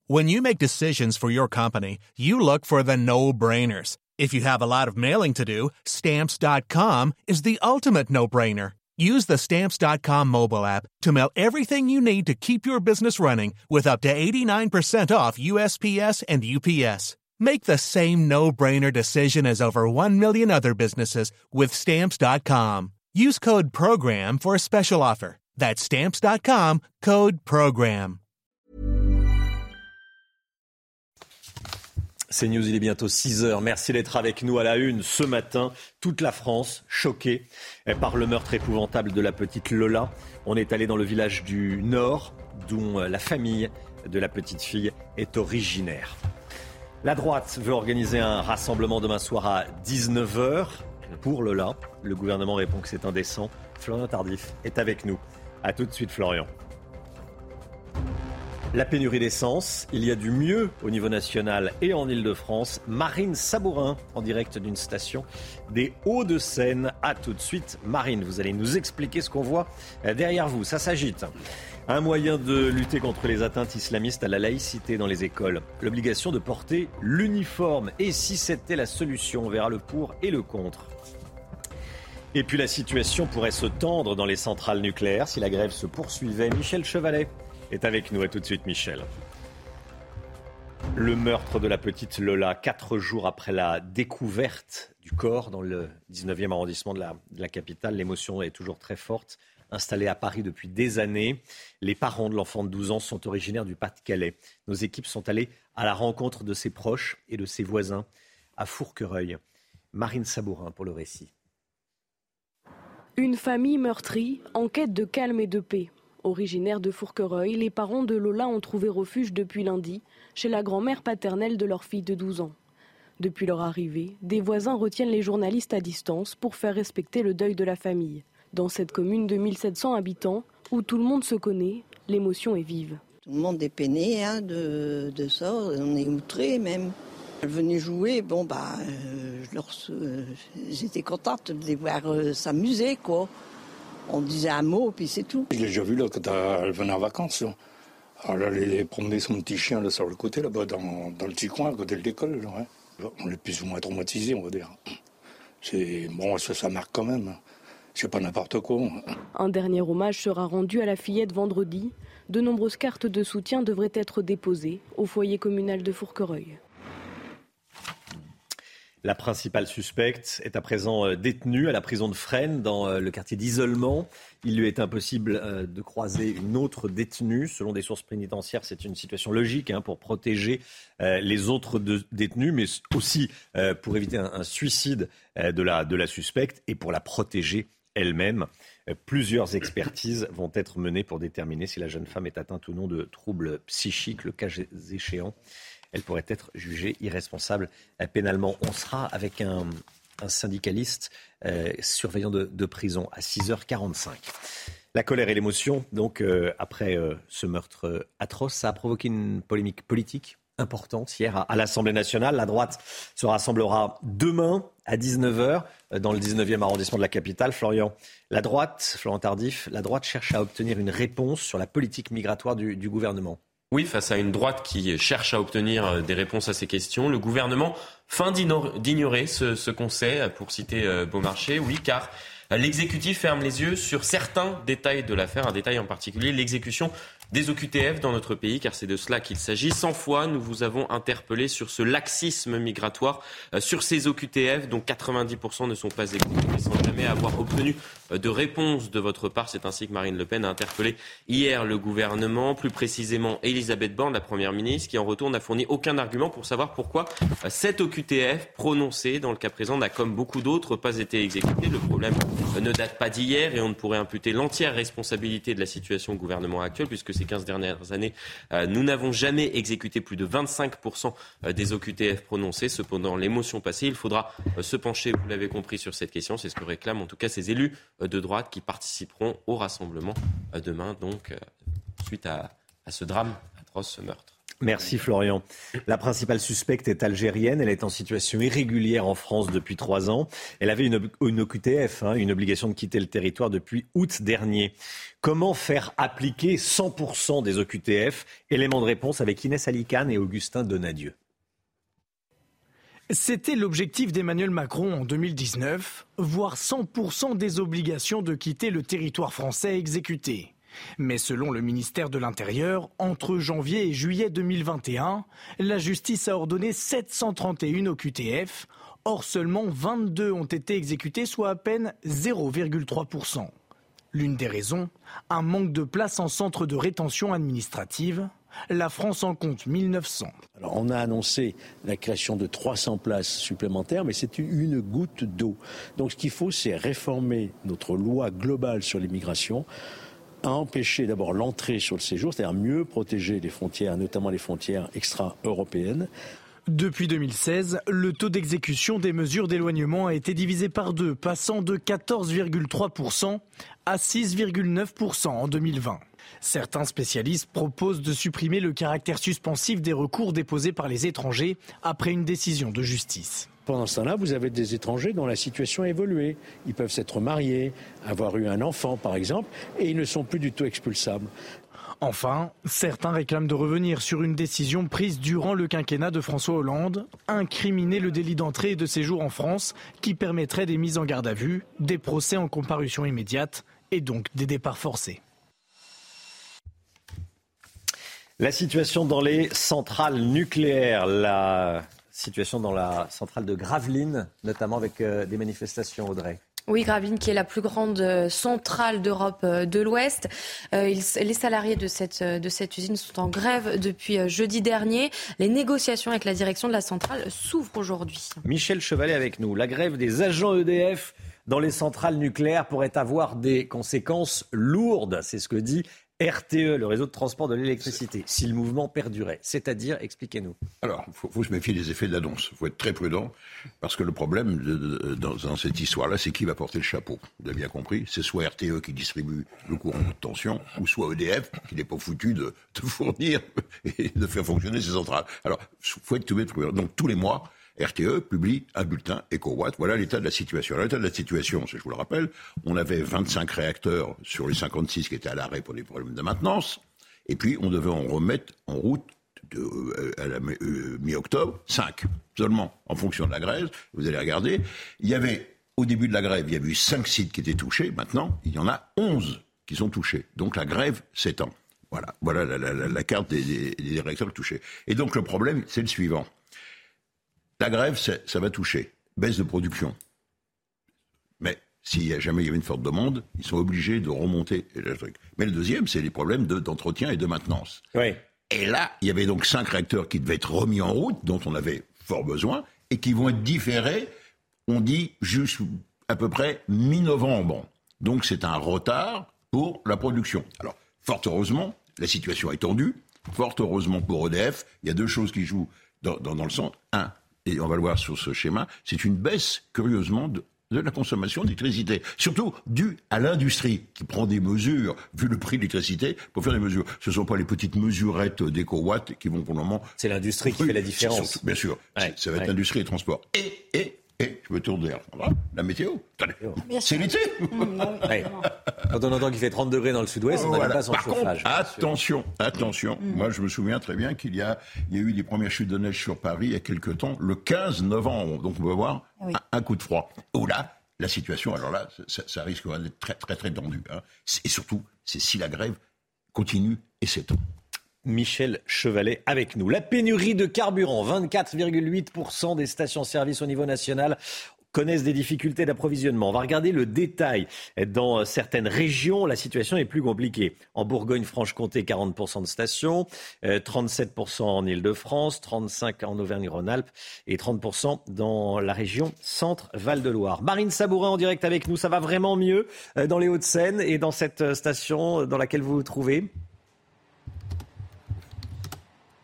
When you make decisions for your company, you look for the no-brainers. If you have a lot of mailing to do, Stamps.com is the ultimate no-brainer. Use the Stamps.com mobile app to mail everything you need to keep your business running with up to 89% off USPS and UPS. Make the same no-brainer decision as over 1 million other businesses with Stamps.com. Use code PROGRAM for a special offer. That's Stamps.com, code PROGRAM. C'est News, il est bientôt 6h. Merci d'être avec nous à la une ce matin. Toute la France choquée par le meurtre épouvantable de la petite Lola. On est allé dans le village du Nord, dont la famille de la petite fille est originaire. La droite veut organiser un rassemblement demain soir à 19h pour Lola. Le gouvernement répond que c'est indécent. Florian Tardif est avec nous. A tout de suite, Florian. La pénurie d'essence, il y a du mieux au niveau national et en Ile-de-France. Marine Sabourin, en direct d'une station des Hauts-de-Seine. A tout de suite, Marine, vous allez nous expliquer ce qu'on voit derrière vous. Ça s'agite. Un moyen de lutter contre les atteintes islamistes à la laïcité dans les écoles. L'obligation de porter l'uniforme. Et si c'était la solution, on verra le pour et le contre. Et puis la situation pourrait se tendre dans les centrales nucléaires si la grève se poursuivait. Michel Chevalet est avec nous. Et tout de suite, Michel. Le meurtre de la petite Lola, 4 jours après la découverte du corps dans le 19e arrondissement de la capitale. L'émotion est toujours très forte. Installée à Paris depuis des années, les parents de l'enfant de 12 ans sont originaires du Pas-de-Calais. Nos équipes sont allées à la rencontre de ses proches et de ses voisins à Fourquereuil. Marine Sabourin pour le récit. Une famille meurtrie en quête de calme et de paix. Originaires de Fourquereuil, les parents de Lola ont trouvé refuge depuis lundi chez la grand-mère paternelle de leur fille de 12 ans. Depuis leur arrivée, des voisins retiennent les journalistes à distance pour faire respecter le deuil de la famille. Dans cette commune de 1700 habitants, où tout le monde se connaît, l'émotion est vive. Tout le monde est peiné de ça, on est outrés même. Elles venaient jouer, j'étais contente de les voir s'amuser, quoi. On disait un mot, puis c'est tout. Je l'ai déjà vu là, quand elle venait en vacances. Là. Alors, elle allait promener son petit chien là, sur le côté, là-bas, dans le petit coin, à côté de l'école. Là, ouais. On est plus ou moins traumatisés, on va dire. Ça marque quand même. C'est pas n'importe quoi. Un dernier hommage sera rendu à la fillette vendredi. De nombreuses cartes de soutien devraient être déposées au foyer communal de Fourquereuil. La principale suspecte est à présent détenue à la prison de Fresnes, dans le quartier d'isolement. Il lui est impossible de croiser une autre détenue. Selon des sources pénitentiaires, c'est une situation logique pour protéger les autres détenus, mais aussi pour éviter un suicide de la suspecte et pour la protéger elle-même. Plusieurs expertises vont être menées pour déterminer si la jeune femme est atteinte ou non de troubles psychiques. Le cas échéant, elle pourrait être jugée irresponsable pénalement. On sera avec un syndicaliste surveillant de prison à 6h45. La colère et l'émotion, donc, après ce meurtre atroce, ça a provoqué une polémique politique importante hier à l'Assemblée nationale. La droite se rassemblera demain à 19h dans le 19e arrondissement de la capitale. Florian Tardif, la droite cherche à obtenir une réponse sur la politique migratoire du gouvernement. Oui, face à une droite qui cherche à obtenir des réponses à ces questions, le gouvernement feint d'ignorer ce qu'on sait, pour citer Beaumarchais. Oui, car l'exécutif ferme les yeux sur certains détails de l'affaire, un détail en particulier, l'exécution des OQTF dans notre pays, car c'est de cela qu'il s'agit. 100 fois, nous vous avons interpellé sur ce laxisme migratoire, sur ces OQTF, dont 90% ne sont pas exécutés, sans jamais avoir obtenu de réponse de votre part. C'est ainsi que Marine Le Pen a interpellé hier le gouvernement, plus précisément Elisabeth Borne, la Première ministre, qui en retour n'a fourni aucun argument pour savoir pourquoi cet OQTF prononcé dans le cas présent n'a, comme beaucoup d'autres, pas été exécuté. Le problème ne date pas d'hier et on ne pourrait imputer l'entière responsabilité de la situation au gouvernement actuel, puisque ces 15 dernières années, nous n'avons jamais exécuté plus de 25% des OQTF prononcés. Cependant, l'émotion passée, il faudra se pencher, vous l'avez compris, sur cette question. C'est ce que réclament en tout cas ces élus de droite qui participeront au rassemblement demain, donc suite à ce drame atroce, ce meurtre. Merci Florian. La principale suspecte est algérienne. Elle est en situation irrégulière en France depuis 3 ans. Elle avait une OQTF, une obligation de quitter le territoire depuis août dernier. Comment faire appliquer 100% des OQTF ? Élément de réponse avec Inès Alicane et Augustin Donadieu. C'était l'objectif d'Emmanuel Macron en 2019, voir 100% des obligations de quitter le territoire français exécutées. Mais selon le ministère de l'Intérieur, entre janvier et juillet 2021, la justice a ordonné 731 OQTF. Or, seulement 22 ont été exécutés, soit à peine 0,3%. L'une des raisons, un manque de place en centre de rétention administrative. La France en compte 1900. Alors on a annoncé la création de 300 places supplémentaires, mais c'est une goutte d'eau. Donc ce qu'il faut, c'est réformer notre loi globale sur l'immigration, à empêcher d'abord l'entrée sur le séjour, c'est-à-dire mieux protéger les frontières, notamment les frontières extra-européennes. Depuis 2016, le taux d'exécution des mesures d'éloignement a été divisé par 2, passant de 14,3% à 6,9% en 2020. Certains spécialistes proposent de supprimer le caractère suspensif des recours déposés par les étrangers après une décision de justice. Pendant ce temps-là, vous avez des étrangers dont la situation a évolué. Ils peuvent s'être mariés, avoir eu un enfant par exemple, et ils ne sont plus du tout expulsables. Enfin, certains réclament de revenir sur une décision prise durant le quinquennat de François Hollande, incriminer le délit d'entrée et de séjour en France qui permettrait des mises en garde à vue, des procès en comparution immédiate et donc des départs forcés. La situation dans les centrales nucléaires, la situation dans la centrale de Gravelines, notamment avec des manifestations, Audrey. Oui, Gravelines qui est la plus grande centrale d'Europe de l'Ouest. Les salariés de cette usine sont en grève depuis jeudi dernier. Les négociations avec la direction de la centrale s'ouvrent aujourd'hui. Michel Chevalet avec nous. La grève des agents EDF dans les centrales nucléaires pourrait avoir des conséquences lourdes. C'est ce que dit RTE, le réseau de transport de l'électricité, si le mouvement perdurait. C'est-à-dire, expliquez-nous. Alors, il faut se méfier des effets de l'annonce. Il faut être très prudent, parce que le problème dans cette histoire-là, c'est qui va porter le chapeau. Vous avez bien compris, c'est soit RTE qui distribue le courant de tension, ou soit EDF, qui n'est pas foutu de fournir et de faire fonctionner ses centrales. Alors, il faut être tout prudent. Donc, tous les mois, RTE publie un bulletin EcoWatt. Voilà l'état de la situation. Alors, l'état de la situation, je vous le rappelle, on avait 25 réacteurs sur les 56 qui étaient à l'arrêt pour des problèmes de maintenance. Et puis, on devait en remettre en route à la mi-octobre 5 seulement, en fonction de la grève. Vous allez regarder. Il y avait, au début de la grève, il y avait eu 5 sites qui étaient touchés. Maintenant, il y en a 11 qui sont touchés. Donc, la grève s'étend. Voilà la carte des réacteurs touchés. Et donc, le problème, c'est le suivant. La grève, ça va toucher. Baisse de production. Mais s'il jamais il y avait une forte demande, ils sont obligés de remonter le truc. Mais le deuxième, c'est les problèmes d'entretien et de maintenance. Oui. Et là, il y avait donc 5 réacteurs qui devaient être remis en route, dont on avait fort besoin, et qui vont être différés, on dit, juste à peu près mi-novembre. Donc c'est un retard pour la production. Alors, fort heureusement, la situation est tendue. Fort heureusement pour EDF, il y a 2 choses qui jouent dans le sens. Un, et on va le voir sur ce schéma, c'est une baisse, curieusement, de la consommation d'électricité. Surtout due à l'industrie qui prend des mesures, vu le prix de l'électricité, pour faire des mesures. Ce ne sont pas les petites mesurettes d'éco-watts qui vont pour le moment... C'est l'industrie qui fait la différence. Surtout, bien sûr. Ouais, ça va être l'industrie et le transport. Et je me tourne derrière. La météo. C'est l'été. Ouais. Quand on entend qu'il fait 30 degrés dans le sud-ouest, on n'a pas son chauffage. Attention. Moi, je me souviens très bien qu'il y a eu des premières chutes de neige sur Paris il y a quelques temps, le 15 novembre. Donc, on va voir un coup de froid. Oh là, la situation, alors là, ça risque d'être très, très, très tendu. Hein. Et surtout, c'est si la grève continue et s'étend. Michel Chevalet avec nous. La pénurie de carburant, 24,8% des stations-service au niveau national connaissent des difficultés d'approvisionnement. On va regarder le détail. Dans certaines régions, la situation est plus compliquée. En Bourgogne-Franche-Comté, 40% de stations, 37% en Île-de-France, 35% en Auvergne-Rhône-Alpes et 30% dans la région Centre-Val-de-Loire. Marine Sabourin en direct avec nous. Ça va vraiment mieux dans les Hauts-de-Seine et dans cette station dans laquelle vous vous trouvez ?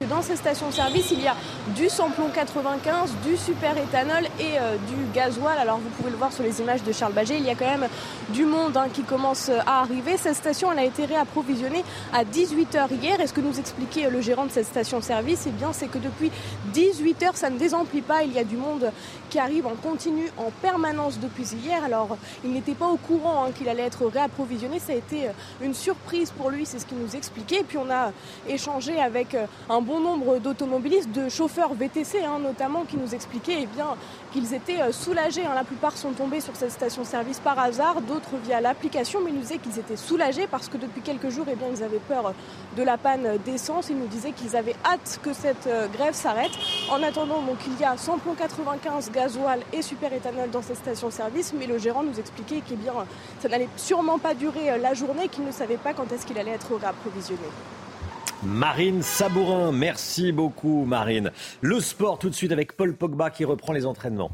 que dans ces stations-service, il y a du samplon 95, du super-éthanol et du gasoil. Alors vous pouvez le voir sur les images de Charles Baget, il y a quand même du monde qui commence à arriver. Cette station, elle a été réapprovisionnée à 18h hier. Et ce que nous expliquait le gérant de cette station-service, c'est que depuis 18h, ça ne désemplit pas. Il y a du monde qui arrive en continu, en permanence depuis hier. Alors, il n'était pas au courant qu'il allait être réapprovisionné. Ça a été une surprise pour lui, c'est ce qu'il nous expliquait. Et puis, on a échangé avec un bon nombre d'automobilistes, de chauffeurs VTC notamment, qui nous expliquaient qu'ils étaient soulagés. La plupart sont tombés sur cette station-service par hasard, d'autres via l'application, mais ils nous disaient qu'ils étaient soulagés parce que depuis quelques jours, ils avaient peur de la panne d'essence. Ils nous disaient qu'ils avaient hâte que cette grève s'arrête. En attendant, donc, il y a samplon 95, gasoil et super-éthanol dans cette station-service, mais le gérant nous expliquait que ça n'allait sûrement pas durer la journée, qu'il ne savait pas quand est-ce qu'il allait être réapprovisionné. Marine Sabourin, merci beaucoup Marine. Le sport tout de suite avec Paul Pogba qui reprend les entraînements.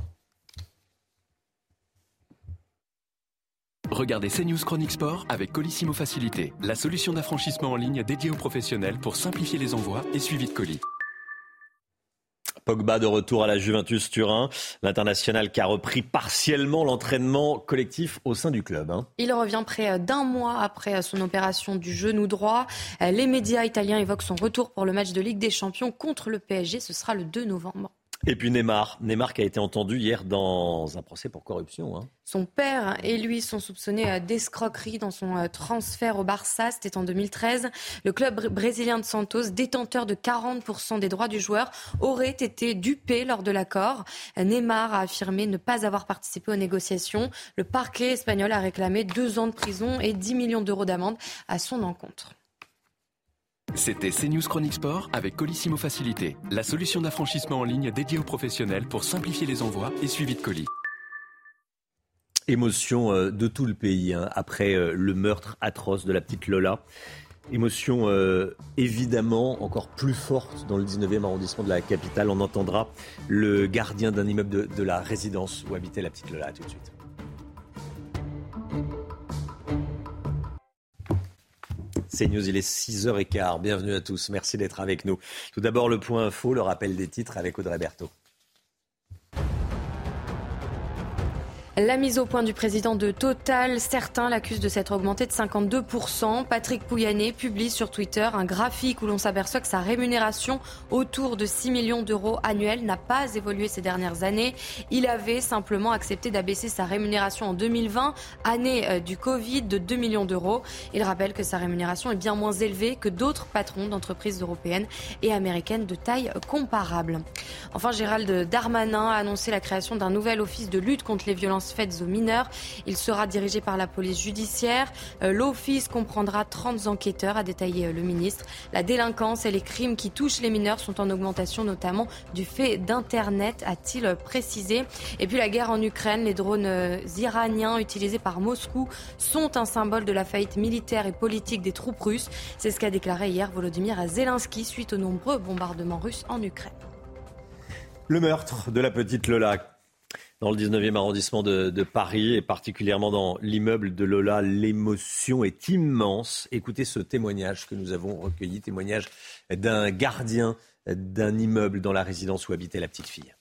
Regardez CNews Chronique Sport avec Colissimo Facilité, la solution d'affranchissement en ligne dédiée aux professionnels pour simplifier les envois et suivi de colis. Pogba de retour à la Juventus Turin, l'international qui a repris partiellement l'entraînement collectif au sein du club. Il revient près d'un mois après son opération du genou droit. Les médias italiens évoquent son retour pour le match de Ligue des Champions contre le PSG. Ce sera le 2 novembre. Et puis Neymar qui a été entendu hier dans un procès pour corruption. Son père et lui sont soupçonnés d'escroquerie dans son transfert au Barça. C'était en 2013. Le club brésilien de Santos, détenteur de 40% des droits du joueur, aurait été dupé lors de l'accord. Neymar a affirmé ne pas avoir participé aux négociations. Le parquet espagnol a réclamé 2 ans de prison et 10 millions d'euros d'amende à son encontre. C'était CNews Chronique Sport avec Colissimo Facilité, la solution d'affranchissement en ligne dédiée aux professionnels pour simplifier les envois et suivi de colis. Émotion de tout le pays après le meurtre atroce de la petite Lola. Émotion évidemment encore plus forte dans le 19e arrondissement de la capitale. On entendra le gardien d'un immeuble de la résidence où habitait la petite Lola. À tout de suite. CNews, il est 6h15. Bienvenue à tous. Merci d'être avec nous. Tout d'abord, le point info, le rappel des titres avec Audrey Berthaud. La mise au point du président de Total, certains l'accusent de s'être augmenté de 52%. Patrick Pouyanné publie sur Twitter un graphique où l'on s'aperçoit que sa rémunération autour de 6 millions d'euros annuels n'a pas évolué ces dernières années. Il avait simplement accepté d'abaisser sa rémunération en 2020, année du Covid, de 2 millions d'euros. Il rappelle que sa rémunération est bien moins élevée que d'autres patrons d'entreprises européennes et américaines de taille comparable. Enfin, Gérald Darmanin a annoncé la création d'un nouvel office de lutte contre les violences faites aux mineurs. Il sera dirigé par la police judiciaire. L'office comprendra 30 enquêteurs, a détaillé le ministre. La délinquance et les crimes qui touchent les mineurs sont en augmentation, notamment du fait d'Internet, a-t-il précisé. Et puis la guerre en Ukraine, les drones iraniens utilisés par Moscou sont un symbole de la faillite militaire et politique des troupes russes. C'est ce qu'a déclaré hier Volodymyr Zelensky suite aux nombreux bombardements russes en Ukraine. Le meurtre de la petite Lola dans le 19e arrondissement de Paris et particulièrement dans l'immeuble de Lola, l'émotion est immense. Écoutez ce témoignage que nous avons recueilli, témoignage d'un gardien d'un immeuble dans la résidence où habitait la petite fille.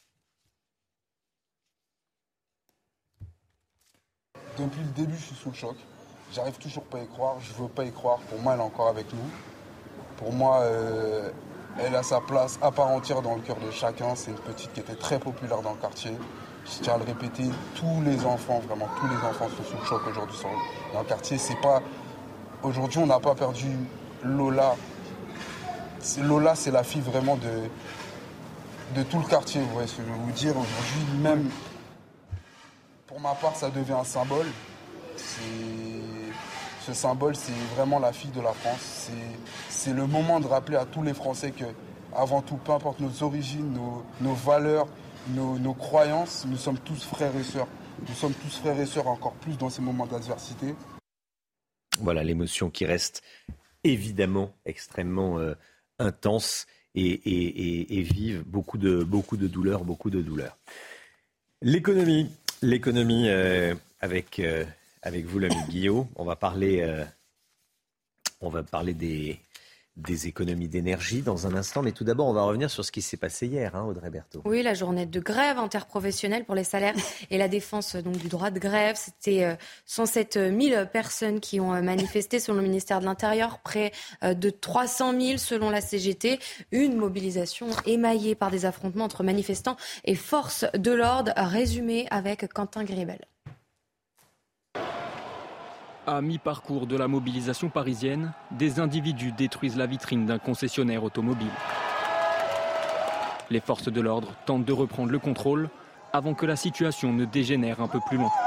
Depuis le début, je suis sous le choc. J'arrive toujours pas à y croire, je veux pas y croire. Pour moi, elle est encore avec nous. Pour moi, elle a sa place à part entière dans le cœur de chacun. C'est une petite qui était très populaire dans le quartier. Je tiens à le répéter, tous les enfants, vraiment tous les enfants sont sous le choc aujourd'hui dans le quartier. Aujourd'hui, on n'a pas perdu Lola. Lola, c'est la fille vraiment de tout le quartier. Vous voyez ce que je veux vous dire. Aujourd'hui, même pour ma part, ça devient un symbole. Ce symbole, c'est vraiment la fille de la France. C'est le moment de rappeler à tous les Français que, avant tout, peu importe nos origines, nos valeurs, nos croyances, nous sommes tous frères et sœurs. Nous sommes tous frères et sœurs, encore plus dans ces moments d'adversité. Voilà l'émotion qui reste évidemment extrêmement intense et vive. Beaucoup de douleur, L'économie avec vous, l'ami Guillaume. On va parler des économies d'énergie dans un instant. Mais tout d'abord, on va revenir sur ce qui s'est passé hier, Audrey Berthaud. Oui, la journée de grève interprofessionnelle pour les salaires et la défense donc, du droit de grève. C'était 107 000 personnes qui ont manifesté selon le ministère de l'Intérieur, près de 300 000 selon la CGT. Une mobilisation émaillée par des affrontements entre manifestants et forces de l'ordre, résumé avec Quentin Gribel. À mi-parcours de la mobilisation parisienne, des individus détruisent la vitrine d'un concessionnaire automobile. Les forces de l'ordre tentent de reprendre le contrôle avant que la situation ne dégénère un peu plus loin.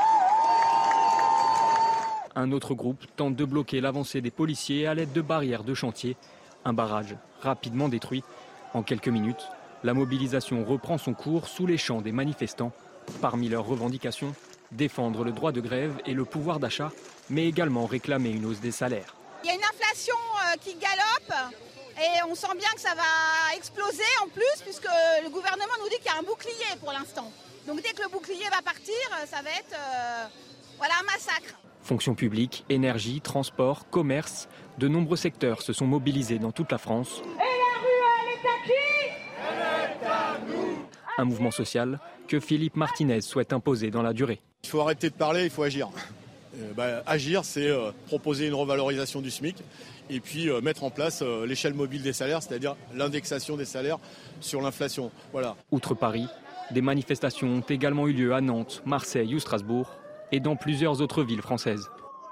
Un autre groupe tente de bloquer l'avancée des policiers à l'aide de barrières de chantier. Un barrage rapidement détruit. En quelques minutes, la mobilisation reprend son cours sous les chants des manifestants. Parmi leurs revendications, défendre le droit de grève et le pouvoir d'achat, mais également réclamer une hausse des salaires. Il y a une inflation qui galope et on sent bien que ça va exploser en plus puisque le gouvernement nous dit qu'il y a un bouclier pour l'instant. Donc dès que le bouclier va partir, ça va être un massacre. Fonction publique, énergie, transport, commerce, de nombreux secteurs se sont mobilisés dans toute la France. Et la rue, elle est à qui ? Elle est à nous. Un mouvement social que Philippe Martinez souhaite imposer dans la durée. Il faut arrêter de parler, il faut agir. Agir, c'est proposer une revalorisation du SMIC et puis mettre en place l'échelle mobile des salaires, c'est-à-dire l'indexation des salaires sur l'inflation. Voilà. Outre Paris, des manifestations ont également eu lieu à Nantes, Marseille ou Strasbourg et dans plusieurs autres villes françaises.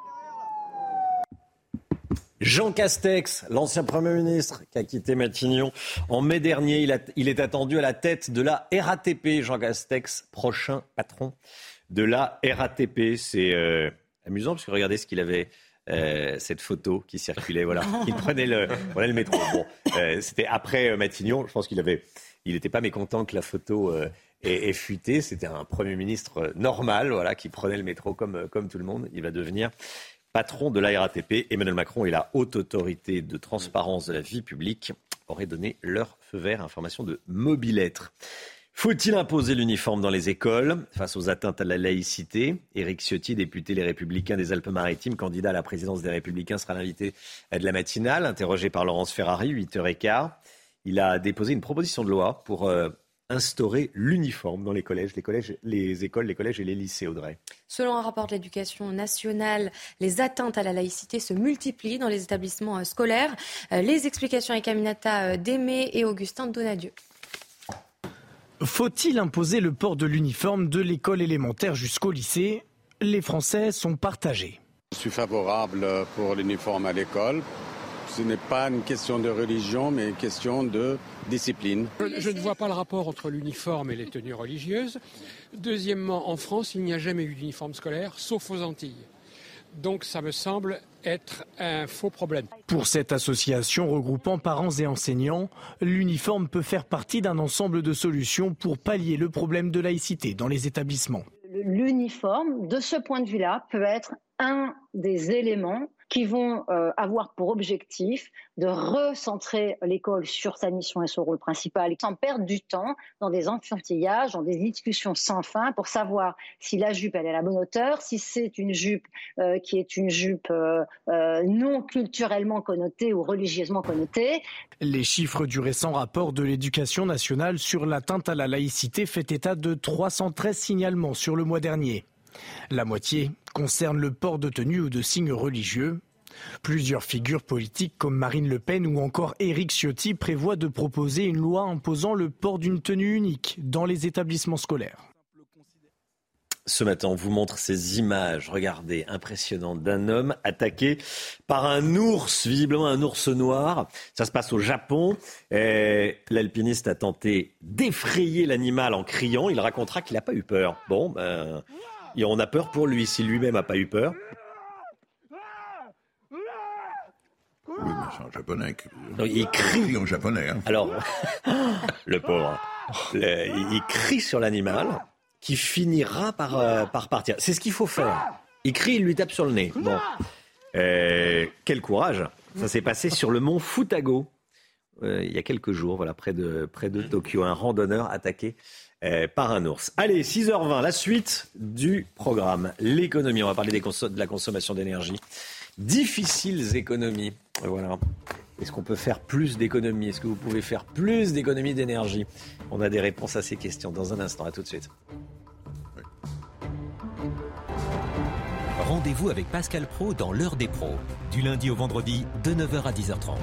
Jean Castex, l'ancien Premier ministre qui a quitté Matignon en mai dernier, il est attendu à la tête de la RATP. Jean Castex, prochain patron de la RATP. C'est amusant parce que regardez ce qu'il avait, cette photo qui circulait. Voilà, il prenait le métro. Bon, c'était après Matignon. Je pense qu'il n'était pas mécontent que la photo ait fuité. C'était un Premier ministre normal, voilà, qui prenait le métro comme tout le monde. Il va devenir patron de la RATP. Emmanuel Macron et la haute autorité de transparence de la vie publique auraient donné leur feu vert. Information de Mobilettre. Faut-il imposer l'uniforme dans les écoles face aux atteintes à la laïcité ? Éric Ciotti, député Les Républicains des Alpes-Maritimes, candidat à la présidence des Républicains, sera l'invité de la matinale, interrogé par Laurence Ferrari, 8h15. Il a déposé une proposition de loi pour instaurer l'uniforme dans les collèges, les écoles, les collèges et les lycées, Audrey. Selon un rapport de l'Éducation nationale, les atteintes à la laïcité se multiplient dans les établissements scolaires. Les explications avec Aminata Démé et Augustin Donadieu. Faut-il imposer le port de l'uniforme de l'école élémentaire jusqu'au lycée ? Les Français sont partagés. Je suis favorable pour l'uniforme à l'école. Ce n'est pas une question de religion, mais une question de discipline. Je ne vois pas le rapport entre l'uniforme et les tenues religieuses. Deuxièmement, en France, il n'y a jamais eu d'uniforme scolaire, sauf aux Antilles. Donc ça me semble être un faux problème. Pour cette association regroupant parents et enseignants, l'uniforme peut faire partie d'un ensemble de solutions pour pallier le problème de laïcité dans les établissements. L'uniforme, de ce point de vue-là, peut être un des éléments qui vont avoir pour objectif de recentrer l'école sur sa mission et son rôle principal, sans perdre du temps dans des enfantillages, dans des discussions sans fin pour savoir si la jupe elle est à la bonne hauteur, si c'est une jupe qui est une jupe non culturellement connotée ou religieusement connotée. Les chiffres du récent rapport de l'Éducation nationale sur l'atteinte à la laïcité fait état de 313 signalements sur le mois dernier. La moitié concerne le port de tenue ou de signes religieux. Plusieurs figures politiques comme Marine Le Pen ou encore Éric Ciotti prévoient de proposer une loi imposant le port d'une tenue unique dans les établissements scolaires. Ce matin, on vous montre ces images, regardez, impressionnantes, d'un homme attaqué par un ours, visiblement un ours noir. Ça se passe au Japon. L'alpiniste a tenté d'effrayer l'animal en criant. Il racontera qu'il n'a pas eu peur. Bon, et on a peur pour lui, si lui-même n'a pas eu peur. Oui, mais c'est en japonais. Donc, il crie en japonais. Hein. Alors, le pauvre, il crie sur l'animal qui finira par partir. C'est ce qu'il faut faire. Il crie, il lui tape sur le nez. Bon, quel courage. Ça s'est passé sur le mont Futago il y a quelques jours, voilà, près de Tokyo. Un randonneur attaqué par un ours. Allez, 6h20, la suite du programme. L'économie, on va parler de la consommation d'énergie. Difficiles économies. Voilà. Est-ce qu'on peut faire plus d'économies ? Est-ce que vous pouvez faire plus d'économies d'énergie ? On a des réponses à ces questions dans un instant. À tout de suite. Rendez-vous avec Pascal Praud dans l'heure des pros, du lundi au vendredi de 9h à 10h30.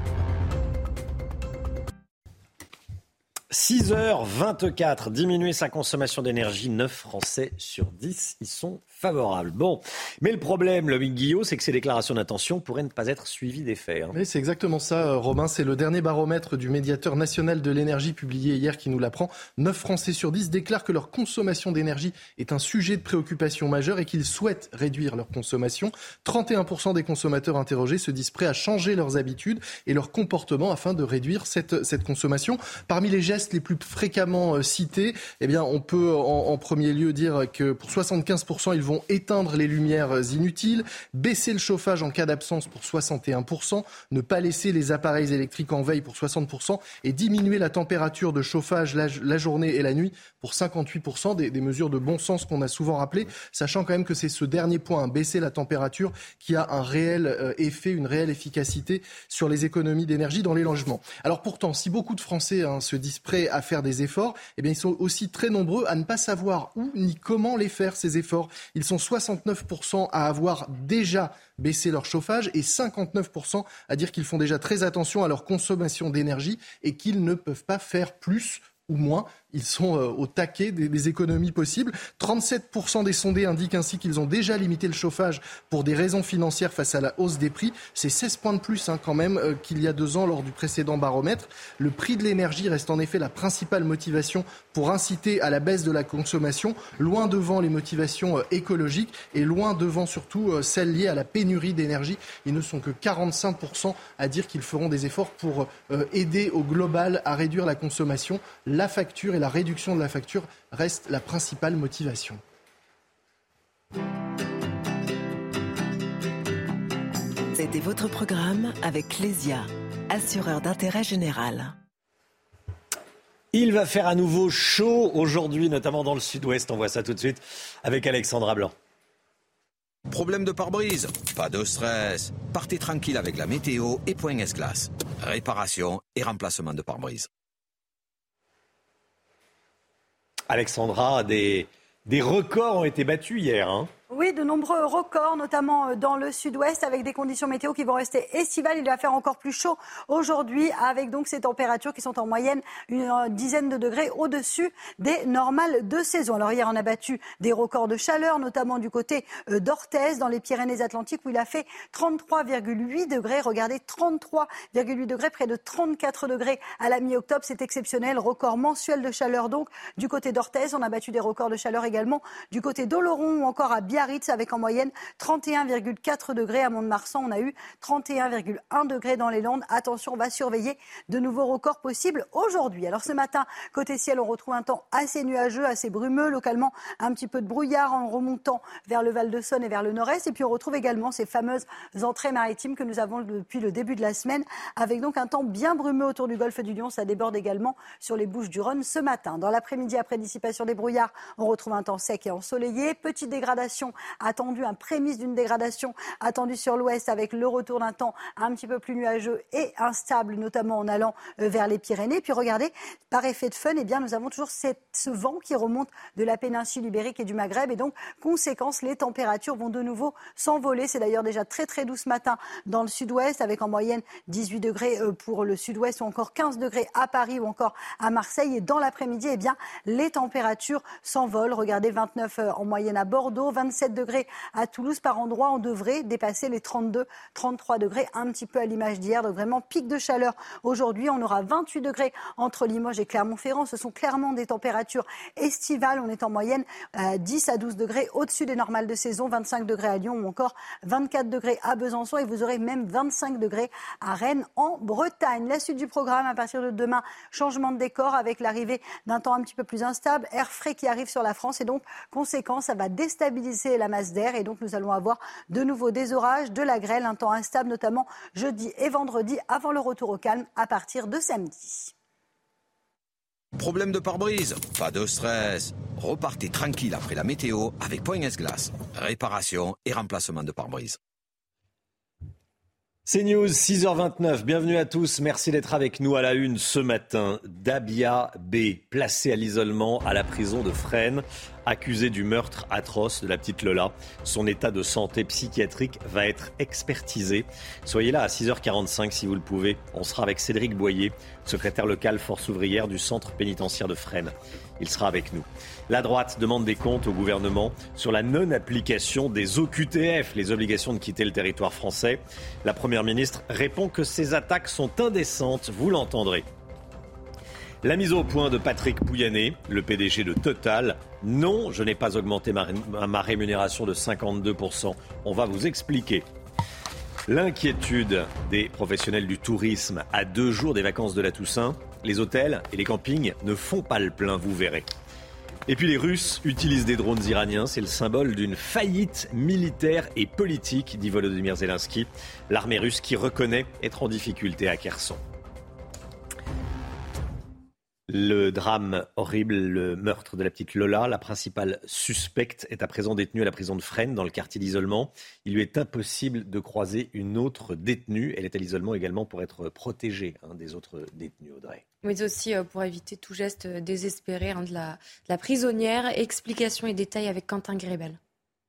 6h24, diminuer sa consommation d'énergie, 9 Français sur 10 y sont favorables. Bon, mais le problème, Loïc Guillot, c'est que ces déclarations d'intention pourraient ne pas être suivies des faits. Oui, c'est exactement ça, Robin. C'est le dernier baromètre du médiateur national de l'énergie publié hier qui nous l'apprend. 9 Français sur 10 déclarent que leur consommation d'énergie est un sujet de préoccupation majeur et qu'ils souhaitent réduire leur consommation. 31% des consommateurs interrogés se disent prêts à changer leurs habitudes et leur comportement afin de réduire cette consommation. Parmi les gestes les plus fréquemment cités, eh bien, on peut en premier lieu dire que pour 75%, ils vont éteindre les lumières inutiles, baisser le chauffage en cas d'absence pour 61%, ne pas laisser les appareils électriques en veille pour 60% et diminuer la température de chauffage la journée et la nuit pour 58%, des mesures de bon sens qu'on a souvent rappelées, sachant quand même que c'est ce dernier point, baisser la température, qui a un réel effet, une réelle efficacité sur les économies d'énergie dans les logements. Alors pourtant, si beaucoup de Français se disent prêts à faire des efforts, eh bien ils sont aussi très nombreux à ne pas savoir où ni comment les faire, ces efforts. Ils sont 69% à avoir déjà baissé leur chauffage et 59% à dire qu'ils font déjà très attention à leur consommation d'énergie et qu'ils ne peuvent pas faire plus ou moins. Ils sont au taquet des économies possibles. 37% des sondés indiquent ainsi qu'ils ont déjà limité le chauffage pour des raisons financières face à la hausse des prix. C'est 16 points de plus quand même qu'il y a 2 ans lors du précédent baromètre. Le prix de l'énergie reste en effet la principale motivation pour inciter à la baisse de la consommation, loin devant les motivations écologiques et loin devant surtout celles liées à la pénurie d'énergie. Ils ne sont que 45% à dire qu'ils feront des efforts pour aider au global à réduire la consommation. La facture et la réduction de la facture reste la principale motivation. C'était votre programme avec Clésia, assureur d'intérêt général. Il va faire à nouveau chaud aujourd'hui, notamment dans le sud-ouest. On voit ça tout de suite avec Alexandra Blanc. Problème de pare-brise ? Pas de stress. Partez tranquille avec la météo et Point S-Glace. Réparation et remplacement de pare-brise. Alexandra, des records ont été battus hier. Oui, de nombreux records, notamment dans le sud-ouest, avec des conditions météo qui vont rester estivales. Il va faire encore plus chaud aujourd'hui, avec donc ces températures qui sont en moyenne une dizaine de degrés au-dessus des normales de saison. Alors hier, on a battu des records de chaleur, notamment du côté d'Orthez, dans les Pyrénées-Atlantiques, où il a fait 33,8 degrés. Regardez, 33,8 degrés, près de 34 degrés à la mi-octobre. C'est exceptionnel, record mensuel de chaleur donc du côté d'Orthez. On a battu des records de chaleur également du côté d'Oloron ou encore à Biarritz, avec en moyenne 31,4 degrés. À Mont-de-Marsan, on a eu 31,1 degrés dans les Landes. Attention, on va surveiller de nouveaux records possibles aujourd'hui. Alors ce matin, côté ciel, on retrouve un temps assez nuageux, assez brumeux. Localement, un petit peu de brouillard en remontant vers le Val-de-Saône et vers le nord-est. Et puis on retrouve également ces fameuses entrées maritimes que nous avons depuis le début de la semaine, avec donc un temps bien brumeux autour du golfe du Lion. Ça déborde également sur les Bouches-du-Rhône ce matin. Dans l'après-midi, après dissipation des brouillards, on retrouve un temps sec et ensoleillé. Petite dégradation attendue, un prémisse d'une dégradation attendue sur l'ouest, avec le retour d'un temps un petit peu plus nuageux et instable, notamment en allant vers les Pyrénées. Puis regardez, par effet de fun, eh bien, nous avons toujours ce vent qui remonte de la péninsule ibérique et du Maghreb. Et donc, conséquence, les températures vont de nouveau s'envoler. C'est d'ailleurs déjà très très doux ce matin dans le sud-ouest, avec en moyenne 18 degrés pour le sud-ouest, ou encore 15 degrés à Paris ou encore à Marseille. Et dans l'après-midi, eh bien, les températures s'envolent. Regardez, 29 en moyenne à Bordeaux, 27 degrés à Toulouse. Par endroit, on devrait dépasser les 32, 33 degrés, un petit peu à l'image d'hier. Donc vraiment, pic de chaleur aujourd'hui. On aura 28 degrés entre Limoges et Clermont-Ferrand. Ce sont clairement des températures estivales. On est en moyenne 10 à 12 degrés au-dessus des normales de saison. 25 degrés à Lyon ou encore 24 degrés à Besançon. Et vous aurez même 25 degrés à Rennes en Bretagne. La suite du programme, à partir de demain, changement de décor avec l'arrivée d'un temps un petit peu plus instable. Air frais qui arrive sur la France. Et donc, conséquence, ça va déstabiliser la masse d'air. Et donc, nous allons avoir de nouveau des orages, de la grêle, un temps instable, notamment jeudi et vendredi, avant le retour au calme à partir de samedi. Problème de pare-brise ? Pas de stress. Repartez tranquille après la météo avec Point S-Glace. Réparation et remplacement de pare-brise. CNews, 6h29, bienvenue à tous, merci d'être avec nous à la une ce matin. Dabia B, placée à l'isolement à la prison de Fresnes, accusée du meurtre atroce de la petite Lola. Son état de santé psychiatrique va être expertisé. Soyez là à 6h45 si vous le pouvez. On sera avec Cédric Boyer, secrétaire local force ouvrière du centre pénitentiaire de Fresnes. Il sera avec nous. La droite demande des comptes au gouvernement sur la non-application des OQTF, les obligations de quitter le territoire français. La Première ministre répond que ces attaques sont indécentes, vous l'entendrez. La mise au point de Patrick Pouyanné, le PDG de Total. Non, je n'ai pas augmenté ma rémunération de 52%. On va vous expliquer. L'inquiétude des professionnels du tourisme à 2 jours des vacances de la Toussaint. Les hôtels et les campings ne font pas le plein, vous verrez. Et puis les Russes utilisent des drones iraniens. C'est le symbole d'une faillite militaire et politique, dit Volodymyr Zelensky. L'armée russe qui reconnaît être en difficulté à Kherson. Le drame horrible, le meurtre de la petite Lola, la principale suspecte est à présent détenue à la prison de Fresnes dans le quartier d'isolement. Il lui est impossible de croiser une autre détenue. Elle est à l'isolement également pour être protégée des autres détenus, Audrey. Mais aussi pour éviter tout geste désespéré de la prisonnière. Explications et détails avec Quentin Grébel.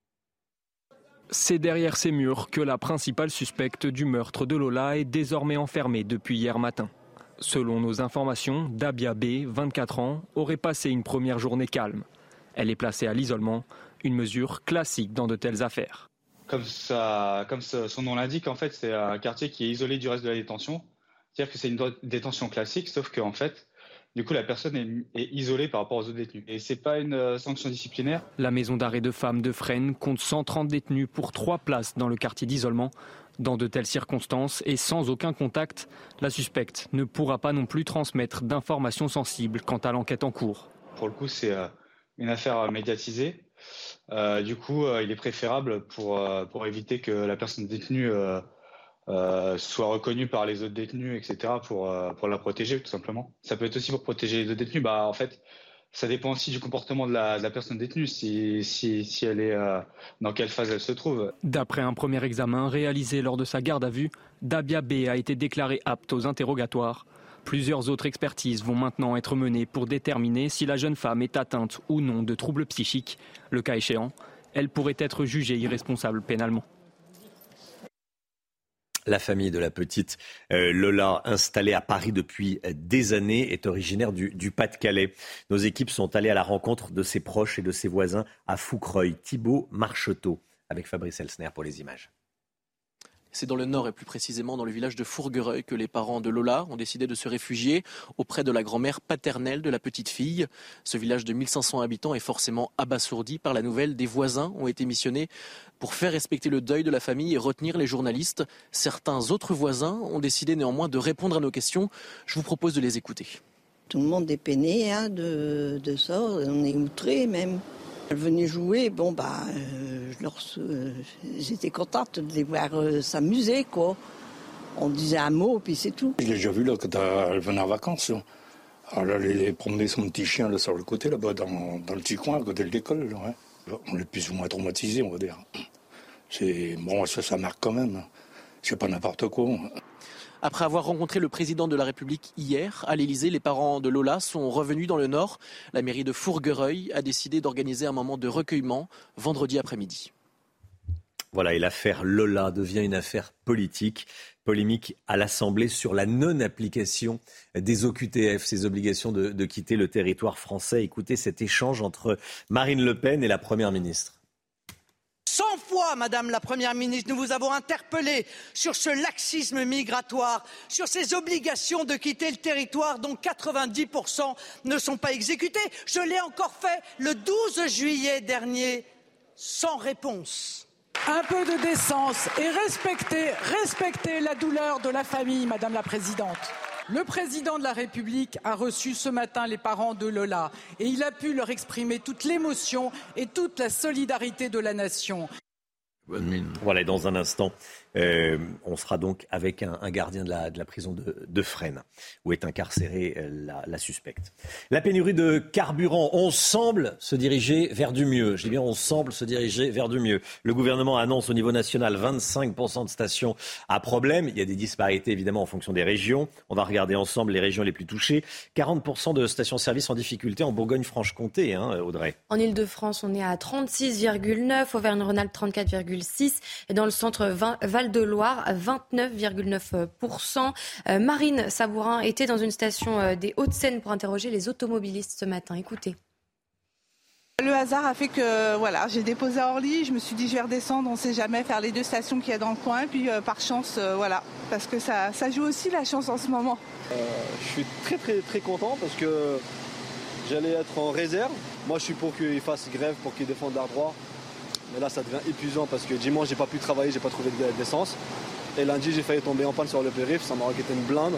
C'est derrière ces murs que la principale suspecte du meurtre de Lola est désormais enfermée depuis hier matin. Selon nos informations, Dabia B, 24 ans, aurait passé une première journée calme. Elle est placée à l'isolement, une mesure classique dans de telles affaires. Comme son nom l'indique, en fait, c'est un quartier qui est isolé du reste de la détention. C'est-à-dire que c'est une détention classique, sauf qu'en fait, du coup, la personne est isolée par rapport aux autres détenus. Et c'est pas une sanction disciplinaire. La maison d'arrêt de femmes de Fresnes compte 130 détenus pour 3 places dans le quartier d'isolement. Dans de telles circonstances et sans aucun contact, la suspecte ne pourra pas non plus transmettre d'informations sensibles quant à l'enquête en cours. Pour le coup, c'est une affaire médiatisée. Du coup, il est préférable pour éviter que la personne détenue soit reconnue par les autres détenus, etc., pour la protéger, tout simplement. Ça peut être aussi pour protéger les autres détenus. En fait, ça dépend aussi du comportement de la personne détenue, si elle est dans quelle phase elle se trouve. D'après un premier examen réalisé lors de sa garde à vue, Dabia B a été déclarée apte aux interrogatoires. Plusieurs autres expertises vont maintenant être menées pour déterminer si la jeune femme est atteinte ou non de troubles psychiques. Le cas échéant, elle pourrait être jugée irresponsable pénalement. La famille de la petite Lola, installée à Paris depuis des années, est originaire du Pas-de-Calais. Nos équipes sont allées à la rencontre de ses proches et de ses voisins à Fouquerolles. Thibaut Marcheteau, avec Fabrice Elsner pour les images. C'est dans le nord et plus précisément dans le village de Fourguereuil que les parents de Lola ont décidé de se réfugier auprès de la grand-mère paternelle de la petite fille. Ce village de 1500 habitants est forcément abasourdi par la nouvelle. Des voisins ont été missionnés pour faire respecter le deuil de la famille et retenir les journalistes. Certains autres voisins ont décidé néanmoins de répondre à nos questions. Je vous propose de les écouter. Tout le monde est peiné de ça, on est outrés même. Elles venaient jouer, j'étais contente de les voir s'amuser, quoi. On disait un mot, puis c'est tout. Je l'ai déjà vu là, quand elle venait en vacances. Là. Alors elle allait promener son petit chien là, sur le côté, là-bas, dans le petit coin, à côté de l'école. Là, ouais. On est plus ou moins traumatisés, on va dire. Ça marque quand même. C'est pas n'importe quoi. Après avoir rencontré le président de la République hier, à l'Élysée, les parents de Lola sont revenus dans le Nord. La mairie de Fourguereuil a décidé d'organiser un moment de recueillement vendredi après-midi. Voilà, et l'affaire Lola devient une affaire politique. Polémique à l'Assemblée sur la non-application des OQTF, ces obligations de quitter le territoire français. Écoutez cet échange entre Marine Le Pen et la Première ministre. 100 fois, Madame la Première ministre, nous vous avons interpellé sur ce laxisme migratoire, sur ces obligations de quitter le territoire dont 90% ne sont pas exécutées. Je l'ai encore fait le 12 juillet dernier, sans réponse. Un peu de décence et respectez la douleur de la famille, Madame la Présidente. Le président de la République a reçu ce matin les parents de Lola et il a pu leur exprimer toute l'émotion et toute la solidarité de la nation. Bonne mine. Voilà, et dans un instant, on sera donc avec un gardien de la prison de Fresnes, où est incarcérée la suspecte. La pénurie de carburant, on semble se diriger vers du mieux. Je dis bien, on semble se diriger vers du mieux. Le gouvernement annonce au niveau national 25% de stations à problème. Il y a des disparités évidemment en fonction des régions. On va regarder ensemble les régions les plus touchées. 40% de stations-service en difficulté en Bourgogne-Franche-Comté, Audrey. En Ile-de-France, on est à 36,9, Auvergne-Rhône-Alpes 34,6 et dans le centre Val-de-Loire, 29,9%. Marine Sabourin était dans une station des Hauts-de-Seine pour interroger les automobilistes ce matin. Écoutez. Le hasard a fait que j'ai déposé à Orly, je me suis dit je vais redescendre, on ne sait jamais, faire les 2 stations qu'il y a dans le coin, puis par chance, parce que ça joue aussi la chance en ce moment. Je suis très très très content parce que j'allais être en réserve. Moi je suis pour qu'ils fassent grève, pour qu'ils défendent leurs droits. Mais là ça devient épuisant parce que dimanche j'ai pas pu travailler, j'ai pas trouvé d'essence. Et lundi j'ai failli tomber en panne sur le périph', ça m'a raquetté une blinde.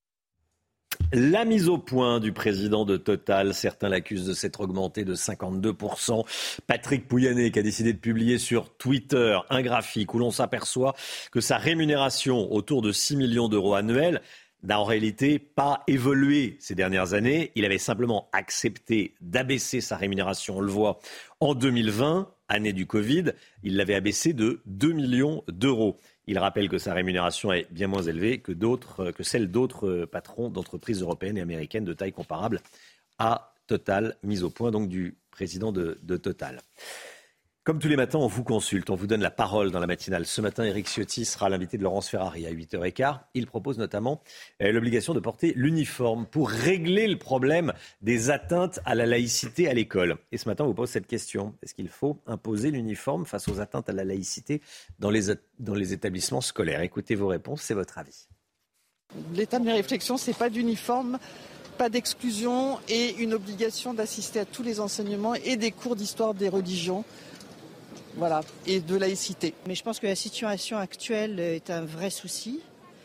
La mise au point du président de Total, certains l'accusent de s'être augmenté de 52%. Patrick Pouyanné qui a décidé de publier sur Twitter un graphique où l'on s'aperçoit que sa rémunération autour de 6 millions d'euros annuels n'a en réalité pas évolué ces dernières années. Il avait simplement accepté d'abaisser sa rémunération, on le voit, en 2020, année du Covid. Il l'avait abaissé de 2 millions d'euros. Il rappelle que sa rémunération est bien moins élevée que celle d'autres patrons d'entreprises européennes et américaines de taille comparable à Total, mise au point donc du président de Total. Comme tous les matins, on vous consulte, on vous donne la parole dans la matinale. Ce matin, Éric Ciotti sera l'invité de Laurence Ferrari à 8h15. Il propose notamment l'obligation de porter l'uniforme pour régler le problème des atteintes à la laïcité à l'école. Et ce matin, on vous pose cette question. Est-ce qu'il faut imposer l'uniforme face aux atteintes à la laïcité dans les établissements scolaires? Écoutez vos réponses, c'est votre avis. L'état de mes réflexions, c'est pas d'uniforme, pas d'exclusion et une obligation d'assister à tous les enseignements et des cours d'histoire des religions. Voilà, et de laïcité. Mais je pense que la situation actuelle est un vrai souci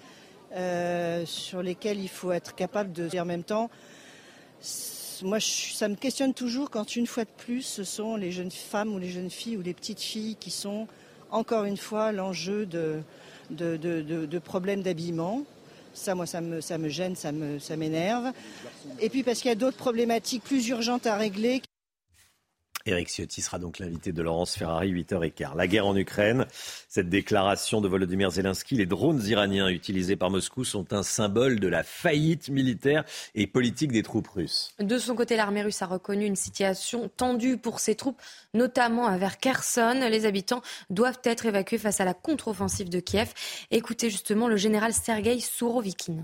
sur lesquels il faut être capable de... Et en même temps, moi, ça me questionne toujours quand une fois de plus, ce sont les jeunes femmes ou les jeunes filles ou les petites filles qui sont encore une fois l'enjeu de problèmes d'habillement. Ça, moi, ça me gêne, ça m'énerve. Et puis parce qu'il y a d'autres problématiques plus urgentes à régler. Éric Ciotti sera donc l'invité de Laurence Ferrari, 8h15. La guerre en Ukraine, cette déclaration de Volodymyr Zelensky, les drones iraniens utilisés par Moscou sont un symbole de la faillite militaire et politique des troupes russes. De son côté, l'armée russe a reconnu une situation tendue pour ses troupes, notamment vers Kherson. Les habitants doivent être évacués face à la contre-offensive de Kiev. Écoutez justement le général Sergueï Sourovikine.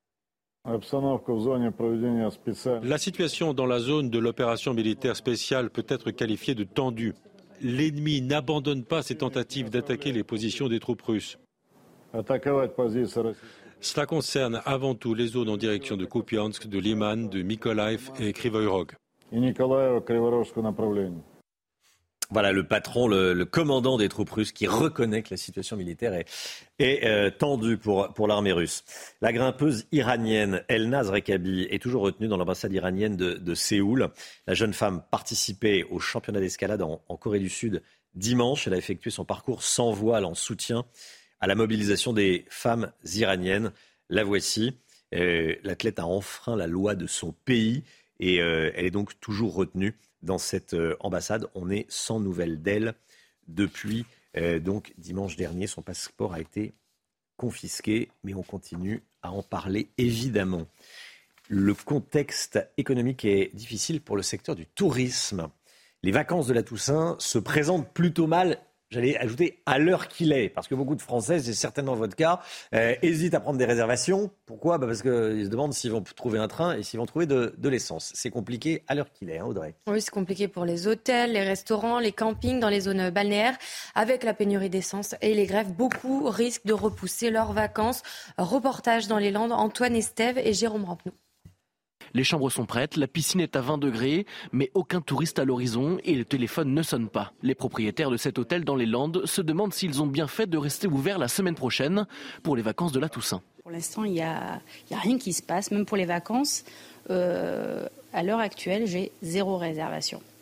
La situation dans la zone de l'opération militaire spéciale peut être qualifiée de tendue. L'ennemi n'abandonne pas ses tentatives d'attaquer les positions des troupes russes. Cela concerne avant tout les zones en direction de Kupiansk, de Liman, de Mykolaiv et Kryvyi Rog. Voilà le patron, le commandant des troupes russes qui reconnaît que la situation militaire est tendue pour l'armée russe. La grimpeuse iranienne Elnaz Rekabi est toujours retenue dans l'ambassade iranienne de Séoul. La jeune femme participait au championnat d'escalade en Corée du Sud dimanche. Elle a effectué son parcours sans voile en soutien à la mobilisation des femmes iraniennes. La voici. L'athlète a enfreint la loi de son pays et elle est donc toujours retenue dans cette ambassade. On est sans nouvelles d'elle depuis donc dimanche dernier. Son passeport a été confisqué, mais on continue à en parler évidemment. Le contexte économique est difficile pour le secteur du tourisme. Les vacances de la Toussaint se présentent plutôt mal, j'allais ajouter, à l'heure qu'il est, parce que beaucoup de Français, c'est certainement votre cas, hésitent à prendre des réservations. Pourquoi ? Parce qu'ils se demandent s'ils vont trouver un train et s'ils vont trouver de l'essence. C'est compliqué à l'heure qu'il est, Audrey. Oui, c'est compliqué pour les hôtels, les restaurants, les campings dans les zones balnéaires. Avec la pénurie d'essence et les grèves, beaucoup risquent de repousser leurs vacances. Reportage dans les Landes, Antoine Estève et Jérôme Rampenou. Les chambres sont prêtes, la piscine est à 20 degrés, mais aucun touriste à l'horizon et le téléphone ne sonne pas. Les propriétaires de cet hôtel dans les Landes se demandent s'ils ont bien fait de rester ouverts la semaine prochaine pour les vacances de la Toussaint. Pour l'instant, il n'y a rien qui se passe, même pour les vacances. À l'heure actuelle, j'ai 0 réservation.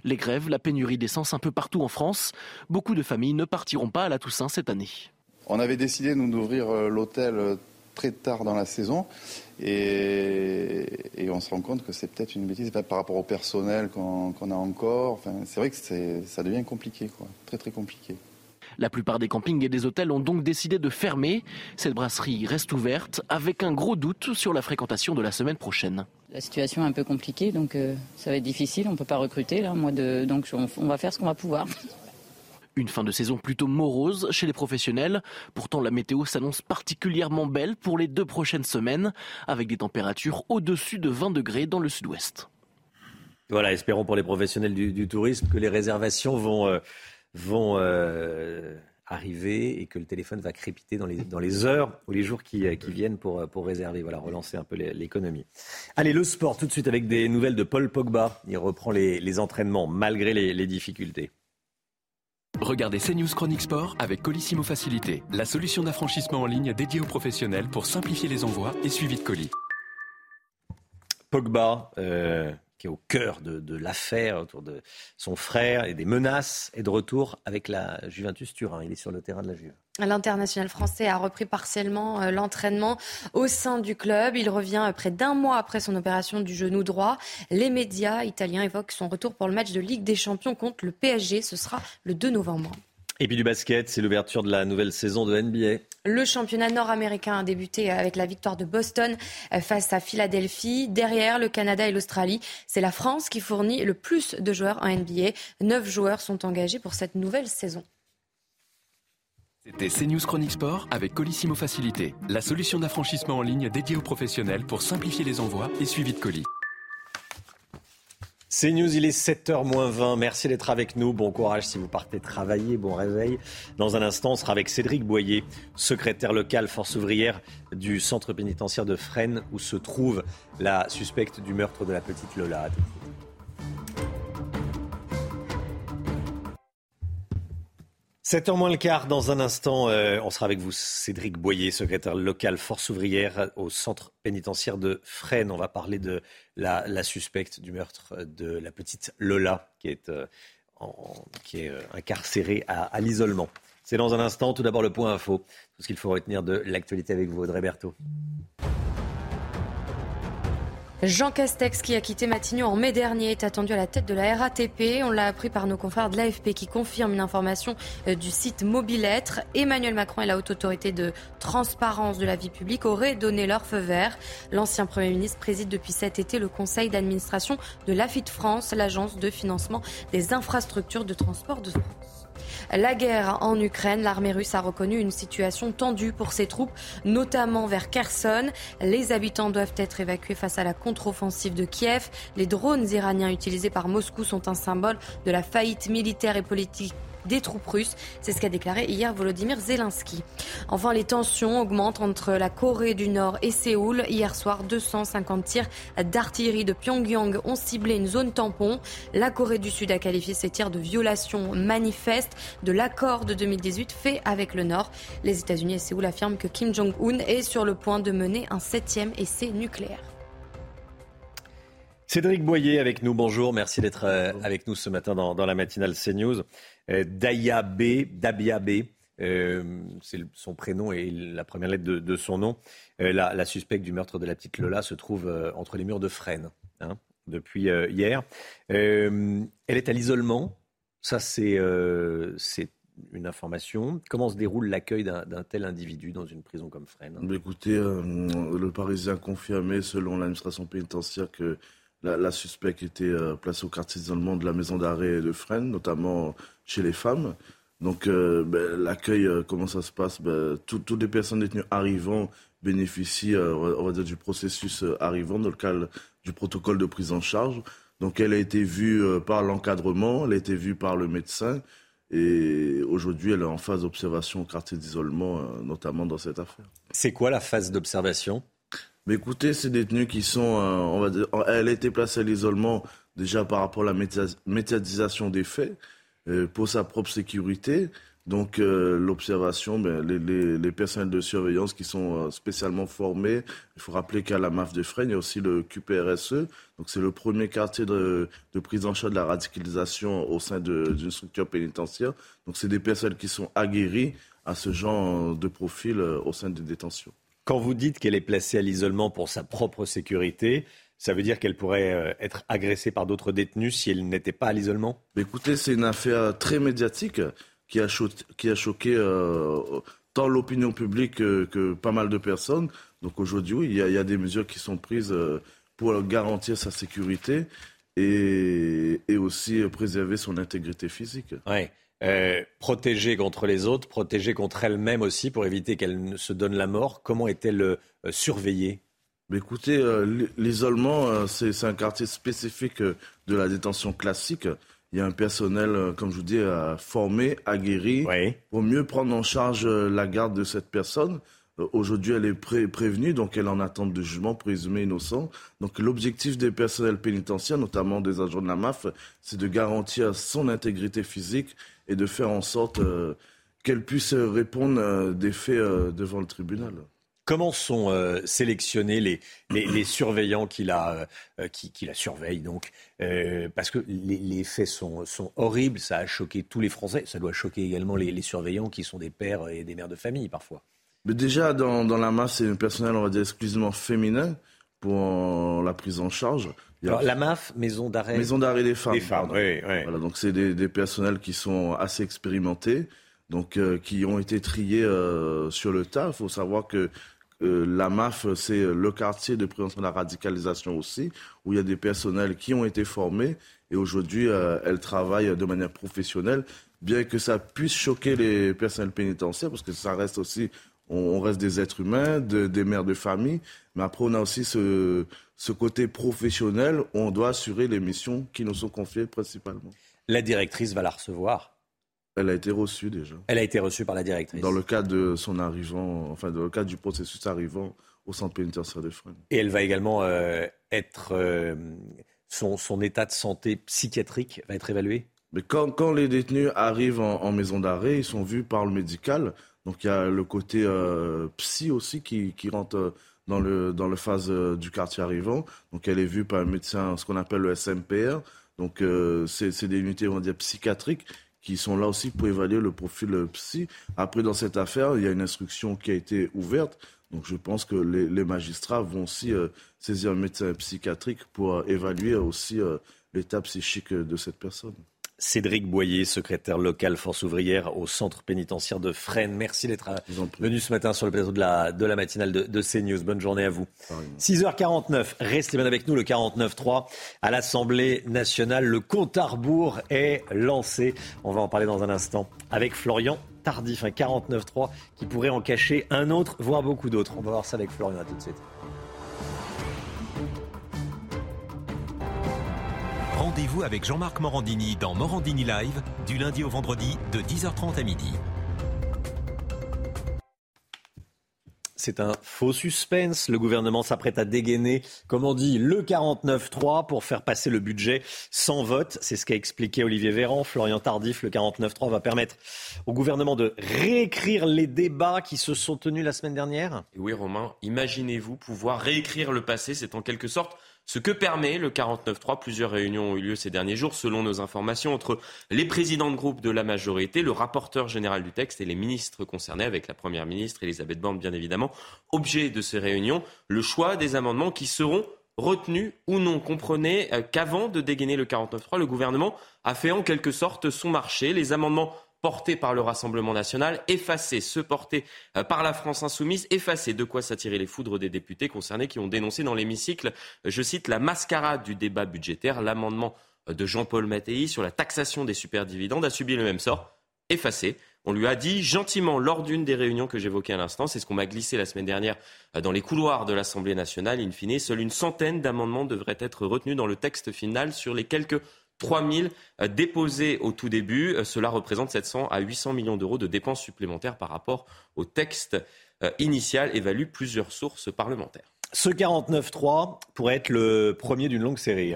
Les grèves, la pénurie d'essence un peu partout en France. Beaucoup de familles ne partiront pas à la Toussaint cette année. On avait décidé, nous, d'ouvrir l'hôtel très tard dans la saison et on se rend compte que c'est peut-être une bêtise par rapport au personnel qu'on a encore. Enfin, c'est vrai que ça devient compliqué, quoi. Très très compliqué. La plupart des campings et des hôtels ont donc décidé de fermer. Cette brasserie reste ouverte avec un gros doute sur la fréquentation de la semaine prochaine. La situation est un peu compliquée, donc ça va être difficile. On ne peut pas recruter là, donc on va faire ce qu'on va pouvoir. Une fin de saison plutôt morose chez les professionnels. Pourtant, la météo s'annonce particulièrement belle pour les 2 prochaines semaines, avec des températures au-dessus de 20 degrés dans le sud-ouest. Voilà, espérons pour les professionnels du tourisme que les réservations vont arriver et que le téléphone va crépiter dans les heures ou les jours qui viennent pour réserver. Voilà, relancer un peu l'économie. Allez, le sport tout de suite avec des nouvelles de Paul Pogba. Il reprend les entraînements malgré les difficultés. Regardez CNews Chronique Sport avec Colissimo Facilité, la solution d'affranchissement en ligne dédiée aux professionnels pour simplifier les envois et suivi de colis. Pogba, qui est au cœur de l'affaire autour de son frère et des menaces, est de retour avec la Juventus Turin. Il est sur le terrain de la Juve. L'international français a repris partiellement l'entraînement au sein du club. Il revient près d'un mois après son opération du genou droit. Les médias italiens évoquent son retour pour le match de Ligue des Champions contre le PSG. Ce sera le 2 novembre. Et puis du basket, c'est l'ouverture de la nouvelle saison de NBA. Le championnat nord-américain a débuté avec la victoire de Boston face à Philadelphie. Derrière, le Canada et l'Australie, c'est la France qui fournit le plus de joueurs en NBA. 9 joueurs sont engagés pour cette nouvelle saison. C'était CNews Chronique Sport avec Colissimo Facilité, la solution d'affranchissement en ligne dédiée aux professionnels pour simplifier les envois et suivi de colis. CNews, il est 7h-20. Merci d'être avec nous. Bon courage si vous partez travailler. Bon réveil. Dans un instant, on sera avec Cédric Boyer, secrétaire local force ouvrière du centre pénitentiaire de Fresnes, où se trouve la suspecte du meurtre de la petite Lola. 7h moins le quart, dans un instant, on sera avec vous, Cédric Boyer, secrétaire local force ouvrière au centre pénitentiaire de Fresnes. On va parler de la suspecte du meurtre de la petite Lola, qui est incarcérée à l'isolement. C'est dans un instant. Tout d'abord le point info, tout ce qu'il faut retenir de l'actualité avec vous, Audrey Berthaud. Jean Castex, qui a quitté Matignon en mai dernier, est attendu à la tête de la RATP. On l'a appris par nos confrères de l'AFP qui confirment une information du site Mobilettre. Emmanuel Macron et la Haute Autorité de Transparence de la Vie Publique auraient donné leur feu vert. L'ancien Premier ministre préside depuis cet été le conseil d'administration de l'AFIT France, l'agence de financement des infrastructures de transport de France. La guerre en Ukraine, l'armée russe a reconnu une situation tendue pour ses troupes, notamment vers Kherson. Les habitants doivent être évacués face à la contre-offensive de Kiev. Les drones iraniens utilisés par Moscou sont un symbole de la faillite militaire et politique des troupes russes. C'est ce qu'a déclaré hier Volodymyr Zelensky. Enfin, les tensions augmentent entre la Corée du Nord et Séoul. Hier soir, 250 tirs d'artillerie de Pyongyang ont ciblé une zone tampon. La Corée du Sud a qualifié ces tirs de violation manifeste de l'accord de 2018 fait avec le Nord. Les États-Unis et Séoul affirment que Kim Jong-un est sur le point de mener un 7e essai nucléaire. Cédric Boyer avec nous, bonjour, merci d'être avec nous ce matin dans la matinale CNews. Dabia B, c'est son prénom et la première lettre de son nom. La suspecte du meurtre de la petite Lola se trouve entre les murs de Fresnes depuis hier. Elle est à l'isolement, ça c'est une information. Comment se déroule l'accueil d'un tel individu dans une prison comme Fresnes ? Écoutez, le Parisien a confirmé selon l'administration pénitentiaire que la suspecte était placée au quartier d'isolement de la maison d'arrêt de Fresnes, notamment chez les femmes. Donc l'accueil, comment ça se passe ? Toutes les personnes détenues arrivant bénéficient, on va dire, du processus arrivant dans le cadre du protocole de prise en charge. Donc elle a été vue par l'encadrement, elle a été vue par le médecin. Et aujourd'hui, elle est en phase d'observation au quartier d'isolement, notamment dans cette affaire. C'est quoi la phase d'observation ? Mais écoutez, ces détenus qui sont, on va dire, elle a été placée à l'isolement déjà par rapport à la médiatisation des faits, pour sa propre sécurité. Donc l'observation, les personnels de surveillance qui sont spécialement formés. Il faut rappeler qu'à la MAF de Fresnes, il y a aussi le QPRSE. Donc c'est le premier quartier de prise en charge de la radicalisation au sein d'une structure pénitentiaire. Donc c'est des personnes qui sont aguerries à ce genre de profil au sein des détentions. Quand vous dites qu'elle est placée à l'isolement pour sa propre sécurité, ça veut dire qu'elle pourrait être agressée par d'autres détenus si elle n'était pas à l'isolement ? Écoutez, c'est une affaire très médiatique qui a choqué tant l'opinion publique que pas mal de personnes. Donc aujourd'hui, oui, il y a des mesures qui sont prises pour garantir sa sécurité et aussi préserver son intégrité physique. Ouais. Protéger contre les autres, protéger contre elle-même aussi pour éviter qu'elle ne se donne la mort. Comment est-elle surveillée ? Écoutez, l'isolement, c'est un quartier spécifique de la détention classique. Il y a un personnel, comme je vous dis, formé, aguerri, pour mieux prendre en charge la garde de cette personne. Aujourd'hui, elle est prévenue, donc elle est en attente de jugement, présumé innocent. Donc l'objectif des personnels pénitentiaires, notamment des agents de la MAF, c'est de garantir son intégrité physique et de faire en sorte qu'elle puisse répondre des faits devant le tribunal. Comment sont sélectionnés les surveillants qui la surveillent donc parce que les faits sont horribles, ça a choqué tous les Français, ça doit choquer également les surveillants qui sont des pères et des mères de famille parfois. Mais déjà, dans la MAF, c'est un personnel, on va dire, exclusivement féminin pour la prise en charge. Alors, la MAF, Maison d'arrêt des femmes. Des femmes, oui. Voilà, donc c'est des personnels qui sont assez expérimentés, donc qui ont été triés sur le tas. Il faut savoir que la MAF, c'est le quartier de prévention de la radicalisation aussi, où il y a des personnels qui ont été formés et aujourd'hui, elles travaillent de manière professionnelle, bien que ça puisse choquer les personnels pénitentiaires, parce que ça reste aussi, on reste des êtres humains, des mères de famille, mais après on a aussi ce côté professionnel où on doit assurer les missions qui nous sont confiées principalement. La directrice va la recevoir ? Elle a été reçue déjà. Elle a été reçue par la directrice. Dans le cadre de son arrivant, enfin dans le cadre du processus arrivant au centre pénitentiaire de Fresnes. Et elle va également être son état de santé psychiatrique va être évalué. Mais quand les détenus arrivent en maison d'arrêt, ils sont vus par le médical. Donc il y a le côté psy aussi qui rentre dans le phase du quartier arrivant. Donc elle est vue par un médecin, ce qu'on appelle le SMPR. Donc c'est des unités, on va dire, psychiatriques qui sont là aussi pour évaluer le profil psy. Après, dans cette affaire, il y a une instruction qui a été ouverte. Donc je pense que les magistrats vont aussi saisir un médecin psychiatrique pour évaluer aussi l'état psychique de cette personne. Cédric Boyer, secrétaire local Force ouvrière au centre pénitentiaire de Fresnes. Merci d'être venu ce matin sur le plateau de la matinale de CNews. Bonne journée à vous. 6h49, restez bien avec nous, le 49.3 à l'Assemblée nationale. Le compte à rebours est lancé. On va en parler dans un instant avec Florian Tardif, un 49.3 qui pourrait en cacher un autre, voire beaucoup d'autres. On va voir ça avec Florian, à tout de suite. Rendez-vous avec Jean-Marc Morandini dans Morandini Live, du lundi au vendredi, de 10h30 à midi. C'est un faux suspense. Le gouvernement s'apprête à dégainer, comme on dit, le 49.3 pour faire passer le budget sans vote. C'est ce qu'a expliqué Olivier Véran. Florian Tardif, le 49.3 va permettre au gouvernement de réécrire les débats qui se sont tenus la semaine dernière. Et oui, Romain, imaginez-vous pouvoir réécrire le passé. C'est en quelque sorte ce que permet le 49.3. Plusieurs réunions ont eu lieu ces derniers jours, selon nos informations, entre les présidents de groupe de la majorité, le rapporteur général du texte et les ministres concernés, avec la Première ministre, Elisabeth Borne, bien évidemment. Objet de ces réunions, le choix des amendements qui seront retenus ou non. Comprenez qu'avant de dégainer le 49.3, le gouvernement a fait en quelque sorte son marché. Les amendements portés par le Rassemblement national, effacés, ceux portés par la France insoumise, effacés. De quoi s'attirer les foudres des députés concernés qui ont dénoncé dans l'hémicycle, je cite, la mascarade du débat budgétaire. L'amendement de Jean-Paul Mattei sur la taxation des superdividendes a subi le même sort, effacé. On lui a dit gentiment lors d'une des réunions que j'évoquais à l'instant, c'est ce qu'on m'a glissé la semaine dernière dans les couloirs de l'Assemblée nationale, in fine, seule une centaine d'amendements devraient être retenus dans le texte final sur les quelques 3000 déposés au tout début. Cela représente 700 à 800 millions d'euros de dépenses supplémentaires par rapport au texte initial, évalue plusieurs sources parlementaires. Ce 49.3 pourrait être le premier d'une longue série.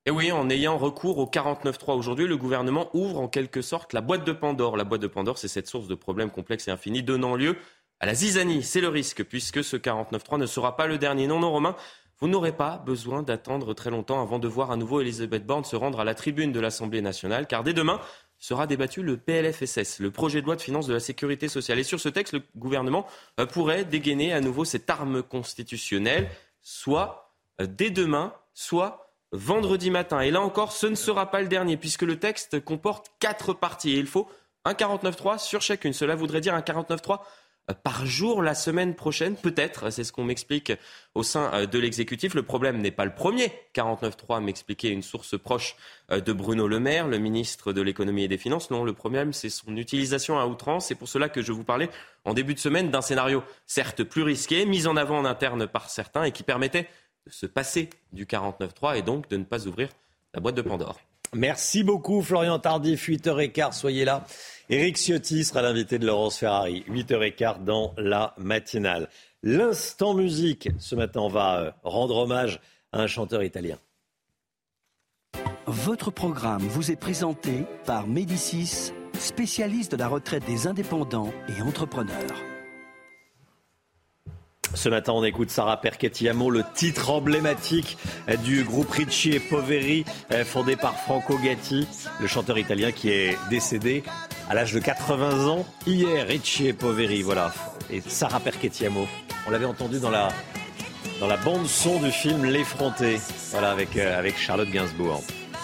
Et oui, en ayant recours au 49.3 aujourd'hui, le gouvernement ouvre en quelque sorte la boîte de Pandore. La boîte de Pandore, c'est cette source de problèmes complexes et infinis donnant lieu à la zizanie. C'est le risque, puisque ce 49.3 ne sera pas le dernier. Non, Romain, vous n'aurez pas besoin d'attendre très longtemps avant de voir à nouveau Elisabeth Borne se rendre à la tribune de l'Assemblée nationale, car dès demain sera débattu le PLFSS, le projet de loi de finances de la sécurité sociale. Et sur ce texte, le gouvernement pourrait dégainer à nouveau cette arme constitutionnelle, soit dès demain, soit vendredi matin. Et là encore, ce ne sera pas le dernier, puisque le texte comporte 4 parties. Et il faut un 49.3 sur chacune. Cela voudrait dire un 49.3 par jour la semaine prochaine, peut-être. C'est ce qu'on m'explique au sein de l'exécutif. Le problème n'est pas le premier 49.3, m'expliquait une source proche de Bruno Le Maire, le ministre de l'économie et des finances. Non, le problème, c'est son utilisation à outrance. C'est pour cela que je vous parlais en début de semaine d'un scénario certes plus risqué, mis en avant en interne par certains et qui permettait de se passer du 49.3 et donc de ne pas ouvrir la boîte de Pandore. Merci beaucoup Florian Tardif, 8h15, soyez là. Éric Ciotti sera l'invité de Laurence Ferrari, 8h15 dans la matinale. L'instant musique, ce matin on va rendre hommage à un chanteur italien. Votre programme vous est présenté par Médicis, spécialiste de la retraite des indépendants et entrepreneurs. Ce matin, on écoute Sarah Perchettiamo, le titre emblématique du groupe Ricci e Poveri, fondé par Franco Gatti, le chanteur italien qui est décédé à l'âge de 80 ans. Hier, Ricci e Poveri, voilà. Et Sarah Perchettiamo, on l'avait entendu dans la bande-son du film L'Effronté, voilà, avec Charlotte Gainsbourg.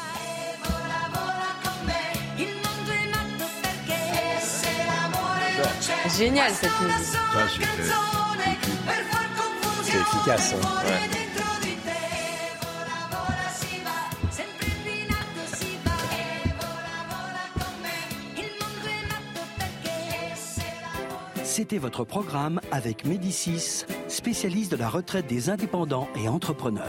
Génial cette musique. Ça, c'est efficace. Hein. Ouais. C'était votre programme avec Médicis, spécialiste de la retraite des indépendants et entrepreneurs.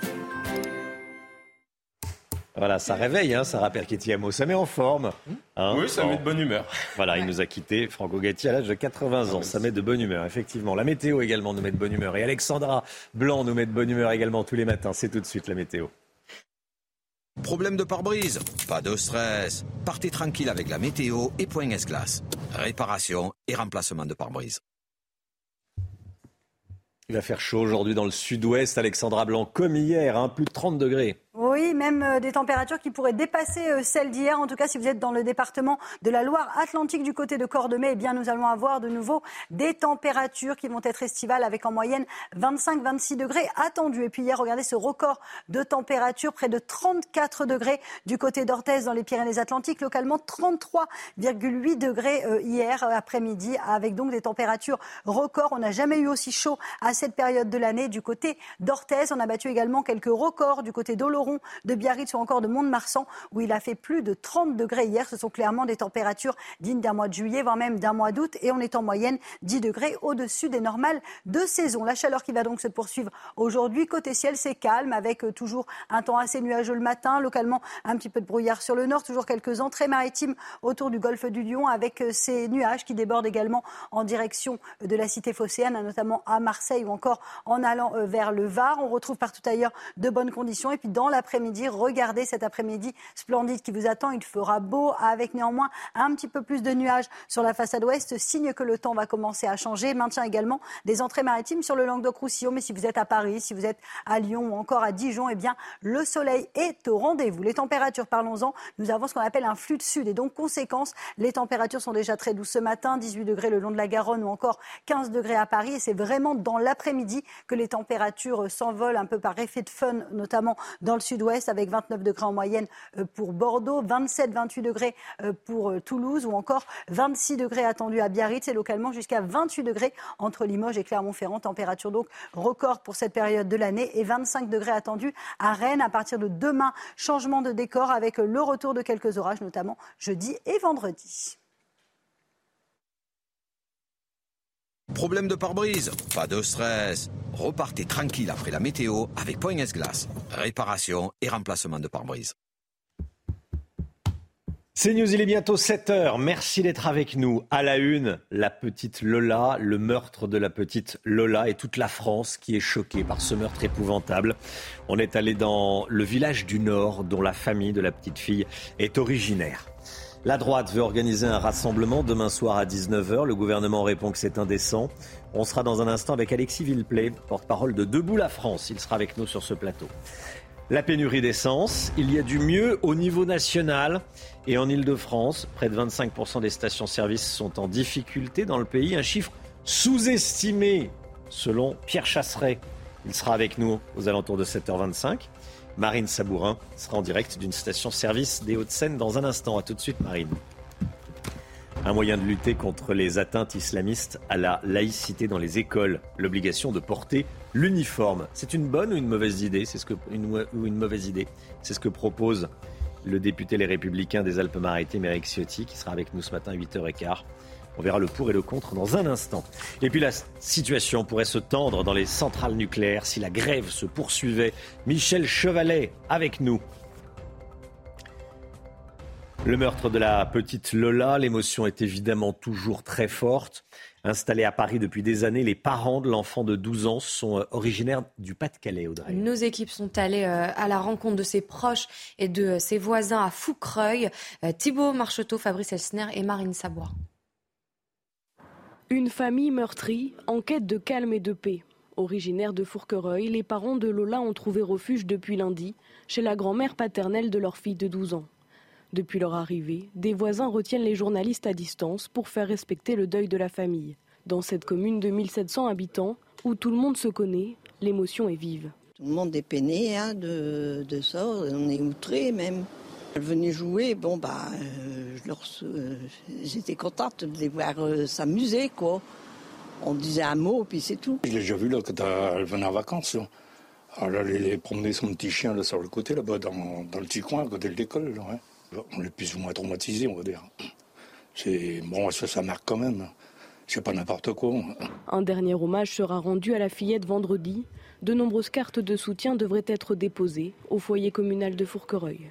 Voilà, ça réveille, hein, Sarah Perchettiamo, ça met en forme. Hein, oui, ça met de bonne humeur. Voilà, il nous a quittés, Franco Gatti, à l'âge de 80 ans. Ça met de bonne humeur, effectivement. La météo également nous met de bonne humeur. Et Alexandra Blanc nous met de bonne humeur également tous les matins. C'est tout de suite la météo. Problème de pare-brise? Pas de stress. Partez tranquille avec la météo et Point S-Glace. Réparation et remplacement de pare-brise. Il va faire chaud aujourd'hui dans le sud-ouest, Alexandra Blanc, comme hier, hein, plus de 30 degrés. Oui, même des températures qui pourraient dépasser celles d'hier. En tout cas, si vous êtes dans le département de la Loire-Atlantique du côté de Cordemais, eh bien, nous allons avoir de nouveau des températures qui vont être estivales avec en moyenne 25-26 degrés attendus. Et puis hier, regardez ce record de température, près de 34 degrés du côté d'Orthez dans les Pyrénées-Atlantiques. Localement, 33,8 degrés hier après-midi avec donc des températures records. On n'a jamais eu aussi chaud à cette période de l'année du côté d'Orthez. On a battu également quelques records du côté d'Oloron, de Biarritz ou encore de Mont-de-Marsan où il a fait plus de 30 degrés hier. Ce sont clairement des températures dignes d'un mois de juillet, voire même d'un mois d'août et on est en moyenne 10 degrés au-dessus des normales de saison. La chaleur qui va donc se poursuivre aujourd'hui. Côté ciel, c'est calme avec toujours un temps assez nuageux le matin, localement un petit peu de brouillard sur le nord, toujours quelques entrées maritimes autour du golfe du Lion avec ces nuages qui débordent également en direction de la cité phocéenne, notamment à Marseille ou encore en allant vers le Var. On retrouve partout ailleurs de bonnes conditions et puis dans l'après-midi, regardez cet après-midi splendide qui vous attend. Il fera beau avec néanmoins un petit peu plus de nuages sur la façade ouest, signe que le temps va commencer à changer. Maintient également des entrées maritimes sur le Languedoc-Roussillon, mais si vous êtes à Paris, si vous êtes à Lyon ou encore à Dijon, eh bien le soleil est au rendez-vous. Les températures, parlons-en, nous avons ce qu'on appelle un flux de sud et donc conséquence, les températures sont déjà très douces ce matin, 18 degrés le long de la Garonne ou encore 15 degrés à Paris et c'est vraiment dans l'après-midi que les températures s'envolent un peu par effet de fun, notamment dans le sud-ouest avec 29 degrés en moyenne pour Bordeaux, 27-28 degrés pour Toulouse ou encore 26 degrés attendus à Biarritz et localement jusqu'à 28 degrés entre Limoges et Clermont-Ferrand. Température donc record pour cette période de l'année et 25 degrés attendus à Rennes à partir de demain. Changement de décor avec le retour de quelques orages, notamment jeudi et vendredi. Problème de pare-brise? Pas de stress. Repartez tranquille après la météo avec Point S-Glace. Réparation et remplacement de pare-brise. C'est News, il est bientôt 7h. Merci d'être avec nous. À la une, la petite Lola, le meurtre de la petite Lola et toute la France qui est choquée par ce meurtre épouvantable. On est allé dans le village du Nord dont la famille de la petite fille est originaire. La droite veut organiser un rassemblement demain soir à 19h. Le gouvernement répond que c'est indécent. On sera dans un instant avec Alexis Villeplay, porte-parole de Debout la France. Il sera avec nous sur ce plateau. La pénurie d'essence, il y a du mieux au niveau national et en Ile-de-France. Près de 25% des stations-service sont en difficulté dans le pays. Un chiffre sous-estimé selon Pierre Chasseret. Il sera avec nous aux alentours de 7h25. Marine Sabourin sera en direct d'une station-service des Hauts-de-Seine dans un instant. A tout de suite, Marine. Un moyen de lutter contre les atteintes islamistes à la laïcité dans les écoles. L'obligation de porter l'uniforme. C'est une bonne ou une mauvaise idée ? Une mauvaise idée. C'est ce que propose le député Les Républicains des Alpes-Maritimes, Éric Ciotti, qui sera avec nous ce matin à 8h15. On verra le pour et le contre dans un instant. Et puis la situation pourrait se tendre dans les centrales nucléaires si la grève se poursuivait. Michel Chevalet avec nous. Le meurtre de la petite Lola, l'émotion est évidemment toujours très forte. Installés à Paris depuis des années, les parents de l'enfant de 12 ans sont originaires du Pas-de-Calais, Audrey. Nos équipes sont allées à la rencontre de ses proches et de ses voisins à Foucreuil. Thibaut Marcheteau, Fabrice Elsner et Marine Sabourin. Une famille meurtrie, en quête de calme et de paix. Originaires de Fourquereuil, les parents de Lola ont trouvé refuge depuis lundi chez la grand-mère paternelle de leur fille de 12 ans. Depuis leur arrivée, des voisins retiennent les journalistes à distance pour faire respecter le deuil de la famille. Dans cette commune de 1700 habitants, où tout le monde se connaît, l'émotion est vive. Tout le monde est peiné de ça, on est outrés même. Elles venaient jouer, j'étais contente de les voir s'amuser, quoi. On disait un mot, puis c'est tout. Je l'ai déjà vu là, quand elle venait en vacances. Là. Alors, elle allait promener son petit chien là, sur le côté, là-bas, dans le petit coin, à côté de l'école. Là, hein. On est plus ou moins traumatisé, on va dire. Ça marque quand même. C'est pas n'importe quoi. Un dernier hommage sera rendu à la fillette vendredi. De nombreuses cartes de soutien devraient être déposées au foyer communal de Fourquereuil.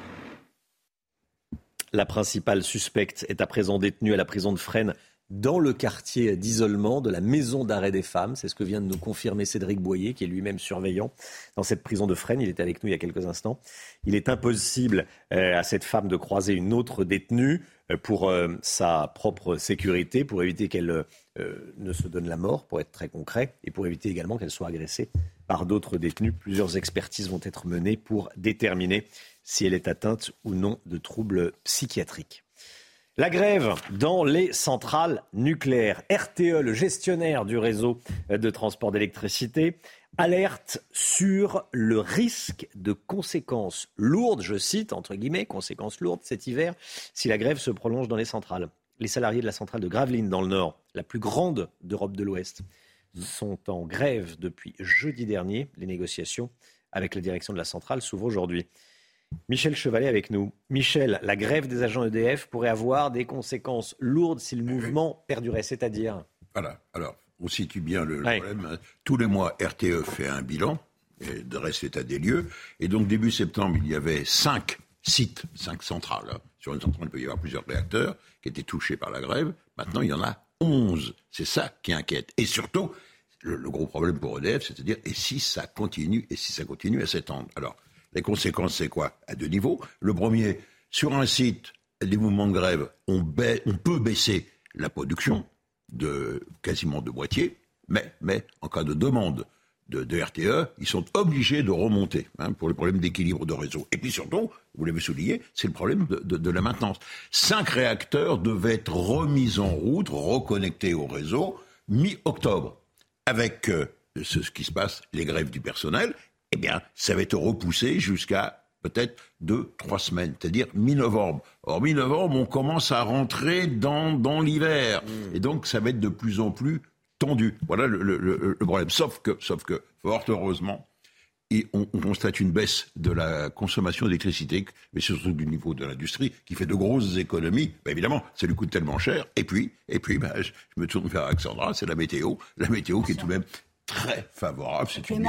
La principale suspecte est à présent détenue à la prison de Fresnes dans le quartier d'isolement de la maison d'arrêt des femmes. C'est ce que vient de nous confirmer Cédric Boyer, qui est lui-même surveillant dans cette prison de Fresnes. Il était avec nous il y a quelques instants. Il est impossible à cette femme de croiser une autre détenue pour sa propre sécurité, pour éviter qu'elle ne se donne la mort, pour être très concret, et pour éviter également qu'elle soit agressée par d'autres détenus. Plusieurs expertises vont être menées pour déterminer si elle est atteinte ou non de troubles psychiatriques. La grève dans les centrales nucléaires. RTE, le gestionnaire du réseau de transport d'électricité, alerte sur le risque de conséquences lourdes, je cite, entre guillemets, conséquences lourdes cet hiver, si la grève se prolonge dans les centrales. Les salariés de la centrale de Gravelines, dans le Nord, la plus grande d'Europe de l'Ouest, sont en grève depuis jeudi dernier. Les négociations avec la direction de la centrale s'ouvrent aujourd'hui. Michel Chevalet avec nous. Michel, la grève des agents EDF pourrait avoir des conséquences lourdes si le mouvement perdurait, c'est-à-dire ? Voilà, alors on situe bien le problème. Tous les mois, RTE fait un bilan, et de reste état des lieux, et donc début septembre, il y avait 5 sites, 5 centrales. Hein. Sur une centrale, il peut y avoir plusieurs réacteurs qui étaient touchés par la grève. Maintenant, il y en a 11. C'est ça qui inquiète. Et surtout, le gros problème pour EDF, c'est-à-dire, et si ça continue à s'étendre ? Alors, les conséquences, c'est quoi ? À deux niveaux. Le premier, sur un site, des mouvements de grève, on peut baisser la production quasiment de moitié, mais en cas de demande de RTE, ils sont obligés de remonter pour les problèmes d'équilibre de réseau. Et puis surtout, vous l'avez souligné, c'est le problème de la maintenance. 5 réacteurs devaient être remis en route, reconnectés au réseau, mi-octobre. Avec ce qui se passe, les grèves du personnel, eh bien, ça va être repoussé jusqu'à peut-être 2-3 semaines, c'est-à-dire mi-novembre. Or, mi-novembre, on commence à rentrer dans l'hiver. Et donc, ça va être de plus en plus tendu. Voilà le problème. Sauf que, fort heureusement, on constate une baisse de la consommation d'électricité, mais surtout du niveau de l'industrie, qui fait de grosses économies. Ben évidemment, ça lui coûte tellement cher. Et puis je me tourne vers Alexandra, c'est la météo qui est tout de même très favorable. C'est une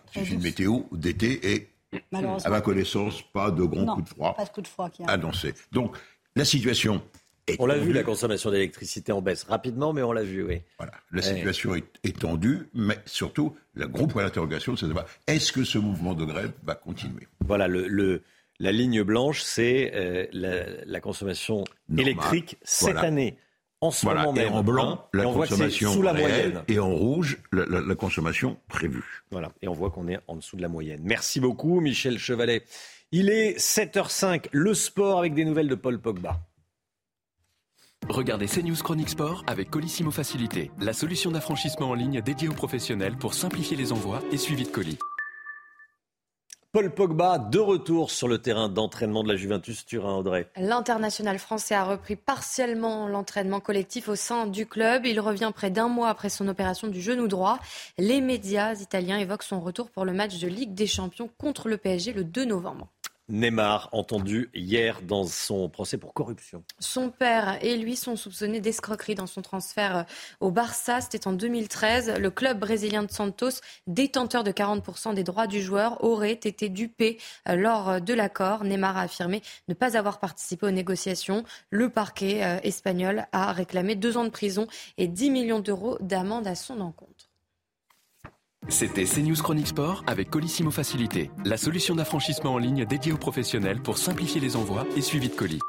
météo d'été et, à ma connaissance, pas de grands coups de froid pas de coup de froid qui annoncés. Donc, La situation est On l'a vu, tendue. la consommation d'électricité en baisse rapidement, mais on l'a vu, oui. Voilà. La situation est tendue, mais surtout, le gros point d'interrogation, c'est de savoir est-ce que ce mouvement de grève va continuer. Voilà, la ligne blanche, c'est la consommation électrique cette année. En ce moment même. Et en blanc, la on voit que c'est consommation sous la réelle, moyenne. et en rouge, la consommation prévue. Voilà, et on voit qu'on est en dessous de la moyenne. Merci beaucoup, Michel Chevalet. Il est 7h05, le sport avec des nouvelles de Paul Pogba. Regardez CNews Chronique Sport avec Colissimo Facilité, la solution d'affranchissement en ligne dédiée aux professionnels pour simplifier les envois et suivi de colis. Paul Pogba, de retour sur le terrain d'entraînement de la Juventus Turin, Audrey. L'international français a repris partiellement l'entraînement collectif au sein du club. Il revient près d'un mois après son opération du genou droit. Les médias italiens évoquent son retour pour le match de Ligue des Champions contre le PSG le 2 novembre. Neymar, entendu hier dans son procès pour corruption. Son père et lui sont soupçonnés d'escroquerie dans son transfert au Barça. C'était en 2013. Le club brésilien de Santos, détenteur de 40% des droits du joueur, aurait été dupé lors de l'accord. Neymar a affirmé ne pas avoir participé aux négociations. Le parquet espagnol a réclamé 2 ans de prison et 10 millions d'euros d'amende à son encontre. C'était CNews Chronique Sport avec Colissimo Facilité, la solution d'affranchissement en ligne dédiée aux professionnels pour simplifier les envois et suivi de colis.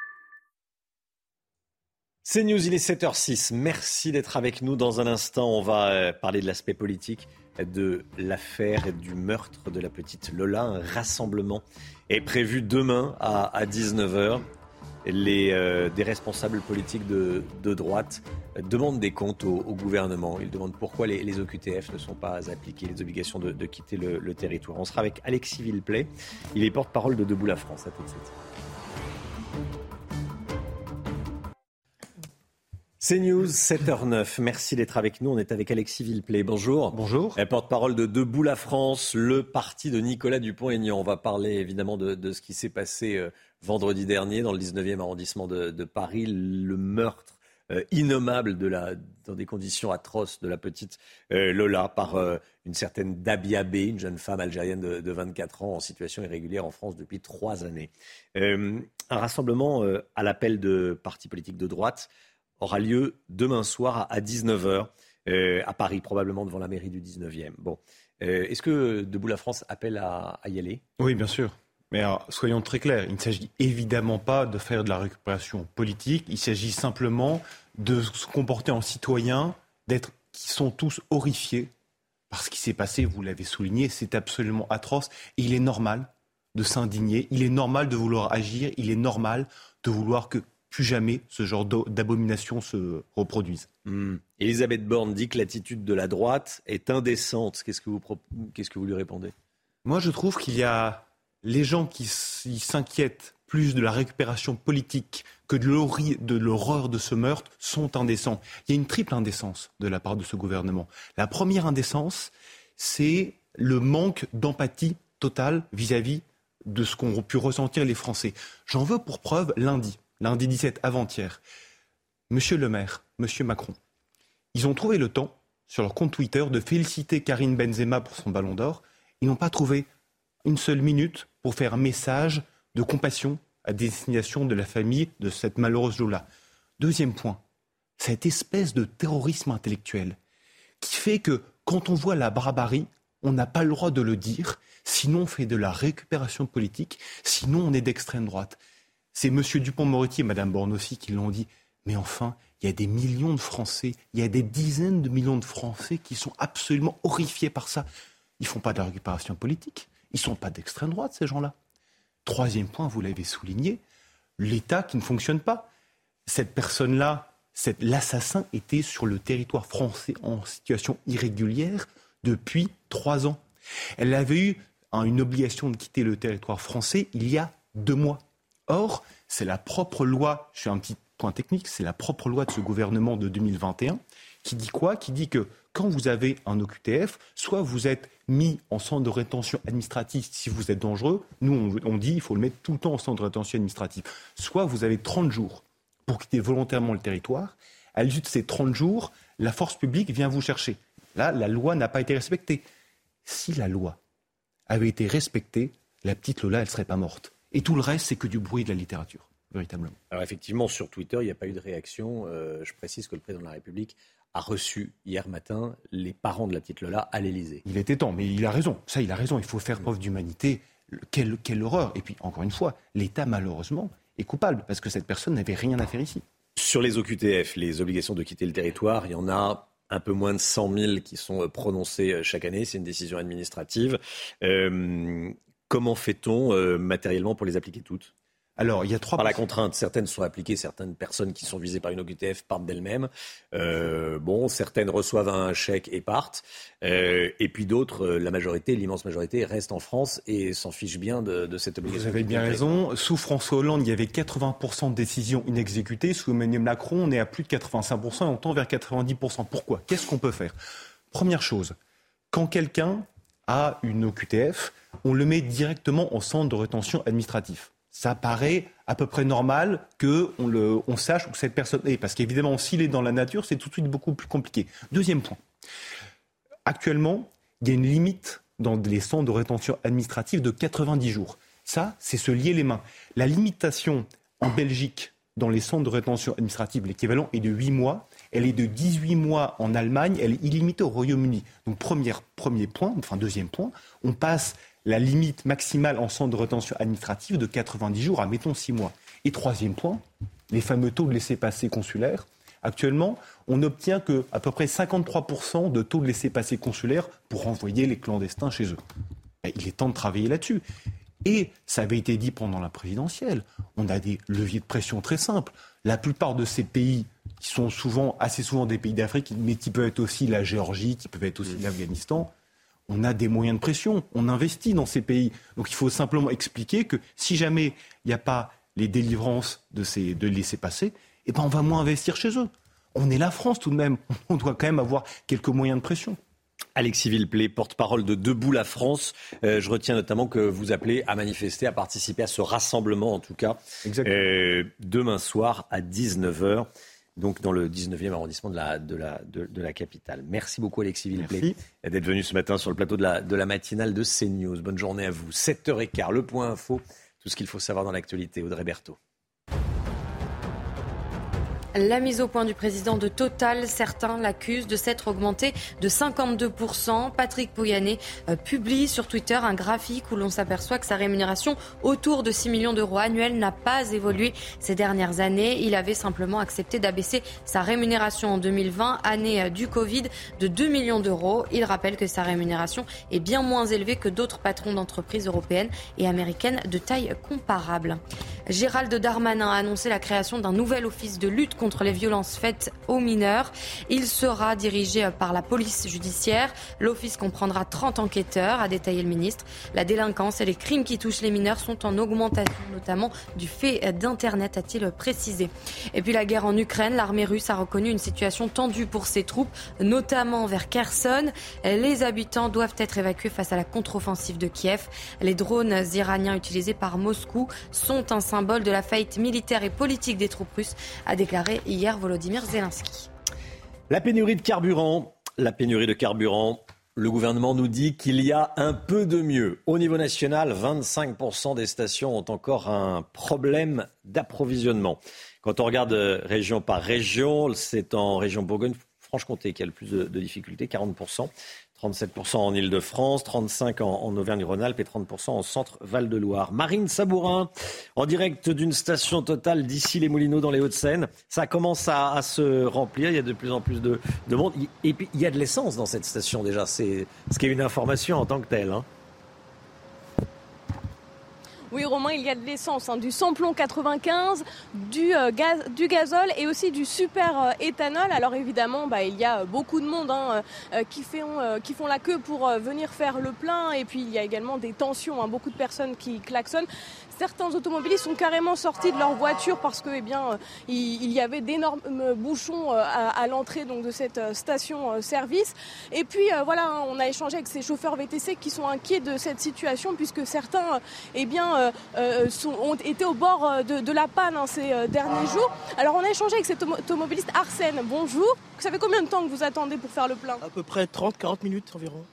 CNews, il est 7h06. Merci d'être avec nous. Dans un instant, on va parler de l'aspect politique de l'affaire et du meurtre de la petite Lola. Un rassemblement est prévu demain à 19h. Des responsables politiques de droite demandent des comptes au gouvernement. Ils demandent pourquoi les OQTF ne sont pas appliquées, les obligations de quitter le territoire. On sera avec Alexis Villeplay. Il est porte-parole de Debout la France. À tout de suite. CNews, 7h09. Merci d'être avec nous. On est avec Alexis Villeplay. Bonjour. Bonjour. Porte-parole de Debout la France, le parti de Nicolas Dupont-Aignan. On va parler évidemment de ce qui s'est passé vendredi dernier dans le 19e arrondissement de Paris. Le meurtre innommable dans des conditions atroces de la petite Lola par une certaine Dabia B, une jeune femme algérienne de 24 ans en situation irrégulière en France depuis 3 années. Un rassemblement à l'appel de partis politiques de droite aura lieu demain soir à 19h à Paris, probablement devant la mairie du 19e. Bon. Est-ce que Debout la France appelle à y aller ? Oui, bien sûr. Mais alors, soyons très clairs, il ne s'agit évidemment pas de faire de la récupération politique, il s'agit simplement de se comporter en citoyen, qui sont tous horrifiés par ce qui s'est passé, vous l'avez souligné, c'est absolument atroce. Et il est normal de s'indigner, il est normal de vouloir agir, il est normal de vouloir que plus jamais ce genre d'abomination se reproduise. Elisabeth Borne dit que l'attitude de la droite est indécente. Qu'est-ce que vous lui répondez ? Moi, je trouve qu'il y a les gens qui s'inquiètent plus de la récupération politique que de l'horreur de ce meurtre sont indécents. Il y a une triple indécence de la part de ce gouvernement. La première indécence, c'est le manque d'empathie totale vis-à-vis de ce qu'ont pu ressentir les Français. J'en veux pour preuve lundi 17, avant-hier. Monsieur le maire, monsieur Macron, ils ont trouvé le temps, sur leur compte Twitter, de féliciter Karim Benzema pour son ballon d'or. Ils n'ont pas trouvé une seule minute pour faire un message de compassion à destination de la famille de cette malheureuse Lola. Deuxième point, cette espèce de terrorisme intellectuel qui fait que quand on voit la barbarie, on n'a pas le droit de le dire, sinon on fait de la récupération politique, sinon on est d'extrême droite. C'est M. Dupond-Moretti et Mme Borne aussi qui l'ont dit. Mais enfin, il y a des millions de Français, il y a des dizaines de millions de Français qui sont absolument horrifiés par ça. Ils ne font pas de la récupération politique. Ils ne sont pas d'extrême droite, ces gens-là. Troisième point, vous l'avez souligné, l'État qui ne fonctionne pas. Cette personne-là, l'assassin était sur le territoire français en situation irrégulière depuis 3 ans. Elle avait eu une obligation de quitter le territoire français il y a 2 mois. Or, c'est la propre loi, je fais un petit point technique, c'est la propre loi de ce gouvernement de 2021 qui dit quoi ? Qui dit que quand vous avez un OQTF, soit vous êtes mis en centre de rétention administrative si vous êtes dangereux, nous on dit qu'il faut le mettre tout le temps en centre de rétention administrative, soit vous avez 30 jours pour quitter volontairement le territoire, à l'issue de ces 30 jours, la force publique vient vous chercher. Là, la loi n'a pas été respectée. Si la loi avait été respectée, la petite Lola, elle ne serait pas morte. Et tout le reste, c'est que du bruit de la littérature. véritablement. Alors effectivement, sur Twitter, il n'y a pas eu de réaction. Je précise que le président de la République a reçu hier matin les parents de la petite Lola à l'Élysée. Il était temps, mais il a raison. Ça, il a raison. Il faut faire preuve d'humanité. Quelle horreur. Et puis, encore une fois, l'État, malheureusement, est coupable parce que cette personne n'avait rien à faire ici. Sur les OQTF, les obligations de quitter le territoire, il y en a un peu moins de 100 000 qui sont prononcées chaque année. C'est une décision administrative. Comment fait-on matériellement pour les appliquer toutes ? Alors, il y a trois... Par la contrainte, certaines sont appliquées, certaines personnes qui sont visées par une OQTF partent d'elles-mêmes. Certaines reçoivent un chèque et partent. Et puis d'autres, la majorité, l'immense majorité, restent en France et s'en fichent bien de cette obligation. Vous avez bien raison. Sous François Hollande, il y avait 80% de décisions inexécutées. Sous Emmanuel Macron, on est à plus de 85% et on tend vers 90%. Pourquoi ? Qu'est-ce qu'on peut faire ? Première chose, quand quelqu'un a une OQTF, on le met directement en centre de rétention administratif. Ça paraît à peu près normal qu'on sache où cette personne est. Parce qu'évidemment, s'il est dans la nature, c'est tout de suite beaucoup plus compliqué. Deuxième point. Actuellement, il y a une limite dans les centres de rétention administrative de 90 jours. Ça, c'est se lier les mains. La limitation en Belgique dans les centres de rétention administrative, l'équivalent est de 8 mois. Elle est de 18 mois en Allemagne. Elle est illimitée au Royaume-Uni. Donc, deuxième point, on passe la limite maximale en centre de rétention administrative de 90 jours à, mettons, 6 mois. Et troisième point, les fameux taux de laissez-passer consulaires. Actuellement, on n'obtient qu'à peu près 53% de taux de laissez-passer consulaires pour renvoyer les clandestins chez eux. Il est temps de travailler là-dessus. Et ça avait été dit pendant la présidentielle, on a des leviers de pression très simples. La plupart de ces pays, qui sont assez souvent des pays d'Afrique, mais qui peuvent être aussi la Géorgie, qui peuvent être aussi l'Afghanistan, on a des moyens de pression, on investit dans ces pays. Donc il faut simplement expliquer que si jamais il n'y a pas les délivrances de laisser-passer, on va moins investir chez eux. On est la France tout de même, on doit quand même avoir quelques moyens de pression. Alexis Villeplay, porte-parole de Debout la France. Je retiens notamment que vous appelez à manifester, à participer à ce rassemblement en tout cas, demain soir à 19h. Donc dans le 19e arrondissement de la capitale. Merci beaucoup Alexis Villeplay d'être venu ce matin sur le plateau de la matinale de CNews. Bonne journée à vous. 7h15, le point info, tout ce qu'il faut savoir dans l'actualité. Audrey Berthaud. La mise au point du président de Total, certains l'accusent de s'être augmenté de 52%. Patrick Pouyanné publie sur Twitter un graphique où l'on s'aperçoit que sa rémunération autour de 6 millions d'euros annuels n'a pas évolué ces dernières années. Il avait simplement accepté d'abaisser sa rémunération en 2020, année du Covid, de 2 millions d'euros. Il rappelle que sa rémunération est bien moins élevée que d'autres patrons d'entreprises européennes et américaines de taille comparable. Gérald Darmanin a annoncé la création d'un nouvel office de lutte contre les violences faites aux mineurs. Il sera dirigé par la police judiciaire. L'office comprendra 30 enquêteurs, a détaillé le ministre. La délinquance et les crimes qui touchent les mineurs sont en augmentation, notamment du fait d'Internet, a-t-il précisé. Et puis la guerre en Ukraine, l'armée russe a reconnu une situation tendue pour ses troupes, notamment vers Kherson. Les habitants doivent être évacués face à la contre-offensive de Kiev. Les drones iraniens utilisés par Moscou sont un symbole de la faillite militaire et politique des troupes russes, a déclaré hier Volodymyr Zelensky. La pénurie de carburant, le gouvernement nous dit qu'il y a un peu de mieux. Au niveau national, 25% des stations ont encore un problème d'approvisionnement. Quand on regarde région par région, c'est en région Bourgogne-Franche-Comté qu'il y a le plus de difficultés, 40%. 37% en Ile-de-France, 35% en Auvergne-Rhône-Alpes et 30% en Centre-Val-de-Loire. Marine Sabourin, en direct d'une station Total d'ici les Moulineaux dans les Hauts-de-Seine. Ça commence à se remplir, il y a de plus en plus de monde. Et puis il y a de l'essence dans cette station déjà, c'est ce qui est une information en tant que telle. Oui, Romain, il y a de l'essence, du samplon 95, du gazole et aussi du super éthanol. Alors évidemment, il y a beaucoup de monde qui font la queue pour venir faire le plein. Et puis il y a également des tensions, beaucoup de personnes qui klaxonnent. Certains automobilistes sont carrément sortis de leur voiture parce que, il y avait d'énormes bouchons à l'entrée donc de cette station-service. Et puis on a échangé avec ces chauffeurs VTC qui sont inquiets de cette situation puisque certains, ont été au bord de la panne ces derniers jours. Alors on a échangé avec cet automobiliste Arsène. Bonjour. Ça fait combien de temps que vous attendez pour faire le plein ? À peu près 30-40 minutes environ.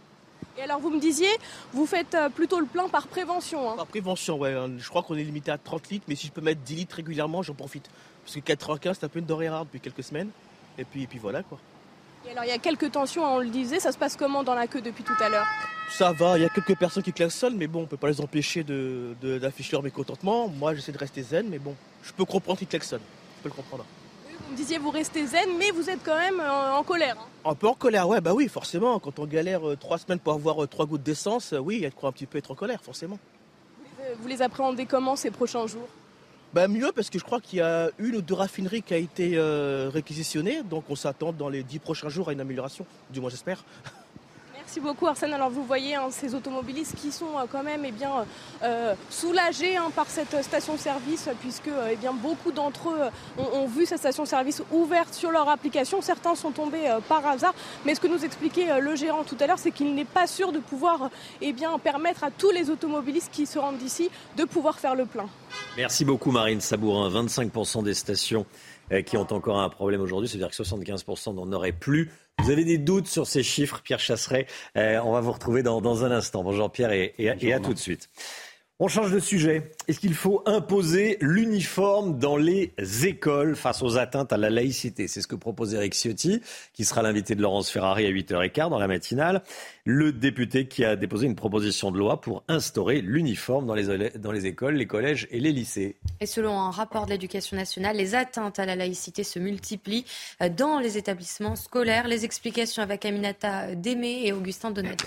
Et alors vous me disiez, vous faites plutôt le plein par prévention. Par prévention, ouais. Je crois qu'on est limité à 30 litres, mais si je peux mettre 10 litres régulièrement, j'en profite. Parce que 95, c'est un peu une denrée rare depuis quelques semaines. Et puis voilà quoi. Et alors il y a quelques tensions, on le disait, ça se passe comment dans la queue depuis tout à l'heure? Ça va, il y a quelques personnes qui klaxonnent, mais bon, on peut pas les empêcher d'afficher leur mécontentement. Moi, j'essaie de rester zen, mais bon, je peux comprendre qu'ils klaxonnent. Je peux le comprendre. Oui, vous me disiez, vous restez zen, mais vous êtes quand même en colère. Un peu en colère, ouais, bah oui, forcément. Quand on galère 3 semaines pour avoir 3 gouttes d'essence, oui, il y a de quoi un petit peu être en colère, forcément. Vous les appréhendez comment ces prochains jours? Bah mieux, parce que je crois qu'il y a 1 ou 2 raffineries qui a été réquisitionnées, donc on s'attend dans les 10 prochains jours à une amélioration, du moins j'espère. Merci beaucoup Arsène. Alors vous voyez ces automobilistes qui sont quand même soulagés par cette station-service puisque beaucoup d'entre eux ont vu cette station-service ouverte sur leur application. Certains sont tombés par hasard. Mais ce que nous expliquait le gérant tout à l'heure, c'est qu'il n'est pas sûr de pouvoir permettre à tous les automobilistes qui se rendent d'ici de pouvoir faire le plein. Merci beaucoup Marine Sabourin. 25% des stations qui ont encore un problème aujourd'hui, c'est-à-dire que 75% n'en auraient plus. Vous avez des doutes sur ces chiffres, Pierre Chasseret, on va vous retrouver dans un instant. Bonjour Pierre et à tout de suite. On change de sujet. Est-ce qu'il faut imposer l'uniforme dans les écoles face aux atteintes à la laïcité? C'est ce que propose Éric Ciotti, qui sera l'invité de Laurence Ferrari à 8h15 dans la matinale. Le député qui a déposé une proposition de loi pour instaurer l'uniforme dans les écoles, les collèges et les lycées. Et selon un rapport de l'Éducation nationale, les atteintes à la laïcité se multiplient dans les établissements scolaires. Les explications avec Aminata Démé et Augustin Donadieu.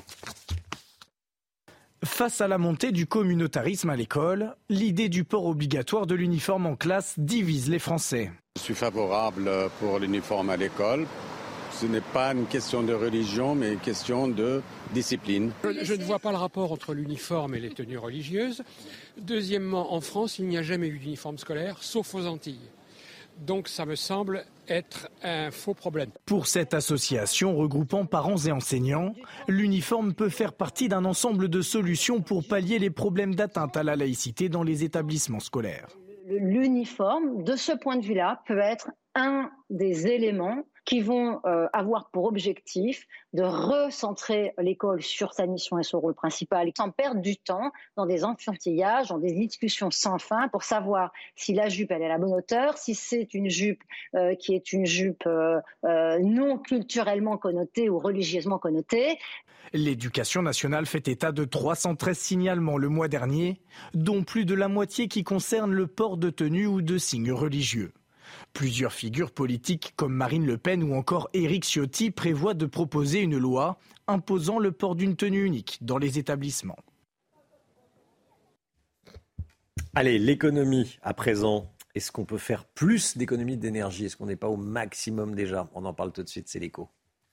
Face à la montée du communautarisme à l'école, l'idée du port obligatoire de l'uniforme en classe divise les Français. Je suis favorable pour l'uniforme à l'école. Ce n'est pas une question de religion, mais une question de discipline. Je ne vois pas le rapport entre l'uniforme et les tenues religieuses. Deuxièmement, en France, il n'y a jamais eu d'uniforme scolaire, sauf aux Antilles. Donc ça me semble être un faux problème. Pour cette association regroupant parents et enseignants, l'uniforme peut faire partie d'un ensemble de solutions pour pallier les problèmes d'atteinte à la laïcité dans les établissements scolaires. L'uniforme, de ce point de vue-là, peut être un des éléments qui vont avoir pour objectif de recentrer l'école sur sa mission et son rôle principal, sans perdre du temps dans des enfantillages, dans des discussions sans fin pour savoir si la jupe elle est à la bonne hauteur, si c'est une jupe qui est une jupe non culturellement connotée ou religieusement connotée. L'Éducation nationale fait état de 313 signalements le mois dernier, dont plus de la moitié qui concernent le port de tenue ou de signes religieux. Plusieurs figures politiques comme Marine Le Pen ou encore Éric Ciotti prévoient de proposer une loi imposant le port d'une tenue unique dans les établissements. Allez, l'économie à présent. Est-ce qu'on peut faire plus d'économie d'énergie? Est-ce qu'on n'est pas au maximum déjà? On en parle tout de suite, c'est l'écho.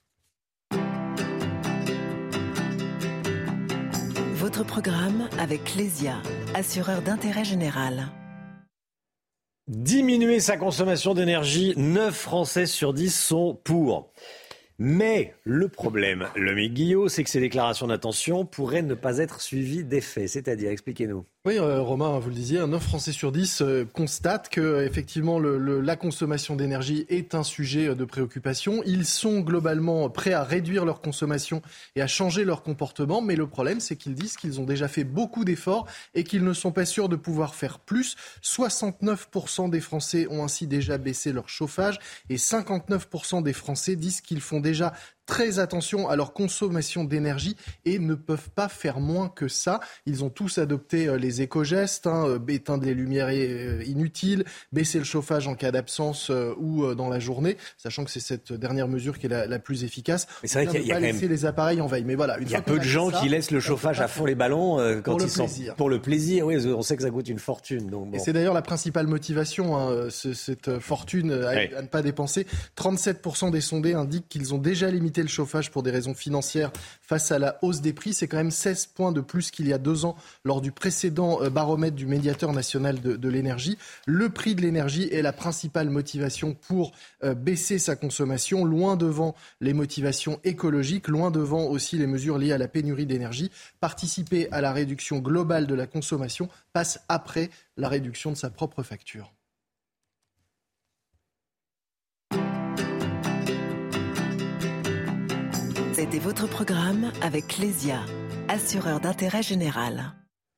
Votre programme avec Clésia, assureur d'intérêt général. Diminuer sa consommation d'énergie, 9 Français sur 10 sont pour. Mais le problème, Lomique Guillot, c'est que ces déclarations d'intention pourraient ne pas être suivies d'effets. C'est-à-dire, expliquez-nous. Oui, Romain, vous le disiez, 9 Français sur 10 constatent que effectivement la consommation d'énergie est un sujet de préoccupation. Ils sont globalement prêts à réduire leur consommation et à changer leur comportement. Mais le problème, c'est qu'ils disent qu'ils ont déjà fait beaucoup d'efforts et qu'ils ne sont pas sûrs de pouvoir faire plus. 69% des Français ont ainsi déjà baissé leur chauffage et 59% des Français disent qu'ils font déjà très attention à leur consommation d'énergie et ne peuvent pas faire moins que ça. Ils ont tous adopté les éco-gestes, éteindre les lumières inutiles, baisser le chauffage en cas d'absence ou dans la journée, sachant que c'est cette dernière mesure qui est la plus efficace. Mais c'est vrai qu'il y a quand laisser les appareils en veille. Mais voilà, il y a peu de gens qui laissent le chauffage à fond les ballons quand ils sont pour le plaisir. Oui, on sait que ça coûte une fortune. Donc bon. Et c'est d'ailleurs la principale motivation, cette fortune à ne pas dépenser. 37% des sondés indiquent qu'ils ont déjà limité le chauffage pour des raisons financières face à la hausse des prix. C'est quand même 16 points de plus qu'il y a 2 ans lors du précédent baromètre du médiateur national de l'énergie. Le prix de l'énergie est la principale motivation pour baisser sa consommation, loin devant les motivations écologiques, loin devant aussi les mesures liées à la pénurie d'énergie. Participer à la réduction globale de la consommation passe après la réduction de sa propre facture. C'était votre programme avec Clésia, assureur d'intérêt général.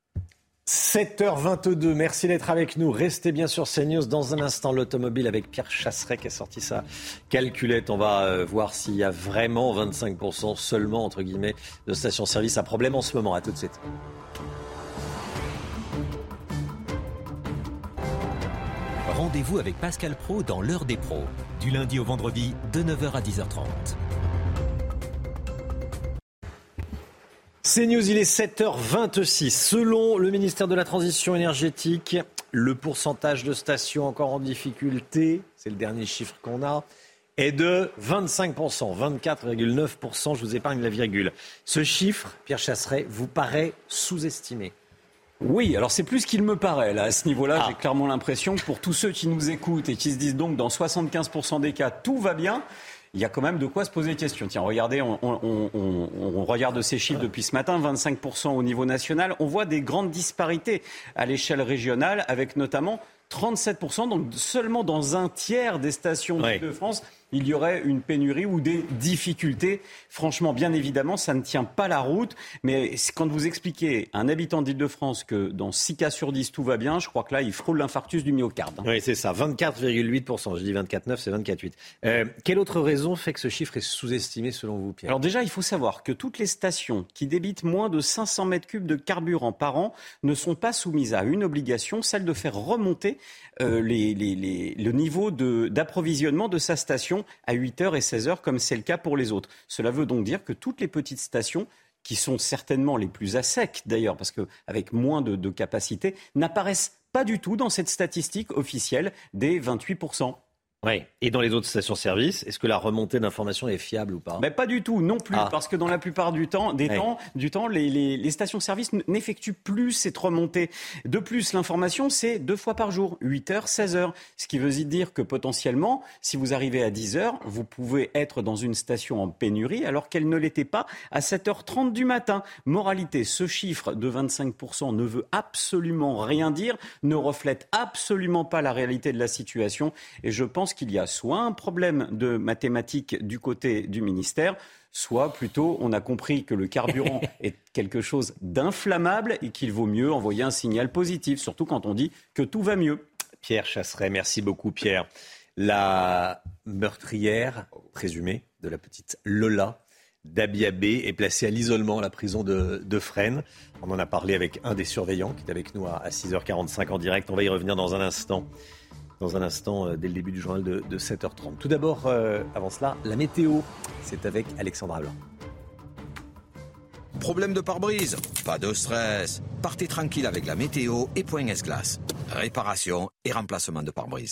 7h22, merci d'être avec nous. Restez bien sur CNews. Dans un instant, l'automobile avec Pierre Chasseret qui a sorti sa calculette. On va voir s'il y a vraiment 25% seulement, entre guillemets, de stations-service à problème en ce moment. À tout de suite. Rendez-vous avec Pascal Praud dans l'heure des pros, du lundi au vendredi de 9h à 10h30. CNews, il est 7h26. Selon le ministère de la Transition énergétique, le pourcentage de stations encore en difficulté, c'est le dernier chiffre qu'on a, est de 25%, 24,9%, je vous épargne la virgule. Ce chiffre, Pierre Chasseret, vous paraît sous-estimé? Oui, alors c'est plus qu'il me paraît. Là, à ce niveau-là, j'ai clairement l'impression que pour tous ceux qui nous écoutent et qui se disent donc dans 75% des cas, tout va bien, il y a quand même de quoi se poser des questions. Tiens, regardez, on regarde ces chiffres depuis ce matin, 25% au niveau national. On voit des grandes disparités à l'échelle régionale, avec notamment 37%, donc seulement dans un tiers des stations de France, il y aurait une pénurie ou des difficultés. Franchement, bien évidemment, ça ne tient pas la route. Mais quand vous expliquez à un habitant d'Île-de-France que dans 6 cas sur 10, tout va bien, je crois que là, il frôle l'infarctus du myocarde. Oui, c'est ça, 24,8%. Je dis 24,9, c'est 24,8. Quelle autre raison fait que ce chiffre est sous-estimé selon vous, Pierre ? Alors déjà, il faut savoir que toutes les stations qui débitent moins de 500 mètres cubes de carburant par an ne sont pas soumises à une obligation, celle de faire remonter le niveau d'approvisionnement de sa station à 8h et 16h, comme c'est le cas pour les autres. Cela veut donc dire que toutes les petites stations, qui sont certainement les plus à sec d'ailleurs, parce qu'avec moins de capacité, n'apparaissent pas du tout dans cette statistique officielle des 28%. Oui. Et dans les autres stations-service, est-ce que la remontée d'informations est fiable ou pas ? Mais pas du tout, non plus, parce que dans la plupart du temps, les stations-service n'effectuent plus cette remontée. De plus, l'information, c'est 2 fois par jour, 8h, 16h. Ce qui veut dire que potentiellement, si vous arrivez à 10h, vous pouvez être dans une station en pénurie alors qu'elle ne l'était pas à 7h30 du matin. Moralité, ce chiffre de 25% ne veut absolument rien dire, ne reflète absolument pas la réalité de la situation. Et je pense qu'il y a soit un problème de mathématiques du côté du ministère, soit plutôt on a compris que le carburant est quelque chose d'inflammable et qu'il vaut mieux envoyer un signal positif, surtout quand on dit que tout va mieux. Pierre Chasseret, merci beaucoup Pierre. La meurtrière présumée de la petite Lola d'Abiabé est placée à l'isolement à la prison de Fresnes. On en a parlé avec un des surveillants qui est avec nous à 6h45 en direct. On va y revenir dans un instant. Dès le début du journal de 7h30. Tout d'abord, avant cela, la météo. C'est avec Alexandra Blanc. Problème de pare-brise ? Pas de stress. Partez tranquille avec la météo et Point S-Glace. Réparation et remplacement de pare-brise.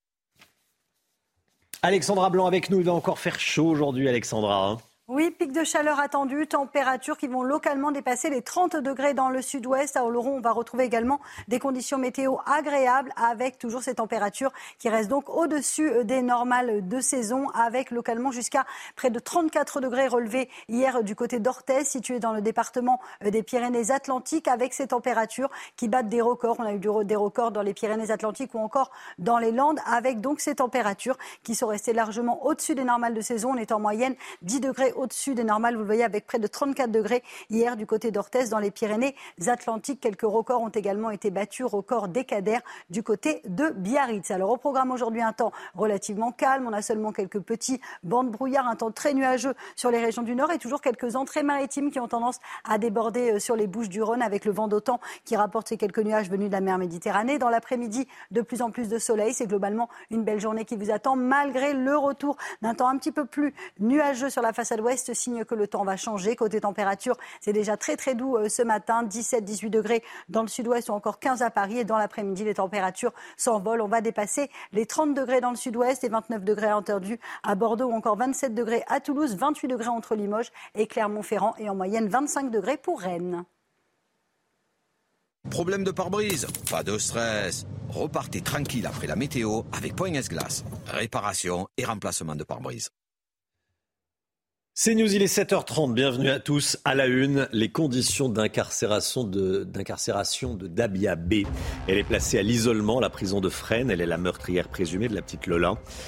Alexandra Blanc avec nous. Il va encore faire chaud aujourd'hui, Alexandra. Oui, pic de chaleur attendu, températures qui vont localement dépasser les 30 degrés dans le sud-ouest. À Oloron, on va retrouver également des conditions météo agréables avec toujours ces températures qui restent donc au-dessus des normales de saison, avec localement jusqu'à près de 34 degrés relevés hier du côté d'Orthez, situé dans le département des Pyrénées-Atlantiques, avec ces températures qui battent des records. On a eu des records dans les Pyrénées-Atlantiques ou encore dans les Landes, avec donc ces températures qui sont restées largement au-dessus des normales de saison. On est en moyenne 10 degrés au-dessus des normales, vous le voyez, avec près de 34 degrés hier du côté d'Orthez dans les Pyrénées-Atlantiques. Quelques records ont également été battus, records décadaires du côté de Biarritz. Alors au programme aujourd'hui, un temps relativement calme, on a seulement quelques petits bancs de brouillard, un temps très nuageux sur les régions du Nord et toujours quelques entrées maritimes qui ont tendance à déborder sur les Bouches-du-Rhône avec le vent d'OTAN qui rapporte ces quelques nuages venus de la mer Méditerranée. Dans l'après-midi, de plus en plus de soleil, c'est globalement une belle journée qui vous attend malgré le retour d'un temps un petit peu plus nuageux sur la façade ouest, signe que le temps va changer. Côté température, c'est déjà très très doux ce matin, 17-18 degrés dans le sud-ouest ou encore 15 à Paris. Et dans l'après-midi, les températures s'envolent. On va dépasser les 30 degrés dans le sud-ouest et 29 degrés attendus à Bordeaux ou encore 27 degrés à Toulouse, 28 degrés entre Limoges et Clermont-Ferrand et en moyenne 25 degrés pour Rennes. Problème de pare-brise ? Pas de stress. Repartez tranquille après la météo avec Point S-Glace. Réparation et remplacement de pare-brise. C'est News, il est 7h30. Bienvenue à tous. À la une, les conditions d'incarcération de Dabia B. Elle est placée à l'isolement à la prison de Fresnes. Elle est la meurtrière présumée de la petite Lola.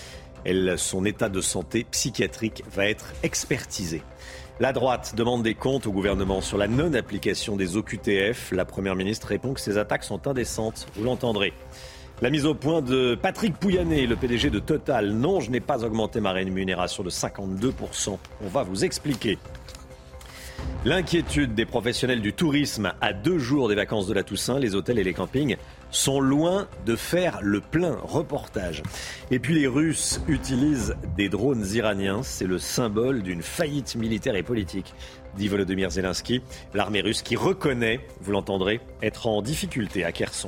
Son état de santé psychiatrique va être expertisé. La droite demande des comptes au gouvernement sur la non-application des OQTF. La Première ministre répond que ces attaques sont indécentes. Vous l'entendrez. La mise au point de Patrick Pouyanné, le PDG de Total. Non, je n'ai pas augmenté ma rémunération de 52%. On va vous expliquer. L'inquiétude des professionnels du tourisme à 2 jours des vacances de la Toussaint. Les hôtels et les campings sont loin de faire le plein. Reportage. Et puis les Russes utilisent des drones iraniens. C'est le symbole d'une faillite militaire et politique, dit Volodymyr Zelensky. L'armée russe qui reconnaît, vous l'entendrez, être en difficulté à Kherson.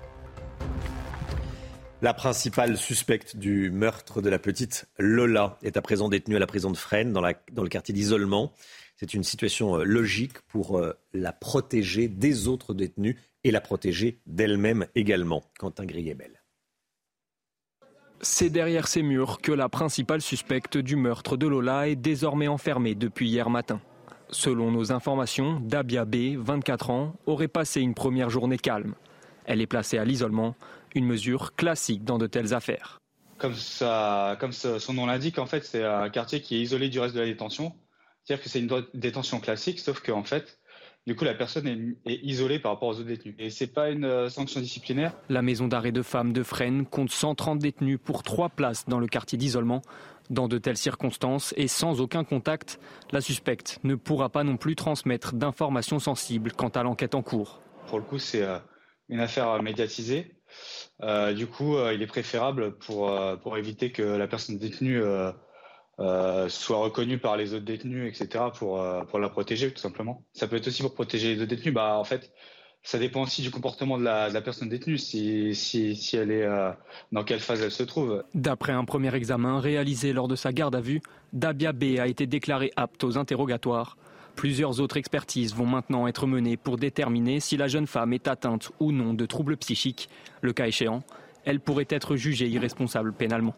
La principale suspecte du meurtre de la petite Lola est à présent détenue à la prison de Fresnes, dans le quartier d'isolement. C'est une situation logique pour la protéger des autres détenus et la protéger d'elle-même également. Quentin Griebel. C'est derrière ces murs que la principale suspecte du meurtre de Lola est désormais enfermée depuis hier matin. Selon nos informations, Dabia B, 24 ans, aurait passé une première journée calme. Elle est placée à l'isolement, une mesure classique dans de telles affaires. Comme son nom l'indique, en fait, c'est un quartier qui est isolé du reste de la détention. C'est-à-dire que c'est une détention classique, sauf qu'en fait, du coup, la personne est isolée par rapport aux autres détenus. Et c'est pas une sanction disciplinaire. La maison d'arrêt de femmes de Fresnes compte 130 détenus pour 3 places dans le quartier d'isolement. Dans de telles circonstances et sans aucun contact, la suspecte ne pourra pas non plus transmettre d'informations sensibles quant à l'enquête en cours. Pour le coup, c'est une affaire médiatisée. Du coup, il est préférable pour éviter que la personne détenue soit reconnue par les autres détenus, etc., pour la protéger, tout simplement. Ça peut être aussi pour protéger les autres détenus. En fait, ça dépend aussi du comportement de la personne détenue, si elle est dans quelle phase elle se trouve. D'après un premier examen réalisé lors de sa garde à vue, Dabia B a été déclarée apte aux interrogatoires. Plusieurs autres expertises vont maintenant être menées pour déterminer si la jeune femme est atteinte ou non de troubles psychiques. Le cas échéant, elle pourrait être jugée irresponsable pénalement.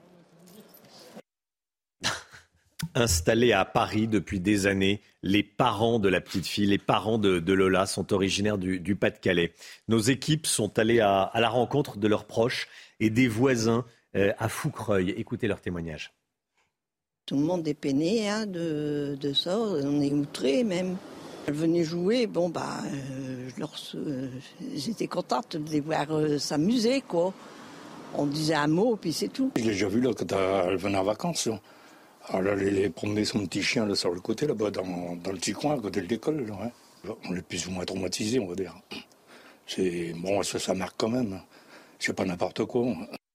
Installés à Paris depuis des années, les parents de la petite fille, les parents de Lola sont originaires du Pas-de-Calais. Nos équipes sont allées à la rencontre de leurs proches et des voisins à Fouquereuil. Écoutez leur témoignage. Tout le monde est peiné de ça, on est outrés même. Elles venaient jouer, j'étais contente de les voir s'amuser, quoi. On disait un mot, puis c'est tout. Je l'ai déjà vu là, quand elles venaient en vacances. Là. Alors là, les promener son petit chien là, sur le côté, là-bas, dans le petit coin, à côté de l'école. Là, hein. On est plus ou moins traumatisés, on va dire. Ça marque quand même. C'est pas n'importe quoi.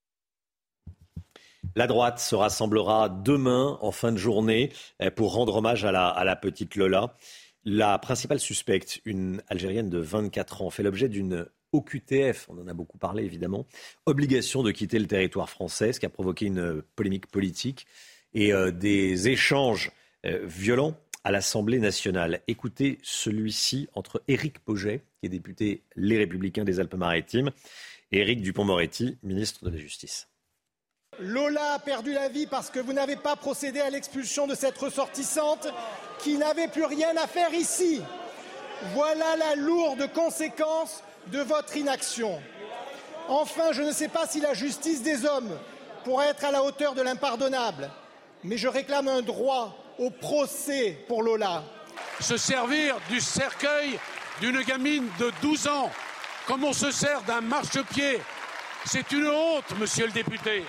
La droite se rassemblera demain en fin de journée pour rendre hommage à la petite Lola. La principale suspecte, une Algérienne de 24 ans, fait l'objet d'une OQTF, on en a beaucoup parlé évidemment, obligation de quitter le territoire français, ce qui a provoqué une polémique politique et des échanges violents à l'Assemblée nationale. Écoutez celui-ci entre Éric Pauget, qui est député Les Républicains des Alpes-Maritimes, et Éric Dupond-Moretti, ministre de la Justice. Lola a perdu la vie parce que vous n'avez pas procédé à l'expulsion de cette ressortissante qui n'avait plus rien à faire ici. Voilà la lourde conséquence de votre inaction. Enfin, je ne sais pas si la justice des hommes pourra être à la hauteur de l'impardonnable, mais je réclame un droit au procès pour Lola. Se servir du cercueil d'une gamine de 12 ans, comme on se sert d'un marchepied, c'est une honte, monsieur le député.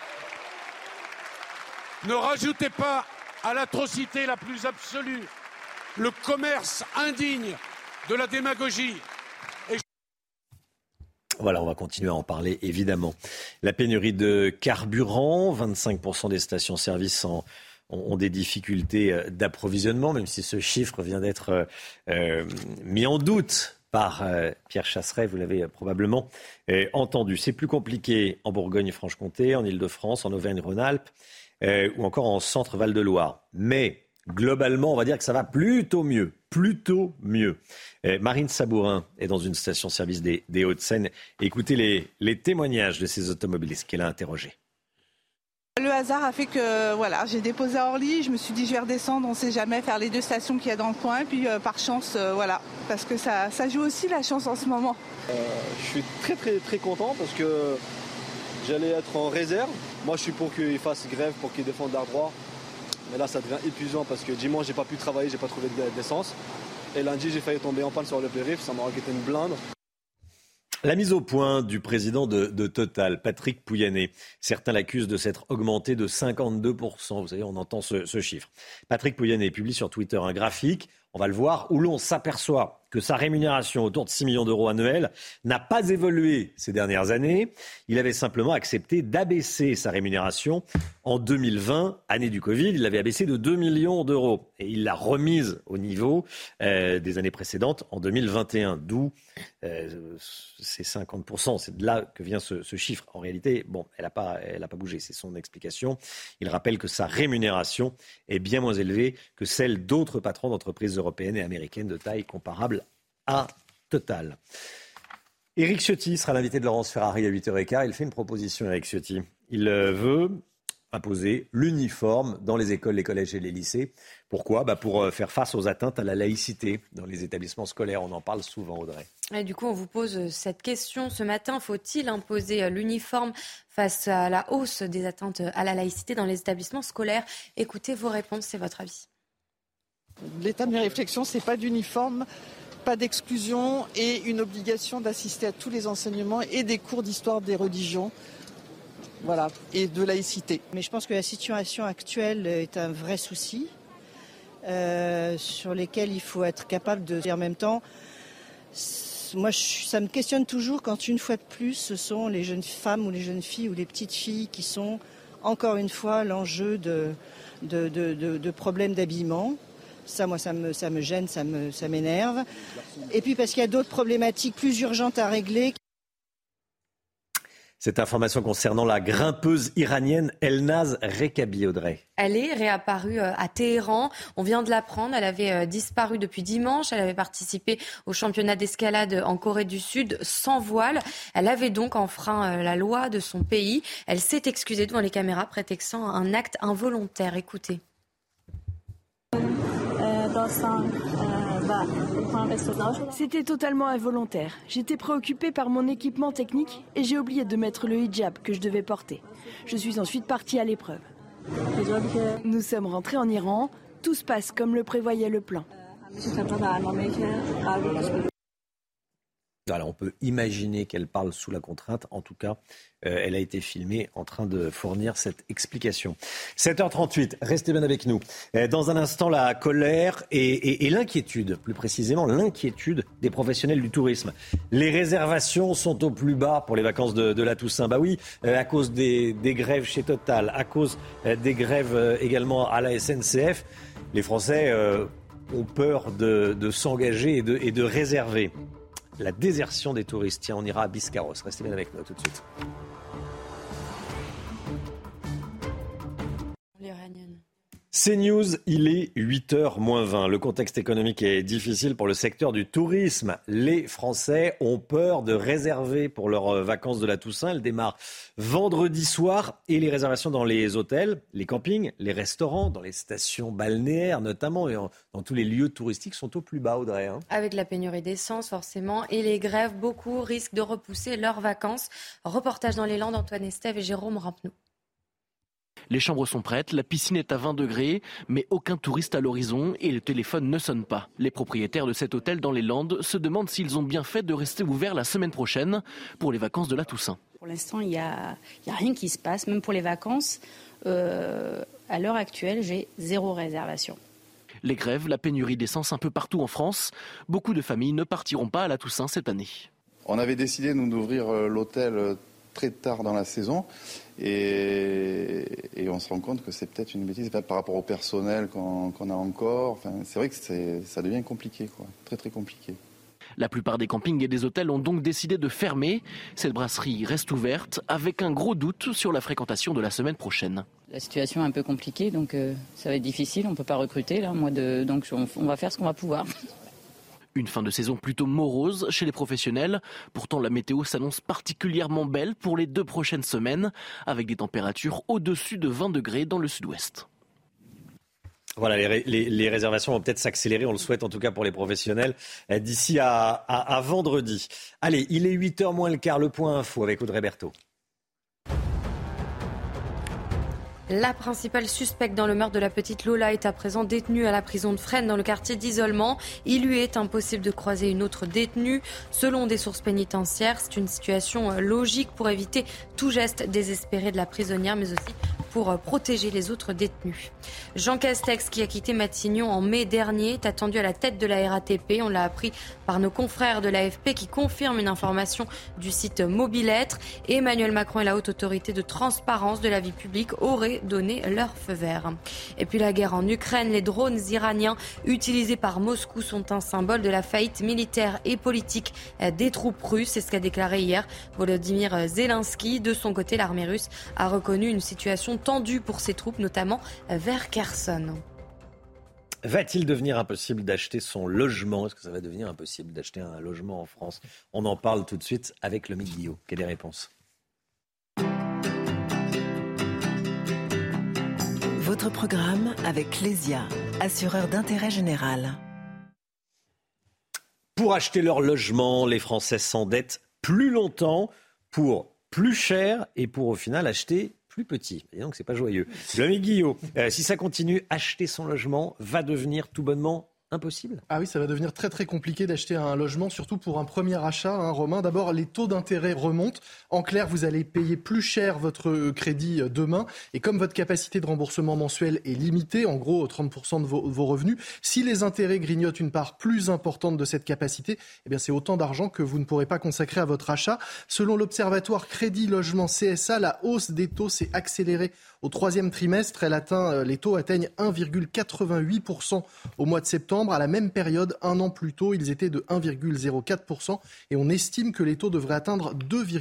Ne rajoutez pas à l'atrocité la plus absolue le commerce indigne de la démagogie. Voilà, on va continuer à en parler, évidemment. La pénurie de carburant, 25% des stations-service ont des difficultés d'approvisionnement, même si ce chiffre vient d'être mis en doute par Pierre Chasseret, vous l'avez probablement entendu. C'est plus compliqué en Bourgogne-Franche-Comté, en Île-de-France, en Auvergne-Rhône-Alpes ou encore en Centre-Val de Loire. Mais globalement, on va dire que ça va plutôt mieux. Marine Sabourin est dans une station-service des Hauts-de-Seine. Écoutez les témoignages de ces automobilistes qu'elle a interrogés. Le hasard a fait que j'ai déposé à Orly, je me suis dit je vais redescendre, on ne sait jamais, faire les 2 stations qu'il y a dans le coin, et puis par chance, parce que ça joue aussi la chance en ce moment. Je suis très très très content parce que j'allais être en réserve. Moi, je suis pour qu'ils fassent grève, pour qu'ils défendent leurs droits. Mais là, ça devient épuisant parce que dimanche, j'ai pas pu travailler, j'ai pas trouvé d'essence. Et lundi, j'ai failli tomber en panne sur le périph', ça m'aurait été une blinde. La mise au point du président de Total, Patrick Pouyanné. Certains l'accusent de s'être augmenté de 52%. Vous savez, on entend ce chiffre. Patrick Pouyanné publie sur Twitter un graphique, on va le voir, où l'on s'aperçoit que sa rémunération autour de 6 millions d'euros annuels n'a pas évolué ces dernières années. Il avait simplement accepté d'abaisser sa rémunération en 2020, année du Covid. Il l'avait abaissé de 2 millions d'euros. Et il l'a remise au niveau des années précédentes en 2021. D'où ces 50%. C'est de là que vient ce chiffre. En réalité, bon, elle n'a pas bougé. C'est son explication. Il rappelle que sa rémunération est bien moins élevée que celle d'autres patrons d'entreprises européennes et américaines de taille comparable à Total. Éric Ciotti sera l'invité de Laurence Ferrari à 8h15. Il fait une proposition, Éric Ciotti. Il veut imposer l'uniforme dans les écoles, les collèges et les lycées. Pourquoi ? Pour faire face aux atteintes à la laïcité dans les établissements scolaires. On en parle souvent, Audrey. Et du coup, on vous pose cette question ce matin. Faut-il imposer l'uniforme face à la hausse des atteintes à la laïcité dans les établissements scolaires ? Écoutez vos réponses, c'est votre avis. L'état de mes réflexions, c'est pas d'uniforme, pas d'exclusion et une obligation d'assister à tous les enseignements et des cours d'histoire des religions. Voilà, et de laïcité. Mais je pense que la situation actuelle est un vrai souci sur lesquels il faut être capable de... Et en même temps, moi, ça me questionne toujours quand, une fois de plus, ce sont les jeunes femmes ou les jeunes filles ou les petites filles qui sont, encore une fois, l'enjeu de problèmes d'habillement. Ça, moi, ça me gêne, ça m'énerve. Et puis parce qu'il y a d'autres problématiques plus urgentes à régler. Cette information concernant la grimpeuse iranienne Elnaz Rekabi, Audrey. Elle est réapparue à Téhéran. On vient de l'apprendre. Elle avait disparu depuis dimanche. Elle avait participé au championnat d'escalade en Corée du Sud sans voile. Elle avait donc enfreint la loi de son pays. Elle s'est excusée devant les caméras, prétextant un acte involontaire. Écoutez. C'était totalement involontaire. J'étais préoccupée par mon équipement technique et j'ai oublié de mettre le hijab que je devais porter. Je suis ensuite partie à l'épreuve. Nous sommes rentrés en Iran. Tout se passe comme le prévoyait le plan. Alors, on peut imaginer qu'elle parle sous la contrainte. En tout cas, elle a été filmée en train de fournir cette explication. 7h38, restez bien avec nous. Dans un instant, la colère et l'inquiétude, plus précisément l'inquiétude des professionnels du tourisme. Les réservations sont au plus bas pour les vacances de la Toussaint. Bah oui, à cause des grèves chez Total, à cause des grèves également à la SNCF. Les Français ont peur de s'engager et de réserver. La désertion des touristes. Tiens, on ira à Biscarrosse. Restez bien avec nous tout de suite. CNews, il est 8h-20. Le contexte économique est difficile pour le secteur du tourisme. Les Français ont peur de réserver pour leurs vacances de la Toussaint. Elles démarrent vendredi soir et les réservations dans les hôtels, les campings, les restaurants, dans les stations balnéaires notamment et dans tous les lieux touristiques sont au plus bas, Audrey. Avec la pénurie d'essence forcément et les grèves, beaucoup risquent de repousser leurs vacances. Reportage dans les Landes, Antoine Estève et Jérôme Rampenou. Les chambres sont prêtes, la piscine est à 20 degrés, mais aucun touriste à l'horizon et le téléphone ne sonne pas. Les propriétaires de cet hôtel dans les Landes se demandent s'ils ont bien fait de rester ouverts la semaine prochaine pour les vacances de la Toussaint. Pour l'instant, il n'y a rien qui se passe, même pour les vacances. À l'heure actuelle, j'ai 0 réservation. Les grèves, la pénurie d'essence un peu partout en France. Beaucoup de familles ne partiront pas à la Toussaint cette année. On avait décidé, nous, d'ouvrir l'hôtel très tard dans la saison et on se rend compte que c'est peut-être une bêtise par rapport au personnel qu'on a encore. Enfin, c'est vrai que ça devient compliqué, quoi. Très très compliqué. La plupart des campings et des hôtels ont donc décidé de fermer. Cette brasserie reste ouverte avec un gros doute sur la fréquentation de la semaine prochaine. La situation est un peu compliquée, donc ça va être difficile. On ne peut pas recruter là, donc on va faire ce qu'on va pouvoir. Une fin de saison plutôt morose chez les professionnels. Pourtant, la météo s'annonce particulièrement belle pour les 2 prochaines semaines, avec des températures au-dessus de 20 degrés dans le sud-ouest. Voilà, les réservations vont peut-être s'accélérer, on le souhaite en tout cas pour les professionnels, d'ici à vendredi. Allez, il est 8h moins le quart, le point info avec Audrey Berthaud. La principale suspecte dans le meurtre de la petite Lola est à présent détenue à la prison de Fresnes dans le quartier d'isolement. Il lui est impossible de croiser une autre détenue. Selon des sources pénitentiaires, c'est une situation logique pour éviter tout geste désespéré de la prisonnière, mais aussi pour protéger les autres détenus. Jean Castex, qui a quitté Matignon en mai dernier, est attendu à la tête de la RATP. On l'a appris par nos confrères de l'AFP qui confirment une information du site Mobilettre. Emmanuel Macron et la haute autorité de transparence de la vie publique auraient donné leur feu vert. Et puis la guerre en Ukraine, les drones iraniens utilisés par Moscou sont un symbole de la faillite militaire et politique des troupes russes. C'est ce qu'a déclaré hier Volodymyr Zelensky. De son côté, l'armée russe a reconnu une situation tendue pour ses troupes, notamment vers Kherson. Va-t-il devenir impossible d'acheter son logement ? Est-ce que ça va devenir impossible d'acheter un logement en France ? On en parle tout de suite avec Lomique Guillot. Quelle est la réponse ? Votre programme avec Clésia, assureur d'intérêt général. Pour acheter leur logement, les Français s'endettent plus longtemps pour plus cher et pour au final acheter plus petit. Et donc c'est pas joyeux. Lomique Guillot, si ça continue, acheter son logement va devenir tout bonnement impossible. Ah oui, ça va devenir très très compliqué d'acheter un logement, surtout pour un premier achat, Romain. D'abord, les taux d'intérêt remontent. En clair, vous allez payer plus cher votre crédit demain. Et comme votre capacité de remboursement mensuel est limitée, en gros 30% de vos revenus, si les intérêts grignotent une part plus importante de cette capacité, eh bien c'est autant d'argent que vous ne pourrez pas consacrer à votre achat. Selon l'Observatoire Crédit Logement CSA, la hausse des taux s'est accélérée au troisième trimestre. Les taux atteignent 1,88% au mois de septembre. À la même période, un an plus tôt, ils étaient de 1,04%. Et on estime que les taux devraient atteindre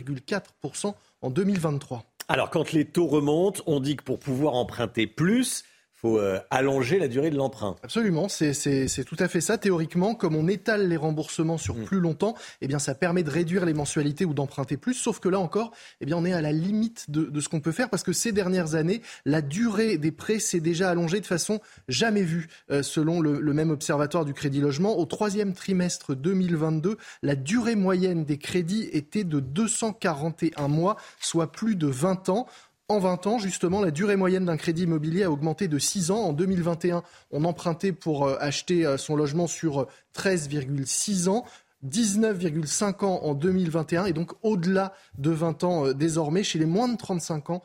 2,4% en 2023. Alors, quand les taux remontent, on dit que pour pouvoir emprunter plus, il faut allonger la durée de l'emprunt. Absolument, c'est tout à fait ça. Théoriquement, comme on étale les remboursements sur plus longtemps, eh bien, ça permet de réduire les mensualités ou d'emprunter plus. Sauf que là encore, eh bien, on est à la limite de ce qu'on peut faire parce que ces dernières années, la durée des prêts s'est déjà allongée de façon jamais vue. Selon le même observatoire du Crédit Logement, au troisième trimestre 2022, la durée moyenne des crédits était de 241 mois, soit plus de 20 ans. En 20 ans, justement, la durée moyenne d'un crédit immobilier a augmenté de 6 ans. En 2021, on empruntait pour acheter son logement sur 13,6 ans. 19,5 ans en 2021 et donc au-delà de 20 ans désormais. Chez les moins de 35 ans,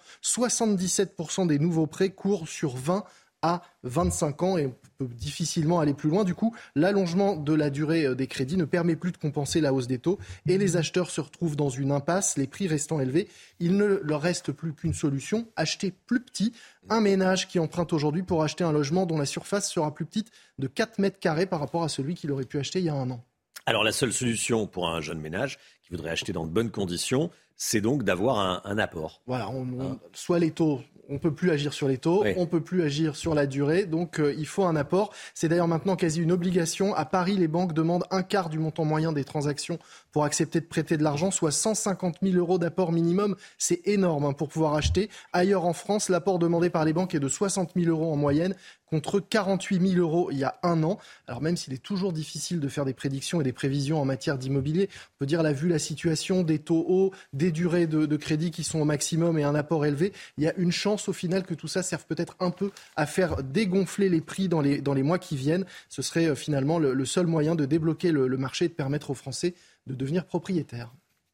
77% des nouveaux prêts courent sur 20 à 25 ans et on peut difficilement aller plus loin. Du coup, l'allongement de la durée des crédits ne permet plus de compenser la hausse des taux et les acheteurs se retrouvent dans une impasse, les prix restant élevés. Il ne leur reste plus qu'une solution, acheter plus petit. Un ménage qui emprunte aujourd'hui pour acheter un logement dont la surface sera plus petite de 4 mètres carrés par rapport à celui qu'il aurait pu acheter il y a un an. Alors la seule solution pour un jeune ménage qui voudrait acheter dans de bonnes conditions, c'est donc d'avoir un apport. Voilà, soit les taux, on ne peut plus agir sur les taux, on ne peut plus agir sur la durée, donc il faut un apport. C'est d'ailleurs maintenant quasi une obligation. À Paris, les banques demandent un quart du montant moyen des transactions pour accepter de prêter de l'argent, soit 150 000 euros d'apport minimum. C'est énorme pour pouvoir acheter. Ailleurs en France, l'apport demandé par les banques est de 60 000 euros en moyenne, contre 48 000 euros il y a un an. Alors même s'il est toujours difficile de faire des prédictions et des prévisions en matière d'immobilier, on peut dire, vu la situation, des taux hauts, des durées de crédit qui sont au maximum et un apport élevé, il y a une chance au final que tout ça serve peut-être un peu à faire dégonfler les prix dans les mois qui viennent. Ce serait finalement le seul moyen de débloquer le marché et de permettre aux Français de devenir propriétaires.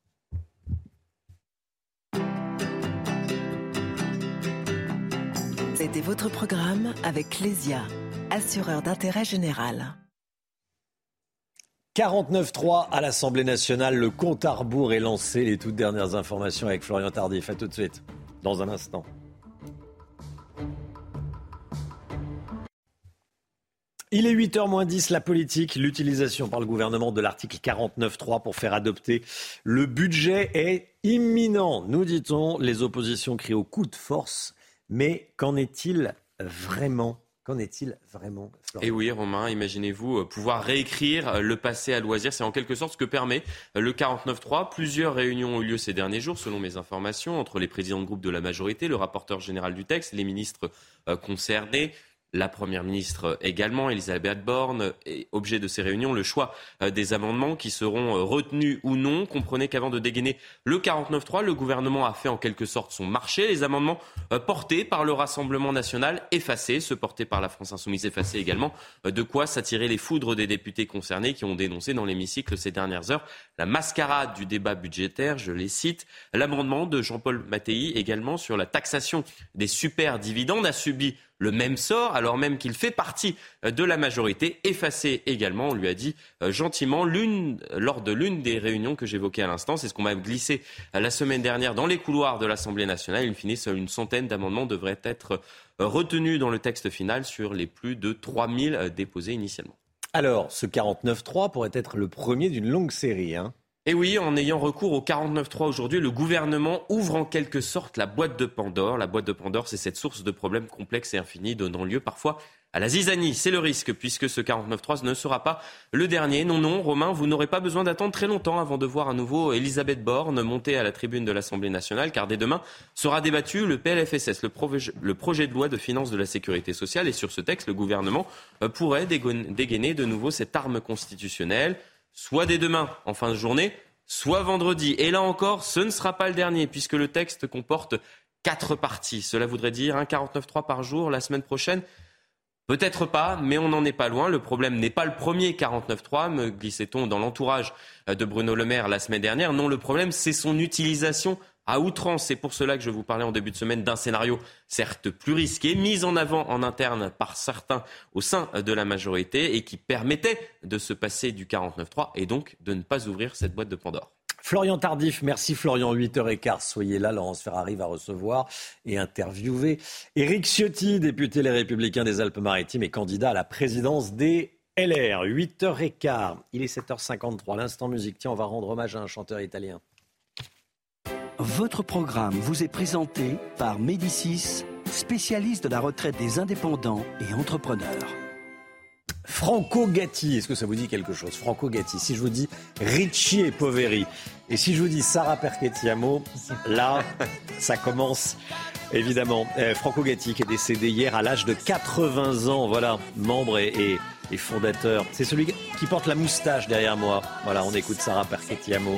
C'était votre programme avec Clésia, assureur d'intérêt général. 49.3 à l'Assemblée nationale, le compte à rebours est lancé. Les toutes dernières informations avec Florian Tardif. À tout de suite, dans un instant. Il est 8h moins 10, la politique, l'utilisation par le gouvernement de l'article 49.3 pour faire adopter le budget est imminent, nous dit-on. Les oppositions crient au coup de force. Mais qu'en est-il vraiment ? Et oui, Romain, imaginez-vous pouvoir réécrire le passé à loisir. C'est en quelque sorte ce que permet le 49.3. Plusieurs réunions ont eu lieu ces derniers jours, selon mes informations, entre les présidents de groupe de la majorité, le rapporteur général du texte, les ministres concernés. La Première ministre également, Elisabeth Borne, est objet de ces réunions, le choix des amendements qui seront retenus ou non. Comprenez qu'avant de dégainer le 49.3, le gouvernement a fait en quelque sorte son marché. Les amendements portés par le Rassemblement national effacés, ceux portés par la France insoumise effacés également. De quoi s'attirer les foudres des députés concernés qui ont dénoncé dans l'hémicycle ces dernières heures la mascarade du débat budgétaire. Je les cite. L'amendement de Jean-Paul Mattei également sur la taxation des super dividendes a subi le même sort, alors même qu'il fait partie de la majorité, effacé également, on lui a dit gentiment, lors de l'une des réunions que j'évoquais à l'instant. C'est ce qu'on m'a glissé la semaine dernière dans les couloirs de l'Assemblée nationale. In fine, seule une centaine d'amendements devraient être retenus dans le texte final sur les plus de 3000 déposés initialement. Alors, ce 49.3 pourrait être le premier d'une longue série, Et oui, en ayant recours au 49.3 aujourd'hui, le gouvernement ouvre en quelque sorte la boîte de Pandore. La boîte de Pandore, c'est cette source de problèmes complexes et infinis, donnant lieu parfois à la zizanie. C'est le risque, puisque ce 49.3 ne sera pas le dernier. Non, Romain, vous n'aurez pas besoin d'attendre très longtemps avant de voir à nouveau Elisabeth Borne monter à la tribune de l'Assemblée nationale, car dès demain sera débattu le PLFSS, le projet de loi de finances de la sécurité sociale. Et sur ce texte, le gouvernement pourrait dégainer de nouveau cette arme constitutionnelle, soit dès demain, en fin de journée, soit vendredi. Et là encore, ce ne sera pas le dernier, puisque le texte comporte 4 parties. Cela voudrait dire un 49.3 par jour la semaine prochaine. Peut-être pas, mais on n'en est pas loin. Le problème n'est pas le premier 49.3, me glissait-on dans l'entourage de Bruno Le Maire la semaine dernière. Non, le problème, c'est son utilisation à outrance. C'est pour cela que je vous parlais en début de semaine d'un scénario certes plus risqué, mis en avant en interne par certains au sein de la majorité et qui permettait de se passer du 49.3 et donc de ne pas ouvrir cette boîte de Pandore. Florian Tardif, merci Florian, 8h15, soyez là, Laurence Ferrari va recevoir et interviewer Éric Ciotti, député Les Républicains des Alpes-Maritimes et candidat à la présidence des LR. 8h15, il est 7h53, l'instant musique. Tiens, on va rendre hommage à un chanteur italien. Votre programme vous est présenté par Médicis, spécialiste de la retraite des indépendants et entrepreneurs. Franco Gatti, est-ce que ça vous dit quelque chose? Franco Gatti, si je vous dis Ricci et Poveri, et si je vous dis Sara Perchettiamo, là, ça commence évidemment. Franco Gatti qui est décédé hier à l'âge de 80 ans, voilà, membre et fondateur. C'est celui qui porte la moustache derrière moi. Voilà, on écoute Sara Perchettiamo.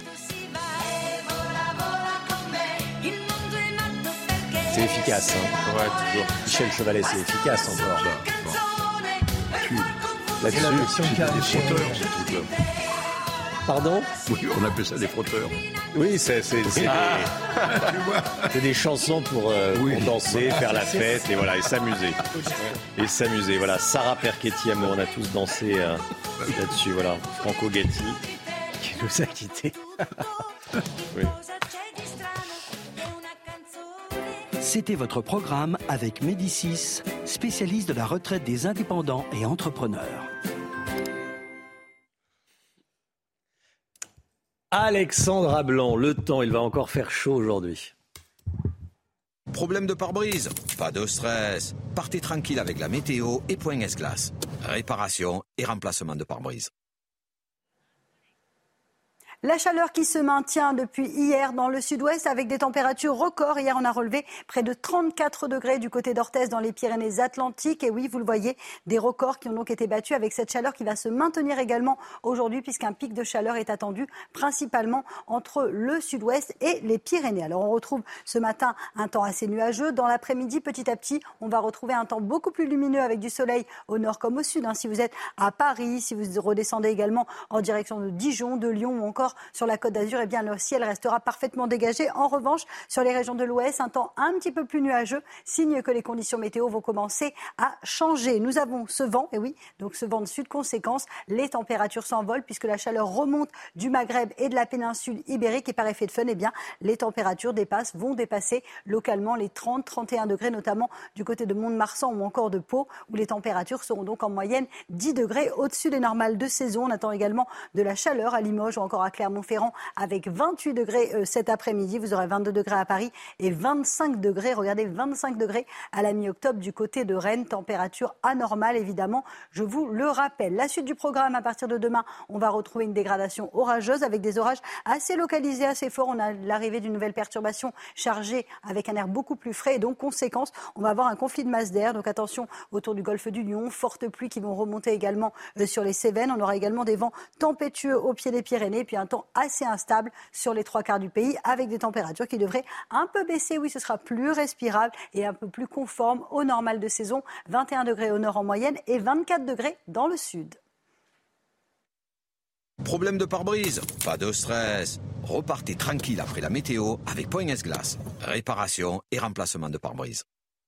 C'est efficace, Ouais, toujours. Michel Chevalet, c'est efficace encore. Là-dessus, c'est des frotteurs, ces trucs-là. Pardon? Oui, on appelle ça des frotteurs. Oui, c'est des chansons pour danser, faire la fête et voilà, et s'amuser. Et s'amuser, voilà. Sara Perchettiamo, on a tous dansé là-dessus, voilà. Franco Gatti, qui nous a quittés. Oui. C'était votre programme avec Médicis, spécialiste de la retraite des indépendants et entrepreneurs. Alexandra Blanc, le temps, il va encore faire chaud aujourd'hui. Problème de pare-brise? Pas de stress. Partez tranquille avec la météo et Point S-Glace. Réparation et remplacement de pare-brise. La chaleur qui se maintient depuis hier dans le sud-ouest avec des températures records. Hier, on a relevé près de 34 degrés du côté d'Orthez dans les Pyrénées-Atlantiques. Et oui, vous le voyez, des records qui ont donc été battus avec cette chaleur qui va se maintenir également aujourd'hui puisqu'un pic de chaleur est attendu principalement entre le sud-ouest et les Pyrénées. Alors, on retrouve ce matin un temps assez nuageux. Dans l'après-midi, petit à petit, on va retrouver un temps beaucoup plus lumineux avec du soleil au nord comme au sud. Si vous êtes à Paris, si vous redescendez également en direction de Dijon, de Lyon ou encore sur la Côte d'Azur, eh bien, le ciel restera parfaitement dégagé. En revanche, sur les régions de l'Ouest, un temps un petit peu plus nuageux, signe que les conditions météo vont commencer à changer. Nous avons ce vent, et oui, donc ce vent de sud, conséquence, les températures s'envolent puisque la chaleur remonte du Maghreb et de la péninsule ibérique et par effet de fun, eh bien, les températures vont dépasser localement les 30-31 degrés, notamment du côté de Mont-de-Marsan ou encore de Pau, où les températures seront donc en moyenne 10 degrés au-dessus des normales de saison. On attend également de la chaleur à Limoges ou encore à Clermont Clermont-Ferrand avec 28 degrés cet après-midi. Vous aurez 22 degrés à Paris et 25 degrés. Regardez, 25 degrés à la mi-octobre du côté de Rennes. Température anormale, évidemment, je vous le rappelle. La suite du programme, à partir de demain, on va retrouver une dégradation orageuse avec des orages assez localisés, assez forts. On a l'arrivée d'une nouvelle perturbation chargée avec un air beaucoup plus frais. Et donc, conséquence, on va avoir un conflit de masse d'air. Donc, attention autour du golfe du Lion. Fortes pluies qui vont remonter également sur les Cévennes. On aura également des vents tempétueux au pied des Pyrénées. Puis un temps assez instable sur les 3/4 du pays avec des températures qui devraient un peu baisser. Oui, ce sera plus respirable et un peu plus conforme au normal de saison. 21 degrés au nord en moyenne et 24 degrés dans le sud. Problème de pare-brise? Pas de stress. Repartez tranquille après la météo avec Point S-Glace. Réparation et remplacement de pare-brise.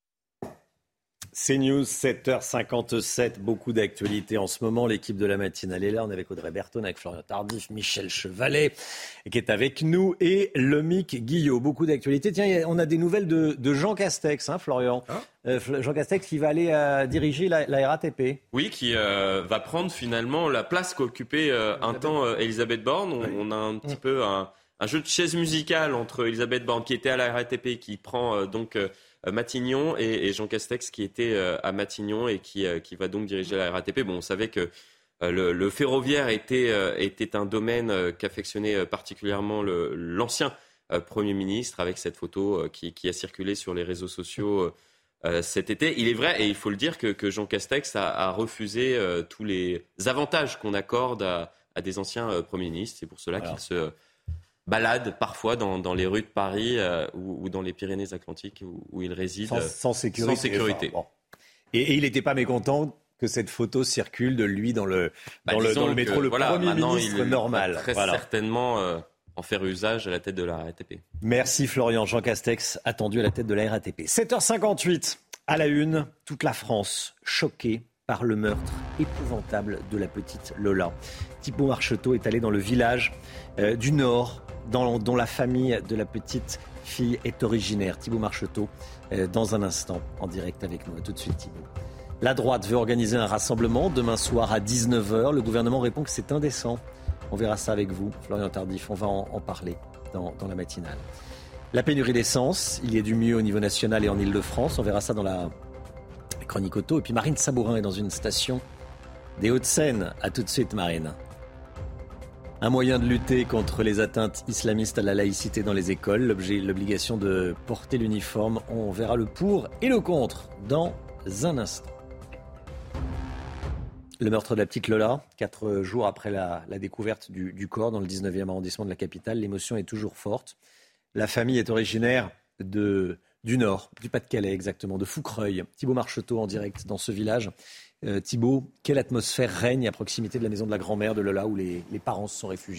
CNews, 7h57, beaucoup d'actualités en ce moment. L'équipe de la matinale est là. On est avec Audrey Bertone, avec Florian Tardif, Michel Chevalet qui est avec nous et Lomique Guillot. Beaucoup d'actualités. Tiens, on a des nouvelles de Jean Castex, Florian. Jean Castex qui va aller diriger la RATP. Oui, qui va prendre finalement la place qu'occupait un temps Elisabeth Borne. On a un petit peu un jeu de chaise musicale entre Elisabeth Borne qui était à la RATP, qui prend donc Matignon, et Jean Castex qui était à Matignon et qui va donc diriger la RATP. Bon, on savait que le ferroviaire était un domaine qu'affectionnait particulièrement l'ancien Premier ministre, avec cette photo qui a circulé sur les réseaux sociaux cet été. Il est vrai, et il faut le dire, que Jean Castex a refusé tous les avantages qu'on accorde à des anciens premiers ministres. C'est pour cela qu'il se balade parfois dans les rues de Paris ou dans les Pyrénées-Atlantiques où il réside sans sécurité. Bon. Et il n'était pas mécontent que cette photo circule de lui dans le métro, le Premier ministre normal. Très certainement en faire usage à la tête de la RATP. Merci Florian. Jean Castex attendu à la tête de la RATP. 7h58, à la une, toute la France choquée par le meurtre épouvantable de la petite Lola. Thibaut Marcheteau est allé dans le village du Nord, dont la famille de la petite fille est originaire. Thibaut Marcheteau, dans un instant, en direct avec nous. À tout de suite, Thibaut. La droite veut organiser un rassemblement demain soir à 19h. Le gouvernement répond que c'est indécent. On verra ça avec vous, Florian Tardif. On va en parler dans la matinale. La pénurie d'essence, il y a du mieux au niveau national et en Ile-de-France. On verra ça dans la chronique auto. Et puis Marine Sabourin est dans une station des Hauts-de-Seine. À tout de suite, Marine. Un moyen de lutter contre les atteintes islamistes à la laïcité dans les écoles. L'obligation de porter l'uniforme. On verra le pour et le contre dans un instant. Le meurtre de la petite Lola, 4 jours après la découverte du corps dans le 19e arrondissement de la capitale. L'émotion est toujours forte. La famille est originaire du Nord, du Pas-de-Calais exactement, de Fouquereuil. Thibaut Marcheteau en direct dans ce village. Thibaut, quelle atmosphère règne à proximité de la maison de la grand-mère de Lola où les parents se sont réfugiés ?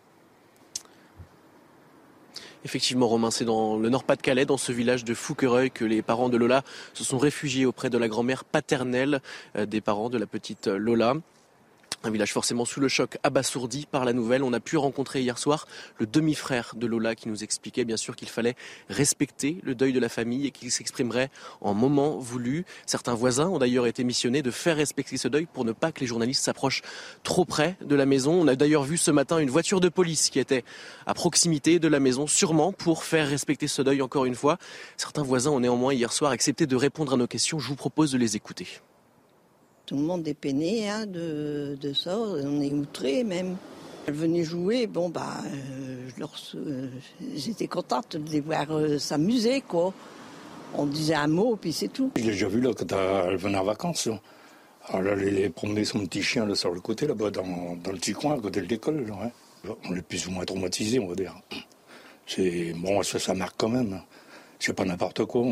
Effectivement, Romain, c'est dans le Nord-Pas-de-Calais, dans ce village de Fouquereuil, que les parents de Lola se sont réfugiés auprès de la grand-mère paternelle des parents de la petite Lola. Un village forcément sous le choc, abasourdi par la nouvelle. On a pu rencontrer hier soir le demi-frère de Lola qui nous expliquait bien sûr qu'il fallait respecter le deuil de la famille et qu'il s'exprimerait en moment voulu. Certains voisins ont d'ailleurs été missionnés de faire respecter ce deuil pour ne pas que les journalistes s'approchent trop près de la maison. On a d'ailleurs vu ce matin une voiture de police qui était à proximité de la maison, sûrement pour faire respecter ce deuil encore une fois. Certains voisins ont néanmoins hier soir accepté de répondre à nos questions. Je vous propose de les écouter. Tout le monde est peiné de ça, on est outrés même. Elles venaient jouer, j'étais contente de les voir s'amuser, quoi. On disait un mot, puis c'est tout. Je l'ai déjà vu là, quand elle venait en vacances. Là. Alors là, elle est promener son petit chien là, sur le côté, là-bas, dans le petit coin, à côté de l'école. Là, hein. On est plus ou moins traumatisés, on va dire. Ça marque quand même. C'est pas n'importe quoi.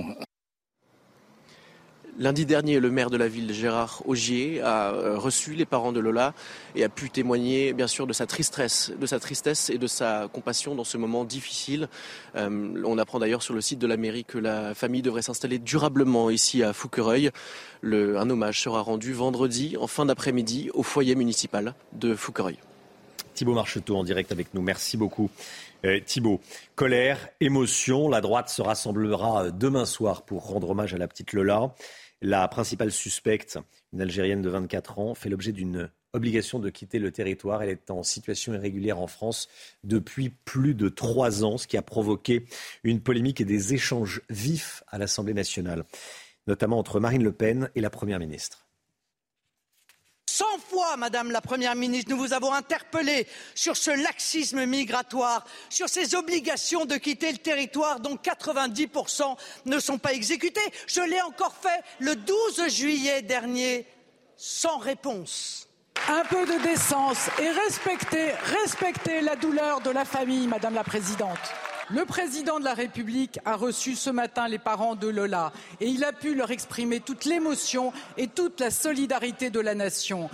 Lundi dernier, le maire de la ville, Gérard Augier, a reçu les parents de Lola et a pu témoigner bien sûr de sa tristesse et de sa compassion dans ce moment difficile. On apprend d'ailleurs sur le site de la mairie que la famille devrait s'installer durablement ici à Fouquereuil. Un hommage sera rendu vendredi en fin d'après-midi au foyer municipal de Fouquereuil. Thibaut Marcheteau en direct avec nous. Merci beaucoup. Thibaut, colère, émotion. La droite se rassemblera demain soir pour rendre hommage à la petite Lola. La principale suspecte, une Algérienne de 24 ans, fait l'objet d'une obligation de quitter le territoire. Elle est en situation irrégulière en France depuis plus de 3 ans, ce qui a provoqué une polémique et des échanges vifs à l'Assemblée nationale, notamment entre Marine Le Pen et la Première ministre. 100 fois, Madame la Première ministre, nous vous avons interpellé sur ce laxisme migratoire, sur ces obligations de quitter le territoire dont 90% ne sont pas exécutées. Je l'ai encore fait le 12 juillet dernier, sans réponse. Un peu de décence et respectez la douleur de la famille, Madame la Présidente. Le président de la République a reçu ce matin les parents de Lola et il a pu leur exprimer toute l'émotion et toute la solidarité de la nation.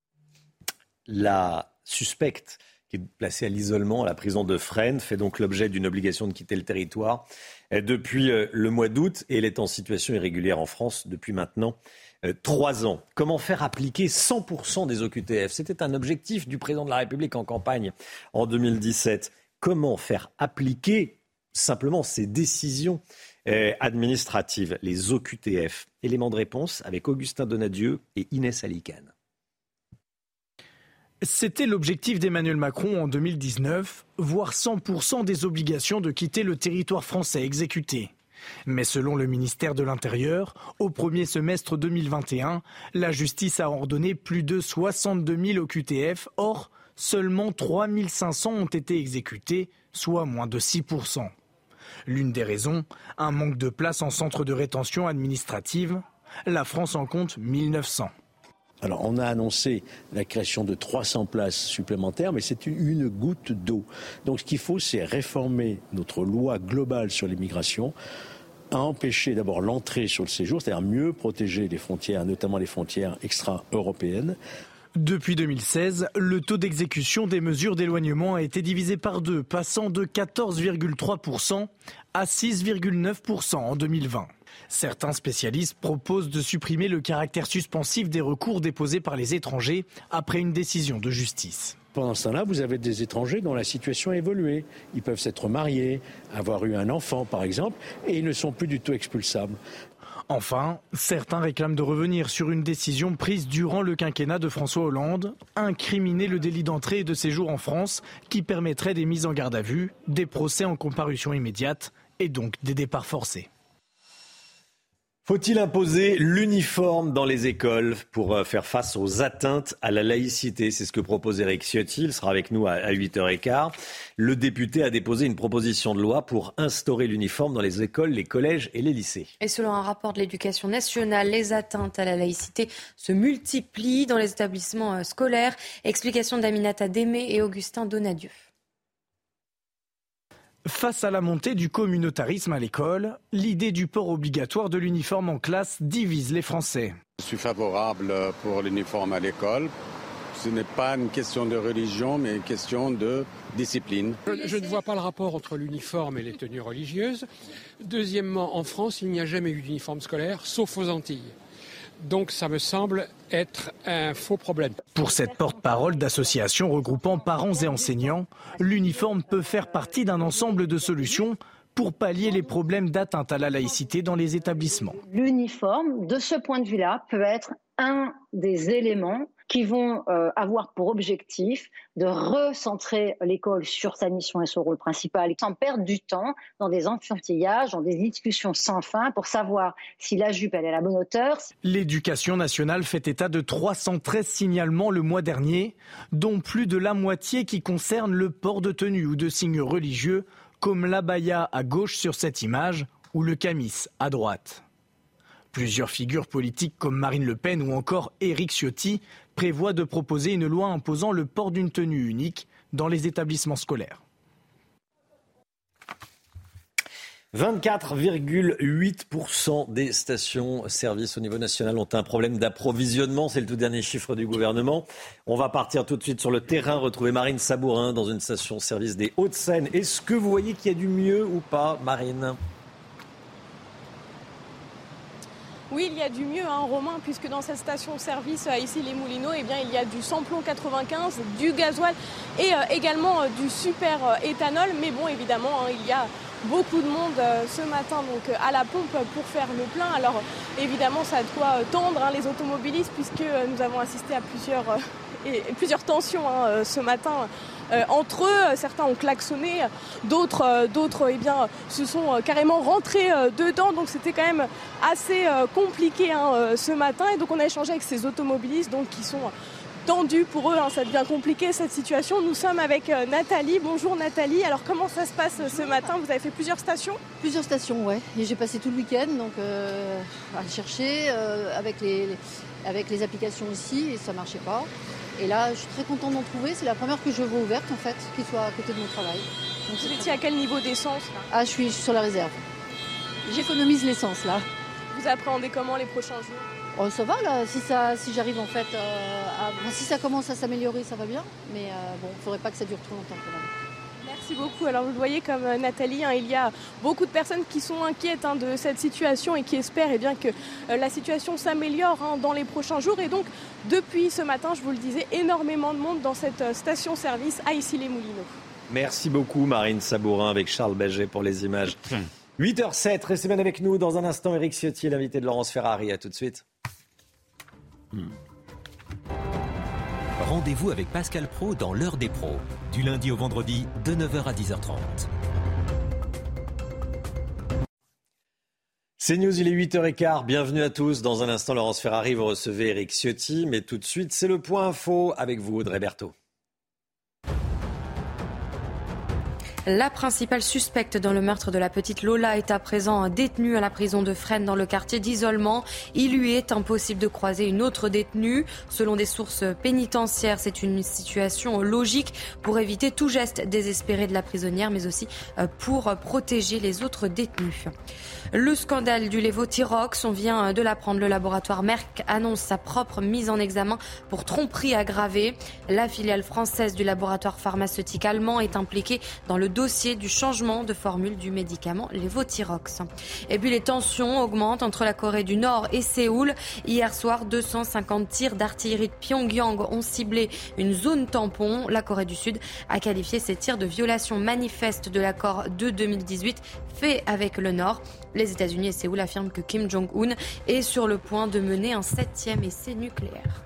La suspecte, qui est placée à l'isolement à la prison de Fresnes, fait donc l'objet d'une obligation de quitter le territoire depuis le mois d'août et elle est en situation irrégulière en France depuis maintenant 3 ans. Comment faire appliquer 100% des OQTF ? C'était un objectif du président de la République en campagne en 2017. Comment faire appliquer simplement ces décisions administratives, les OQTF ? Élément de réponse avec Augustin Donadieu et Inès Alicane. C'était l'objectif d'Emmanuel Macron en 2019, voir 100% des obligations de quitter le territoire français exécutées. Mais selon le ministère de l'Intérieur, au premier semestre 2021, la justice a ordonné plus de 62 000 OQTF. Or, seulement 3 500 ont été exécutés, soit moins de 6%. L'une des raisons, un manque de place en centre de rétention administrative. La France en compte 1900. Alors, on a annoncé la création de 300 places supplémentaires, mais c'est une goutte d'eau. Donc, ce qu'il faut, c'est réformer notre loi globale sur l'immigration, à empêcher d'abord l'entrée sur le séjour, c'est-à-dire mieux protéger les frontières, notamment les frontières extra-européennes. Depuis 2016, le taux d'exécution des mesures d'éloignement a été divisé par 2, passant de 14,3% à 6,9% en 2020. Certains spécialistes proposent de supprimer le caractère suspensif des recours déposés par les étrangers après une décision de justice. Pendant ce temps-là, vous avez des étrangers dont la situation a évolué. Ils peuvent s'être mariés, avoir eu un enfant par exemple, et ils ne sont plus du tout expulsables. Enfin, certains réclament de revenir sur une décision prise durant le quinquennat de François Hollande, incriminer le délit d'entrée et de séjour en France qui permettrait des mises en garde à vue, des procès en comparution immédiate et donc des départs forcés. Faut-il imposer l'uniforme dans les écoles pour faire face aux atteintes à la laïcité ? C'est ce que propose Éric Ciotti. Il sera avec nous à 8h15. Le député a déposé une proposition de loi pour instaurer l'uniforme dans les écoles, les collèges et les lycées. Et selon un rapport de l'Éducation nationale, les atteintes à la laïcité se multiplient dans les établissements scolaires. Explication d'Aminata Démé et Augustin Donadieu. Face à la montée du communautarisme à l'école, l'idée du port obligatoire de l'uniforme en classe divise les Français. Je suis favorable pour l'uniforme à l'école. Ce n'est pas une question de religion, mais une question de discipline. Je ne vois pas le rapport entre l'uniforme et les tenues religieuses. Deuxièmement, en France, il n'y a jamais eu d'uniforme scolaire, sauf aux Antilles. Donc ça me semble être un faux problème. Pour cette porte-parole d'associations regroupant parents et enseignants, l'uniforme peut faire partie d'un ensemble de solutions pour pallier les problèmes d'atteinte à la laïcité dans les établissements. L'uniforme, de ce point de vue-là, peut être un des éléments qui vont avoir pour objectif de recentrer l'école sur sa mission et son rôle principal, sans perdre du temps dans des enfantillages, dans des discussions sans fin pour savoir si la jupe elle est à la bonne hauteur. L'éducation nationale fait état de 313 signalements le mois dernier, dont plus de la moitié qui concernent le port de tenue ou de signes religieux, comme l'abaya à gauche sur cette image ou le camis à droite. Plusieurs figures politiques comme Marine Le Pen ou encore Éric Ciotti prévoient de proposer une loi imposant le port d'une tenue unique dans les établissements scolaires. 24,8% des stations-service au niveau national ont un problème d'approvisionnement. C'est le tout dernier chiffre du gouvernement. On va partir tout de suite sur le terrain, retrouver Marine Sabourin dans une station-service des Hauts-de-Seine. Est-ce que vous voyez qu'il y a du mieux ou pas, Marine ? Oui, il y a du mieux, Romain, puisque dans cette station-service, ici, les Moulineaux, eh bien, il y a du samplon 95, du gasoil et également du super éthanol. Mais bon, évidemment, il y a beaucoup de monde ce matin donc, à la pompe pour faire le plein. Alors évidemment, ça a de quoi tendre les automobilistes puisque nous avons assisté à plusieurs tensions ce matin. Entre eux, certains ont klaxonné, d'autres se sont carrément rentrés dedans. Donc c'était quand même assez compliqué ce matin. Et donc on a échangé avec ces automobilistes donc, qui sont tendus pour eux. Ça devient compliqué cette situation. Nous sommes avec Nathalie. Bonjour Nathalie. Alors comment ça se passe ce matin ? Vous avez fait plusieurs stations ? Plusieurs stations, ouais. Et j'ai passé tout le week-end donc, à chercher avec les applications ici et ça ne marchait pas. Et là, je suis très contente d'en trouver. C'est la première que je vois ouverte, en fait, qui soit à côté de mon travail. Donc, vous étiez à quel niveau d'essence là ? Ah, je suis sur la réserve. J'économise l'essence, là. Vous appréhendez comment les prochains jours ? Oh, ça va, là. Si j'arrive, en fait, si ça commence à s'améliorer, ça va bien. Mais bon, il ne faudrait pas que ça dure trop longtemps, quand même. Merci beaucoup. Alors vous le voyez comme Nathalie, il y a beaucoup de personnes qui sont inquiètes de cette situation et qui espèrent que la situation s'améliore dans les prochains jours. Et donc depuis ce matin, je vous le disais, énormément de monde dans cette station-service à Issy-les-Moulineaux. Merci beaucoup Marine Sabourin avec Charles Baget pour les images. 8h07, restez bien avec nous. Dans un instant, Éric Ciotti, l'invité de Laurence Ferrari. À tout de suite. Rendez-vous avec Pascal Praud dans l'heure des pros, du lundi au vendredi de 9h à 10h30. C'est News, il est 8h15, bienvenue à tous. Dans un instant, Laurence Ferrari, vous recevez Éric Ciotti, mais tout de suite, c'est le point info avec vous, Audrey Berthaud. La principale suspecte dans le meurtre de la petite Lola est à présent détenue à la prison de Fresnes dans le quartier d'isolement. Il lui est impossible de croiser une autre détenue. Selon des sources pénitentiaires, c'est une situation logique pour éviter tout geste désespéré de la prisonnière, mais aussi pour protéger les autres détenus. Le scandale du Levothyrox, on vient de l'apprendre, le laboratoire Merck annonce sa propre mise en examen pour tromperie aggravée. La filiale française du laboratoire pharmaceutique allemand est impliquée dans le dossier du changement de formule du médicament Levothyrox. Et puis les tensions augmentent entre la Corée du Nord et Séoul. Hier soir, 250 tirs d'artillerie de Pyongyang ont ciblé une zone tampon. La Corée du Sud a qualifié ces tirs de violation manifeste de l'accord de 2018 fait avec le Nord. Les États-Unis et Séoul affirment que Kim Jong-un est sur le point de mener un 7e essai nucléaire.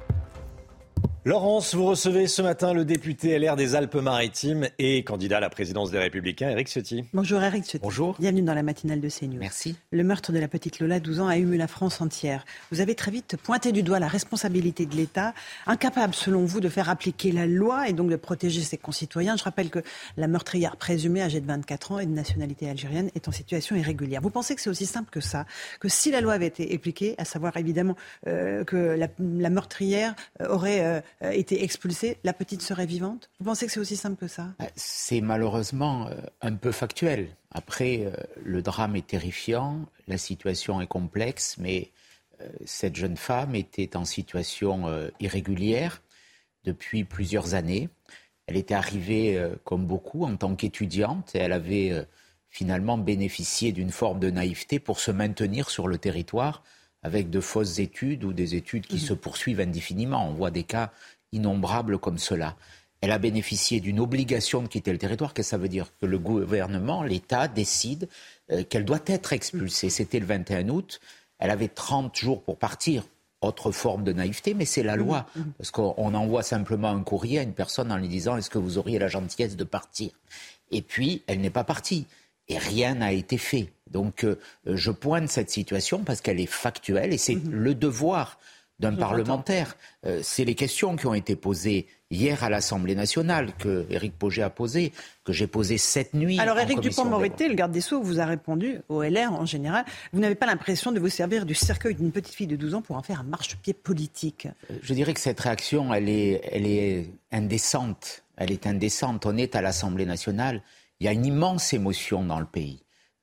Laurence, vous recevez ce matin le député LR des Alpes-Maritimes et candidat à la présidence des Républicains, Éric Ciotti. Bonjour Éric Ciotti. Bonjour. Bienvenue dans la matinale de CNews. Merci. Le meurtre de la petite Lola, 12 ans, a ému la France entière. Vous avez très vite pointé du doigt la responsabilité de l'État, incapable selon vous de faire appliquer la loi et donc de protéger ses concitoyens. Je rappelle que la meurtrière présumée, âgée de 24 ans et de nationalité algérienne, est en situation irrégulière. Vous pensez que c'est aussi simple que ça, que si la loi avait été appliquée, à savoir évidemment que la meurtrière aurait été expulsée, la petite serait vivante ? Vous pensez que c'est aussi simple que ça ? C'est malheureusement un peu factuel. Après, le drame est terrifiant, la situation est complexe, mais cette jeune femme était en situation irrégulière depuis plusieurs années. Elle était arrivée, comme beaucoup, en tant qu'étudiante et elle avait finalement bénéficié d'une forme de naïveté pour se maintenir sur le territoire avec de fausses études ou des études qui se poursuivent indéfiniment. On voit des cas innombrables comme cela. Elle a bénéficié d'une obligation de quitter le territoire. Qu'est-ce que ça veut dire ? Que le gouvernement, l'État, décide qu'elle doit être expulsée. C'était le 21 août. Elle avait 30 jours pour partir. Autre forme de naïveté, mais c'est la loi. Parce qu'on envoie simplement un courrier à une personne en lui disant « Est-ce que vous auriez la gentillesse de partir ?» Et puis, elle n'est pas partie. Et rien n'a été fait. Donc, je pointe cette situation parce qu'elle est factuelle et c'est le devoir d'un parlementaire. C'est les questions qui ont été posées hier à l'Assemblée nationale, que Éric Pauget a posées, que j'ai posées cette nuit. Alors Éric Dupond-Moretti, le garde des Sceaux, vous a répondu, au LR en général, vous n'avez pas l'impression de vous servir du cercueil d'une petite fille de 12 ans pour en faire un marchepied politique ? Je dirais que cette réaction, elle est indécente. Elle est indécente. On est à l'Assemblée nationale. Il y a une immense émotion dans le pays.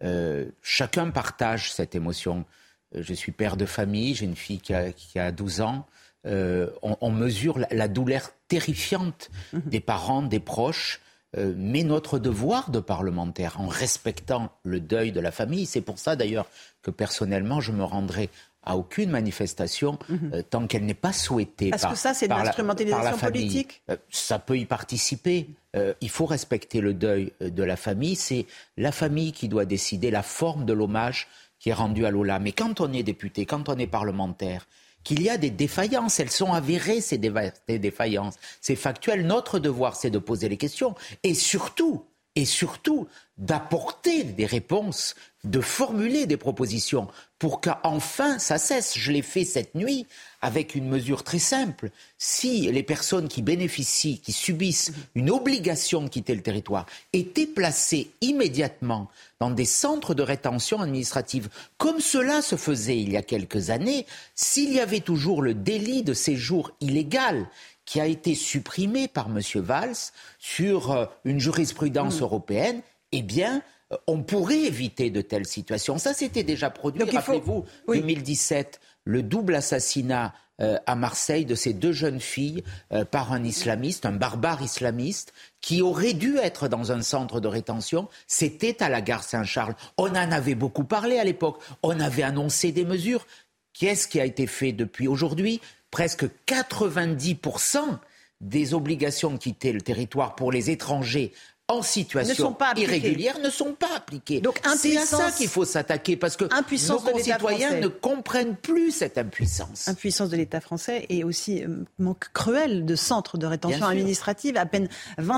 Chacun partage cette émotion. Je suis père de famille, j'ai une fille qui a 12 ans. On mesure la douleur terrifiante des parents, des proches, mais notre devoir de parlementaire, en respectant le deuil de la famille. C'est pour ça d'ailleurs que personnellement, je me rendrai à aucune manifestation tant qu'elle n'est pas souhaitée Parce que ça, c'est de l'instrumentalisation politique. Ça peut y participer. Il faut respecter le deuil de la famille. C'est la famille qui doit décider la forme de l'hommage qui est rendu à Lola. Mais quand on est député, quand on est parlementaire, qu'il y a des défaillances, elles sont avérées, ces défaillances. C'est factuel. Notre devoir, c'est de poser les questions. Et surtout, d'apporter des réponses, de formuler des propositions pour qu'enfin ça cesse. Je l'ai fait cette nuit avec une mesure très simple. Si les personnes qui bénéficient, qui subissent une obligation de quitter le territoire étaient placées immédiatement dans des centres de rétention administrative, comme cela se faisait il y a quelques années, s'il y avait toujours le délit de séjour illégal qui a été supprimé par M. Valls sur une jurisprudence européenne, eh bien, on pourrait éviter de telles situations. Ça s'était déjà produit, rappelez-vous, 2017, le double assassinat à Marseille de ces 2 jeunes filles par un islamiste, un barbare islamiste, qui aurait dû être dans un centre de rétention. C'était à la gare Saint-Charles. On en avait beaucoup parlé à l'époque. On avait annoncé des mesures. Qu'est-ce qui a été fait depuis aujourd'hui ? Presque 90% des obligations de quitter le territoire pour les étrangers en situation irrégulière ne sont pas appliquées. Donc, c'est à ça qu'il faut s'attaquer, parce que nos concitoyens ne comprennent plus cette impuissance. Impuissance de l'État français et aussi manque cruel de centres de rétention administrative, à peine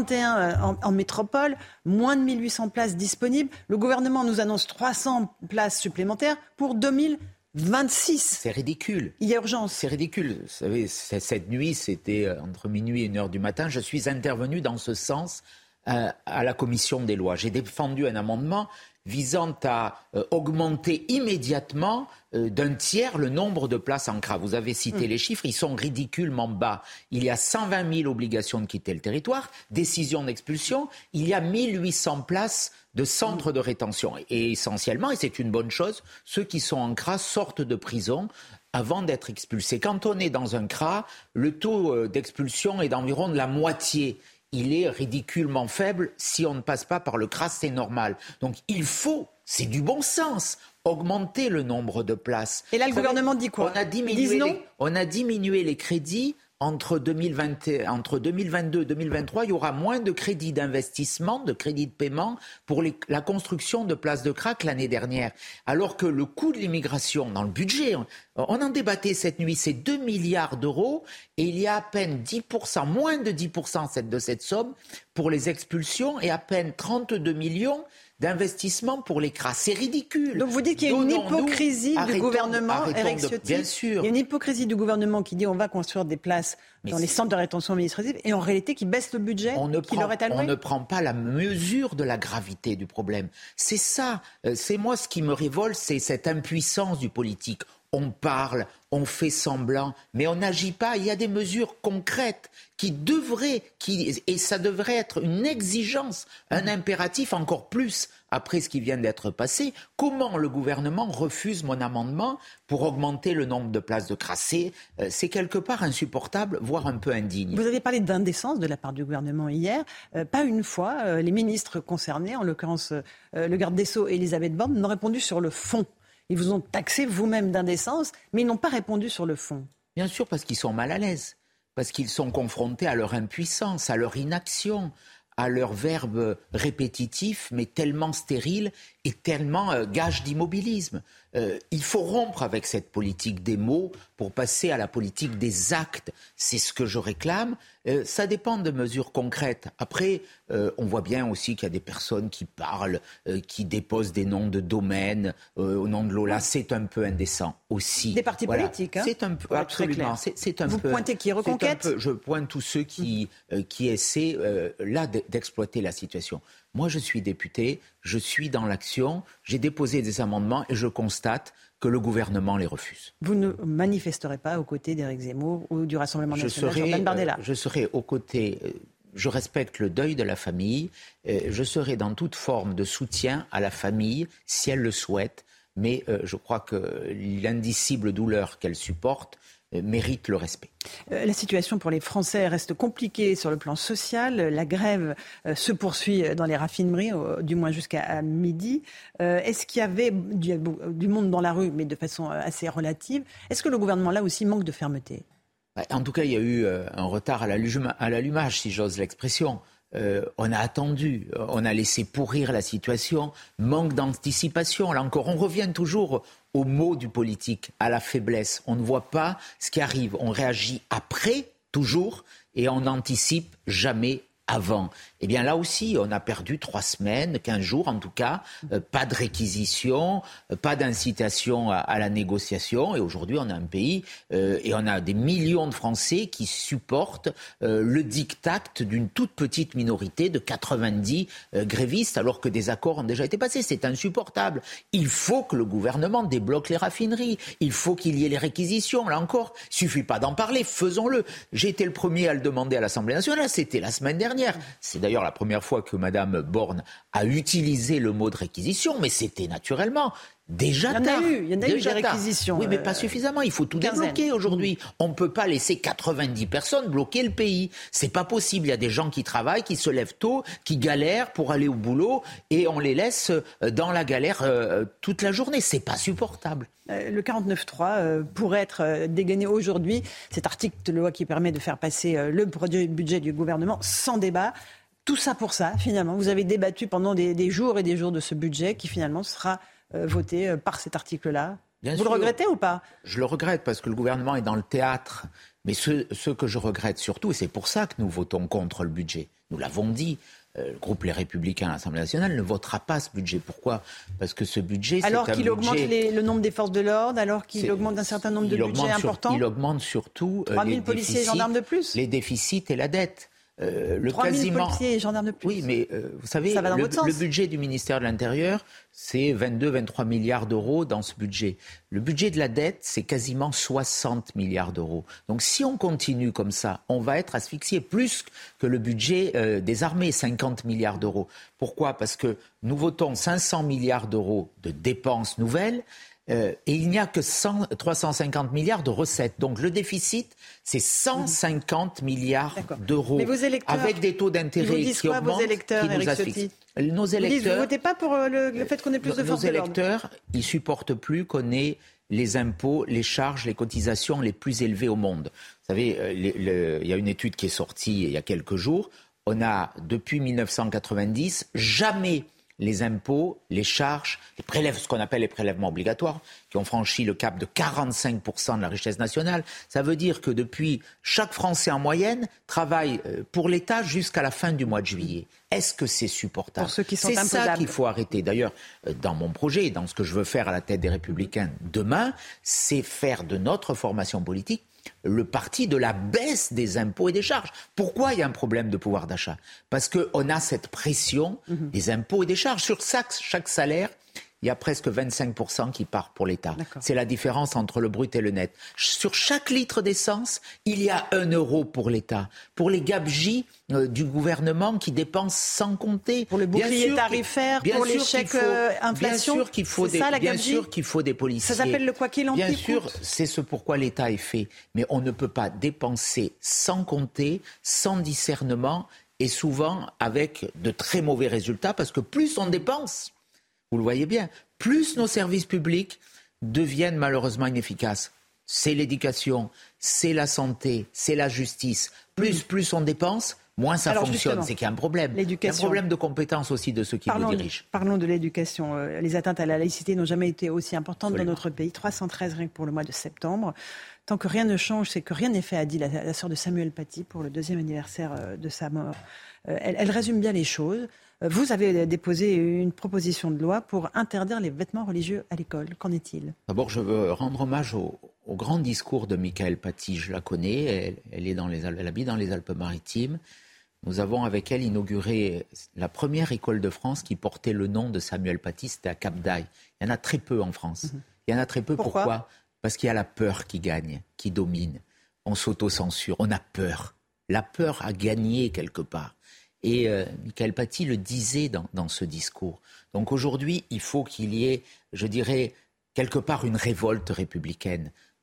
21 en métropole, moins de 1800 places disponibles. Le gouvernement nous annonce 300 places supplémentaires pour 2026. C'est ridicule. Il y a urgence. C'est ridicule. Vous savez, cette nuit, c'était entre minuit et 1h du matin. Je suis intervenu dans ce sens à la commission des lois. J'ai défendu un amendement visant à augmenter immédiatement d'un tiers le nombre de places en CRA. Vous avez cité les chiffres, ils sont ridiculement bas. Il y a 120 000 obligations de quitter le territoire, décision d'expulsion, il y a 1800 places de centres de rétention. Et essentiellement, et c'est une bonne chose, ceux qui sont en CRA sortent de prison avant d'être expulsés. Quand on est dans un CRA, le taux d'expulsion est d'environ de la moitié. Il est ridiculement faible. Si on ne passe pas par le CRA, c'est normal. Donc il faut, c'est du bon sens, augmenter le nombre de places. Et là, le gouvernement dit quoi ? On a diminué les crédits. Entre 2022 et 2023, il y aura moins de crédits d'investissement, de crédits de paiement pour la construction de places de CRA que l'année dernière. Alors que le coût de l'immigration dans le budget, on en débattait cette nuit, c'est 2 milliards d'euros et il y a à peine 10%, moins de 10% de cette somme pour les expulsions et à peine 32 millions d'investissement pour les CRA. C'est ridicule. Donc vous dites qu'il y a une hypocrisie du gouvernement, Éric Ciotti. Bien sûr. Il y a une hypocrisie du gouvernement qui dit on va construire des places dans les centres de rétention administrative et en réalité qui baisse le budget qui leur est alloué. On ne prend pas la mesure de la gravité du problème. C'est ça. C'est moi ce qui me révolte, c'est cette impuissance du politique. On parle, on fait semblant, mais on n'agit pas. Il y a des mesures concrètes et ça devrait être une exigence, un impératif encore plus après ce qui vient d'être passé. Comment le gouvernement refuse mon amendement pour augmenter le nombre de places de CRA ? C'est quelque part insupportable, voire un peu indigne. Vous avez parlé d'indécence de la part du gouvernement hier. Pas une fois, les ministres concernés, en l'occurrence le garde des Sceaux et Elisabeth Borne, n'ont répondu sur le fond. Ils vous ont taxé vous-même d'indécence, mais ils n'ont pas répondu sur le fond. Bien sûr, parce qu'ils sont mal à l'aise, parce qu'ils sont confrontés à leur impuissance, à leur inaction, à leur verbe répétitif, mais tellement stérile et tellement gage d'immobilisme. Il faut rompre avec cette politique des mots pour passer à la politique des actes. C'est ce que je réclame. Ça dépend de mesures concrètes. Après, on voit bien aussi qu'il y a des personnes qui parlent, qui déposent des noms de domaines au nom de Lola. C'est un peu indécent aussi. Des partis politiques, hein, c'est un peu, absolument. C'est un Vous peu, pointez qui Reconquête ? Je pointe tous ceux qui essaient là d'exploiter la situation. Moi, je suis député, je suis dans l'action, j'ai déposé des amendements et je constate que le gouvernement les refuse. Vous ne manifesterez pas aux côtés d'Éric Zemmour ou du Rassemblement national, Jordan Bardella ? Je serai aux côtés, je respecte le deuil de la famille, je serai dans toute forme de soutien à la famille si elle le souhaite, mais je crois que l'indicible douleur qu'elle supporte mérite le respect. La situation pour les Français reste compliquée sur le plan social. La grève se poursuit dans les raffineries, du moins jusqu'à midi. Est-ce qu'il y avait du monde dans la rue, mais de façon assez relative? Est-ce que le gouvernement, là aussi, manque de fermeté? En tout cas, il y a eu un retard à l'allumage, si j'ose l'expression. On a attendu, on a laissé pourrir la situation, manque d'anticipation. Là encore, on revient toujours au mot du politique, à la faiblesse. On ne voit pas ce qui arrive, on réagit après, toujours, et on n'anticipe jamais avant. Eh bien là aussi, on a perdu 3 semaines, 15 jours en tout cas, pas de réquisition, pas d'incitation à la négociation. Et aujourd'hui, on a un pays et on a des millions de Français qui supportent le diktat d'une toute petite minorité de 90 grévistes, alors que des accords ont déjà été passés. C'est insupportable. Il faut que le gouvernement débloque les raffineries. Il faut qu'il y ait les réquisitions. Là encore, il ne suffit pas d'en parler, faisons-le. J'ai été le premier à le demander à l'Assemblée nationale, c'était la semaine dernière. C'est d'ailleurs la première fois que Mme Borne a utilisé le mot de réquisition, mais c'était naturellement déjà tard. Il y en a eu des réquisitions. Oui, mais pas suffisamment. Il faut tout débloquer aujourd'hui. On ne peut pas laisser 90 personnes bloquer le pays. C'est pas possible. Il y a des gens qui travaillent, qui se lèvent tôt, qui galèrent pour aller au boulot, et on les laisse dans la galère toute la journée. C'est pas supportable. Le 49.3 pourrait être dégainé aujourd'hui. Cet article de loi qui permet de faire passer le budget du gouvernement sans débat. Tout ça pour ça, finalement. Vous avez débattu pendant des jours et des jours de ce budget qui finalement sera voté par cet article-là. Vous le regrettez ou pas? Je le regrette parce que le gouvernement est dans le théâtre. Mais ce que je regrette surtout, et c'est pour ça que nous votons contre le budget, nous l'avons dit, le groupe Les Républicains à l'Assemblée nationale ne votera pas ce budget. Pourquoi? Parce que ce budget, c'est un budget... Alors qu'il augmente le nombre des forces de l'ordre, alors qu'il augmente un certain nombre de budgets importants. Il augmente surtout 3 000 policiers et gendarmes de plus. Les déficits et la dette. 3 000 policiers et gendarmes de plus. Oui, mais vous savez, le budget du ministère de l'Intérieur, c'est 22-23 milliards d'euros dans ce budget. Le budget de la dette, c'est quasiment 60 milliards d'euros. Donc si on continue comme ça, on va être asphyxié plus que le budget des armées, 50 milliards d'euros. Pourquoi? Parce que nous votons 500 milliards d'euros de dépenses nouvelles, et il n'y a que 350 milliards de recettes. Donc le déficit, c'est 150 milliards d'euros. Mais vos électeurs, avec des taux d'intérêt qui augmentent, vos électeurs, qui nous asphyxient. Nos électeurs, vous ne votez pas pour le fait qu'on ait plus de forces de l'ordre? Nos électeurs, ils ne supportent plus qu'on ait les impôts, les charges, les cotisations les plus élevées au monde. Vous savez, il y a une étude qui est sortie il y a quelques jours. On a, depuis 1990, jamais les impôts, les charges, ce qu'on appelle les prélèvements obligatoires, qui ont franchi le cap de 45% de la richesse nationale. Ça veut dire que depuis, chaque Français en moyenne travaille pour l'État jusqu'à la fin du mois de juillet. Est-ce que c'est supportable? Pour ceux qui sont imposables. C'est ça qu'il faut arrêter. D'ailleurs, dans mon projet, dans ce que je veux faire à la tête des Républicains demain, c'est faire de notre formation politique le parti de la baisse des impôts et des charges. Pourquoi il y a un problème de pouvoir d'achat? Parce qu'on a cette pression des impôts et des charges. Sur chaque salaire, il y a presque 25% qui part pour l'État. C'est la différence entre le brut et le net. Sur chaque litre d'essence, il y a 1 euro pour l'État. Pour les gabegies du gouvernement qui dépensent sans compter. Pour le bouclier tarifaire, pour les chèques inflation. Bien sûr qu'il faut des policiers. Ça s'appelle le quoi qu'il en coûte. Bien sûr, c'est ce pourquoi l'État est fait. Mais on ne peut pas dépenser sans compter, sans discernement et souvent avec de très mauvais résultats parce que plus on dépense, vous le voyez bien, plus nos services publics deviennent malheureusement inefficaces. C'est l'éducation, c'est la santé, c'est la justice. Plus on dépense, moins ça fonctionne. C'est qu'il y a un problème. Il y a un problème de compétence aussi de ceux qui le dirigent. Parlons de l'éducation. Les atteintes à la laïcité n'ont jamais été aussi importantes dans notre pays. 313 rien que pour le mois de septembre. Tant que rien ne change, c'est que rien n'est fait, a dit la sœur de Samuel Paty pour le 2e anniversaire de sa mort. Elle résume bien les choses. Vous avez déposé une proposition de loi pour interdire les vêtements religieux à l'école. Qu'en est-il? D'abord, je veux rendre hommage au grand discours de Michael Paty. Je la connais, elle habite dans les Alpes-Maritimes. Nous avons avec elle inauguré la première école de France qui portait le nom de Samuel Paty, c'était à Cap-d'Aille. Il y en a très peu en France. Il y en a très peu. Pourquoi? Parce qu'il y a la peur qui gagne, qui domine. On s'auto-censure, on a peur. La peur a gagné quelque part. Et Michael Paty le disait dans ce discours. Donc aujourd'hui, il faut qu'il y ait, je dirais, quelque part une révolte républicaine.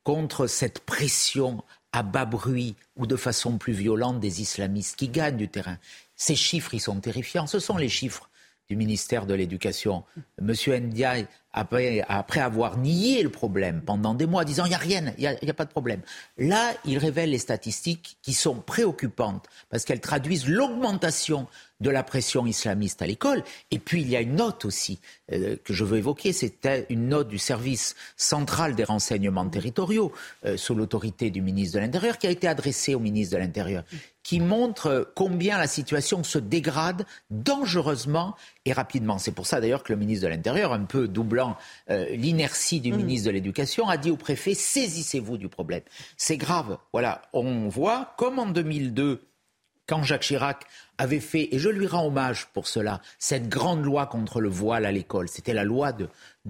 contre cette pression à bas bruit ou de façon plus violente des islamistes qui gagnent du terrain. Ces chiffres, ils sont terrifiants. Ce sont les chiffres du ministère de l'Éducation. Monsieur Ndiaye, après avoir nié le problème pendant des mois, disant il n'y a rien, il n'y a pas de problème. Là, il révèle les statistiques qui sont préoccupantes parce qu'elles traduisent l'augmentation de la pression islamiste à l'école. Et puis, il y a une note aussi que je veux évoquer. C'était une note du service central des renseignements territoriaux sous l'autorité du ministre de l'Intérieur qui a été adressée au ministre de l'Intérieur, qui montre combien la situation se dégrade dangereusement et rapidement. C'est pour ça d'ailleurs que le ministre de l'Intérieur, un peu doublant l'inertie du ministre de l'Éducation, a dit au préfet « saisissez-vous du problème ». C'est grave. Voilà, on voit comme en 2002, quand Jacques Chirac avait fait, et je lui rends hommage pour cela, cette grande loi contre le voile à l'école. C'était la loi de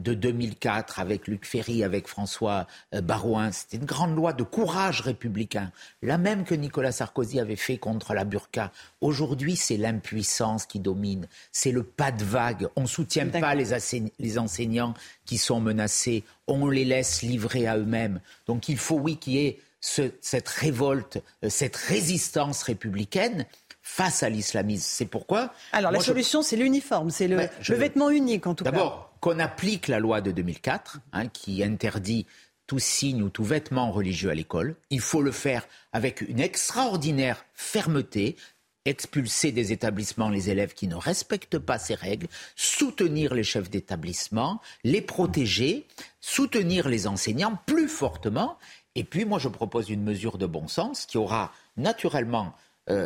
2004 avec Luc Ferry, avec François Barouin. C'était une grande loi de courage républicain. La même que Nicolas Sarkozy avait fait contre la burqa. Aujourd'hui, c'est l'impuissance qui domine. C'est le pas de vague. On ne soutient pas les enseignants qui sont menacés. On les laisse livrer à eux-mêmes. Donc il faut, oui, qu'il y ait cette révolte, cette résistance républicaine face à l'islamisme. C'est pourquoi... Alors la solution, c'est l'uniforme, c'est le vêtement unique en tout cas. D'abord, qu'on applique la loi de 2004, qui interdit tout signe ou tout vêtement religieux à l'école. Il faut le faire avec une extraordinaire fermeté, expulser des établissements les élèves qui ne respectent pas ces règles, soutenir les chefs d'établissement, les protéger, soutenir les enseignants plus fortement. Et puis, moi, je propose une mesure de bon sens qui aura naturellement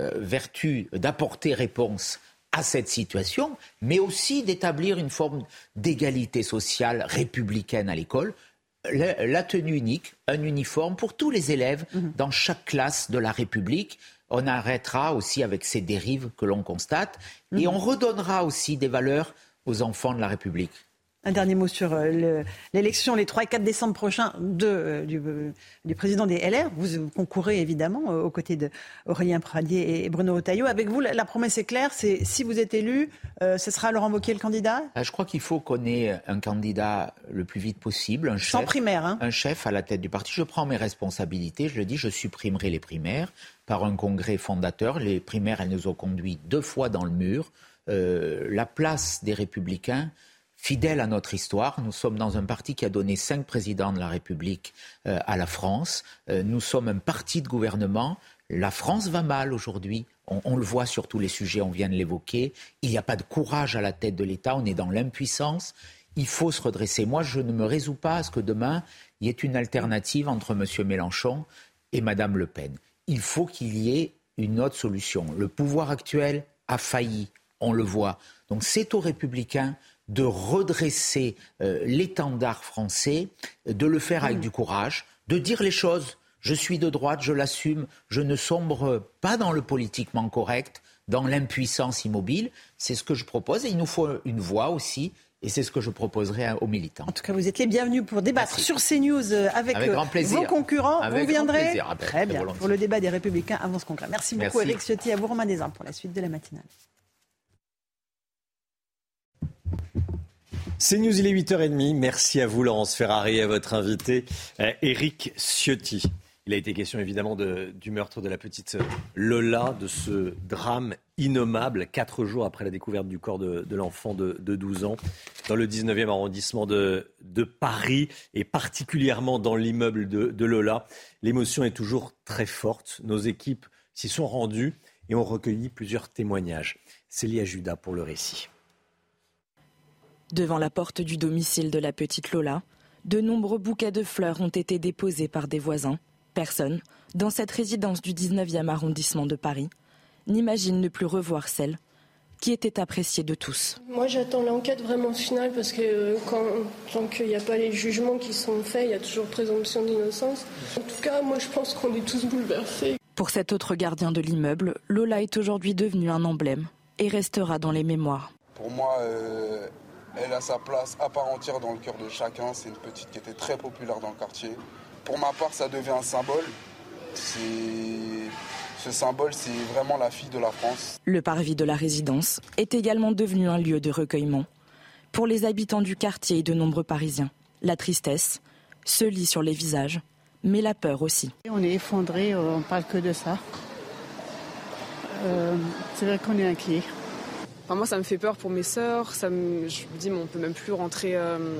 vertu d'apporter réponse à cette situation, mais aussi d'établir une forme d'égalité sociale républicaine à l'école. La tenue unique, un uniforme pour tous les élèves dans chaque classe de la République. On arrêtera aussi avec ces dérives que l'on constate et on redonnera aussi des valeurs aux enfants de la République. Un dernier mot sur l'élection les 3 et 4 décembre prochains du président des LR. Vous concourez évidemment aux côtés d'Aurélien Pradié et Bruno Retailleau. Avec vous, la promesse est claire, c'est si vous êtes élu, ce sera Laurent Wauquiez le candidat ? Je crois qu'il faut qu'on ait un candidat le plus vite possible, un chef, sans primaire, un chef à la tête du parti. Je prends mes responsabilités, je le dis, je supprimerai les primaires par un congrès fondateur. Les primaires, elles nous ont conduit 2 fois dans le mur. La place des Républicains, fidèle à notre histoire, nous sommes dans un parti qui a donné 5 présidents de la République à la France. Nous sommes un parti de gouvernement. La France va mal aujourd'hui. On le voit sur tous les sujets, on vient de l'évoquer. Il n'y a pas de courage à la tête de l'État, on est dans l'impuissance. Il faut se redresser. Moi, je ne me résous pas à ce que demain, il y ait une alternative entre M. Mélenchon et Mme Le Pen. Il faut qu'il y ait une autre solution. Le pouvoir actuel a failli, on le voit. Donc c'est aux Républicains de redresser l'étendard français, de le faire avec du courage, de dire les choses. Je suis de droite, je l'assume, je ne sombre pas dans le politiquement correct, dans l'impuissance immobile. C'est ce que je propose et il nous faut une voix aussi. Et c'est ce que je proposerai aux militants. En tout cas, vous êtes les bienvenus pour débattre sur CNews avec vos concurrents. Vous viendrez très bien pour le débat des Républicains avant ce congrès. Merci beaucoup Éric Ciotti, à vous Romain Desarmes pour la suite de la matinale. CNews, il est 8h30. Merci à vous, Laurence Ferrari, et à votre invité, Éric Ciotti. Il a été question évidemment du meurtre de la petite Lola, de ce drame innommable, 4 jours après la découverte du corps de l'enfant de 12 ans, dans le 19e arrondissement de Paris, et particulièrement dans l'immeuble de Lola. L'émotion est toujours très forte. Nos équipes s'y sont rendues et ont recueilli plusieurs témoignages. Célia Judas pour le récit. Devant la porte du domicile de la petite Lola, de nombreux bouquets de fleurs ont été déposés par des voisins. Personne, dans cette résidence du 19e arrondissement de Paris, n'imagine ne plus revoir celle qui était appréciée de tous. Moi, j'attends l'enquête vraiment finale parce que tant qu'il n'y a pas les jugements qui sont faits, il y a toujours présomption d'innocence. En tout cas, moi, je pense qu'on est tous bouleversés. Pour cet autre gardien de l'immeuble, Lola est aujourd'hui devenue un emblème et restera dans les mémoires. Pour moi, elle a sa place à part entière dans le cœur de chacun. C'est une petite qui était très populaire dans le quartier. Pour ma part, ça devient un symbole. Ce symbole, c'est vraiment la fille de la France. Le parvis de la résidence est également devenu un lieu de recueillement. Pour les habitants du quartier et de nombreux Parisiens, la tristesse se lit sur les visages, mais la peur aussi. On est effondrés, on parle que de ça. C'est vrai qu'on est inquiets. Enfin, moi, ça me fait peur pour mes sœurs. Je me dis, mais on peut même plus rentrer.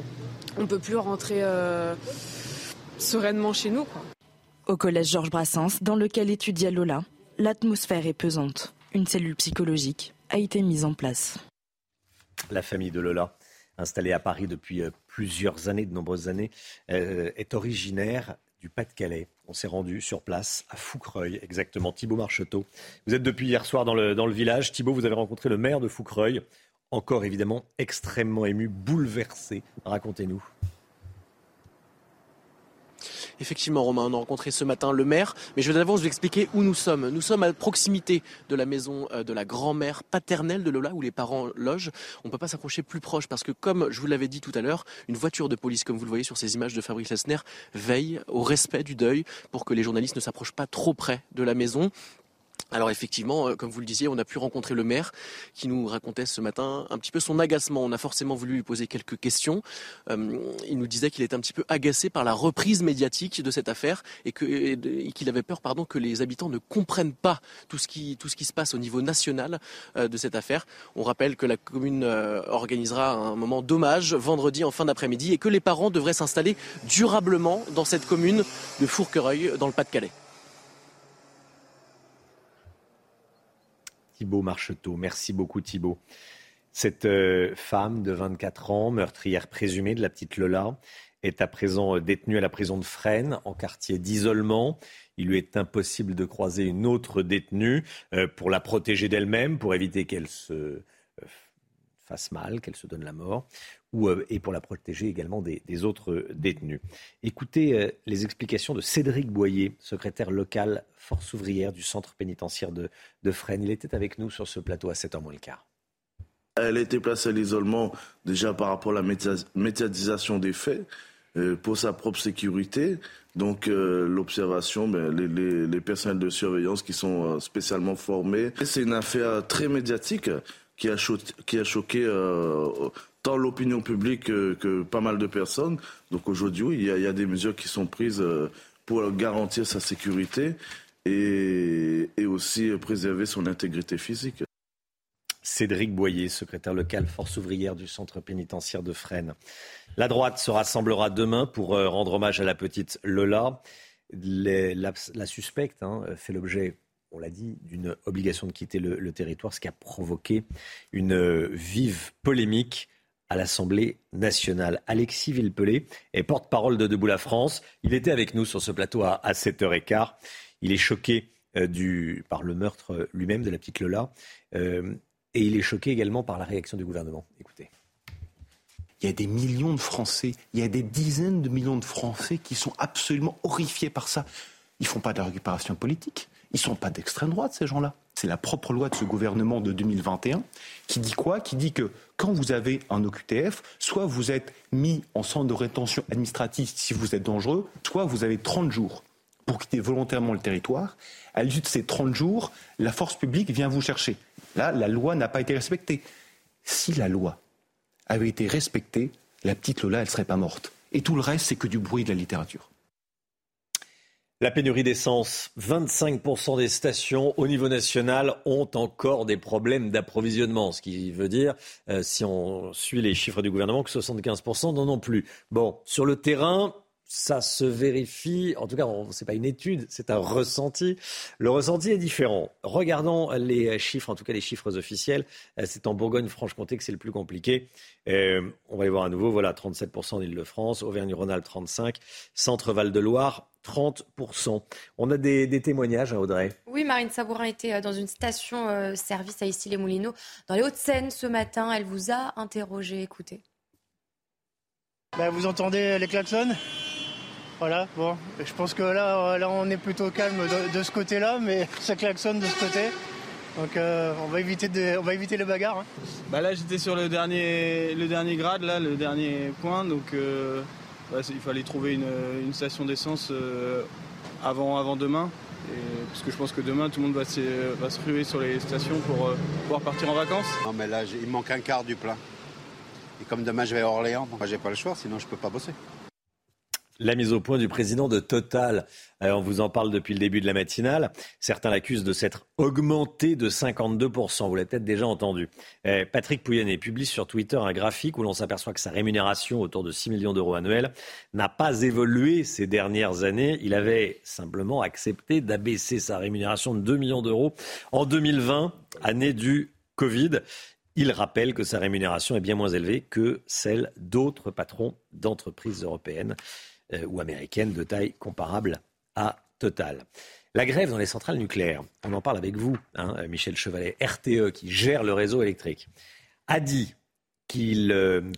Sereinement chez nous, quoi. Au collège Georges Brassens, dans lequel étudiait Lola, l'atmosphère est pesante. Une cellule psychologique a été mise en place. La famille de Lola, installée à Paris depuis plusieurs années, de nombreuses années, est originaire du Pas-de-Calais. On s'est rendu sur place à Fouquereuil, exactement. Thibaut Marcheteau, vous êtes depuis hier soir dans le village. Thibaut, vous avez rencontré le maire de Fouquereuil, encore évidemment extrêmement ému, bouleversé. Racontez-nous. Effectivement, Romain, on a rencontré ce matin le maire, mais je vais d'abord vous expliquer où nous sommes. Nous sommes à proximité de la maison de la grand-mère paternelle de Lola, où les parents logent. On ne peut pas s'approcher plus proche parce que, comme je vous l'avais dit tout à l'heure, une voiture de police, comme vous le voyez sur ces images de Fabrice Lessner, veille au respect du deuil pour que les journalistes ne s'approchent pas trop près de la maison. Alors effectivement, comme vous le disiez, on a pu rencontrer le maire qui nous racontait ce matin un petit peu son agacement. On a forcément voulu lui poser quelques questions. Il nous disait qu'il était un petit peu agacé par la reprise médiatique de cette affaire et qu'il avait peur que les habitants ne comprennent pas tout ce qui se passe au niveau national de cette affaire. On rappelle que la commune organisera un moment d'hommage vendredi en fin d'après-midi et que les parents devraient s'installer durablement dans cette commune de Fouquereuil dans le Pas-de-Calais. Thibaut Marcheteau, merci beaucoup Thibaut. Cette femme de 24 ans, meurtrière présumée de la petite Lola, est à présent détenue à la prison de Fresnes, en quartier d'isolement. Il lui est impossible de croiser une autre détenue pour la protéger d'elle-même, pour éviter qu'elle se fasse mal, qu'elle se donne la mort, et pour la protéger également des autres détenus. Écoutez les explications de Cédric Boyer, secrétaire local force ouvrière du centre pénitentiaire de Fresnes. Il était avec nous sur ce plateau à 7h moins le quart. Elle a été placée à l'isolement déjà par rapport à la médiatisation des faits, pour sa propre sécurité. Donc l'observation, les personnels de surveillance qui sont spécialement formés. C'est une affaire très médiatique qui a choqué tant l'opinion publique que pas mal de personnes. Donc aujourd'hui, il y a des mesures qui sont prises pour garantir sa sécurité et aussi préserver son intégrité physique. Cédric Boyer, secrétaire local force ouvrière du centre pénitentiaire de Fresnes. La droite se rassemblera demain pour rendre hommage à la petite Lola. La suspecte fait l'objet, on l'a dit, d'une obligation de quitter le territoire, ce qui a provoqué une vive polémique à l'Assemblée nationale. Alexis Villepelet est porte-parole de Debout la France. Il était avec nous sur ce plateau à 7h15. Il est choqué par le meurtre lui-même de la petite Lola. Et il est choqué également par la réaction du gouvernement. Écoutez. Il y a des millions de Français, il y a des dizaines de millions de Français qui sont absolument horrifiés par ça. Ils ne font pas de la récupération politique. Ils ne sont pas d'extrême droite, ces gens-là. C'est la propre loi de ce gouvernement de 2021 qui dit quoi ? Qui dit que quand vous avez un OQTF, soit vous êtes mis en centre de rétention administrative si vous êtes dangereux, soit vous avez 30 jours pour quitter volontairement le territoire. À l'issue de ces 30 jours, la force publique vient vous chercher. Là, la loi n'a pas été respectée. Si la loi avait été respectée, la petite Lola, elle ne serait pas morte. Et tout le reste, c'est que du bruit de la littérature. La pénurie d'essence, 25% des stations au niveau national ont encore des problèmes d'approvisionnement. Ce qui veut dire, si on suit les chiffres du gouvernement, que 75% n'en ont plus. Bon, sur le terrain, ça se vérifie. En tout cas, ce n'est pas une étude, c'est un ressenti. Le ressenti est différent. Regardons les chiffres, en tout cas les chiffres officiels. C'est en Bourgogne-Franche-Comté que c'est le plus compliqué. On va les voir à nouveau. Voilà, 37% en Île-de-France, Auvergne-Rhône-Alpes 35%, Centre-Val de Loire 30%. On a des témoignages, Audrey. Oui, Marine Sabourin était dans une station-service à Issy-les-Moulineaux, dans les Hauts-de-Seine ce matin. Elle vous a interrogé. Écoutez. Vous entendez les klaxons ? Voilà, bon, je pense que là on est plutôt calme de ce côté-là, mais ça klaxonne de ce côté. Donc on va éviter les bagarres. Là j'étais sur le dernier grade, là, le dernier point, donc il fallait trouver une station d'essence avant demain. Parce que je pense que demain tout le monde va se ruer sur les stations pour pouvoir partir en vacances. Non mais là il manque un quart du plein. Et comme demain je vais à Orléans, moi j'ai pas le choix, sinon je peux pas bosser. La mise au point du président de Total. On vous en parle depuis le début de la matinale. Certains l'accusent de s'être augmenté de 52%. Vous l'avez peut-être déjà entendu. Patrick Pouyanné publie sur Twitter un graphique où l'on s'aperçoit que sa rémunération, autour de 6 millions d'euros annuels, n'a pas évolué ces dernières années. Il avait simplement accepté d'abaisser sa rémunération de 2 millions d'euros en 2020, année du Covid. Il rappelle que sa rémunération est bien moins élevée que celle d'autres patrons d'entreprises européennes ou américaines de taille comparable à Total. La grève dans les centrales nucléaires, on en parle avec vous, Michel Chevalet. RTE, qui gère le réseau électrique, a dit qu'il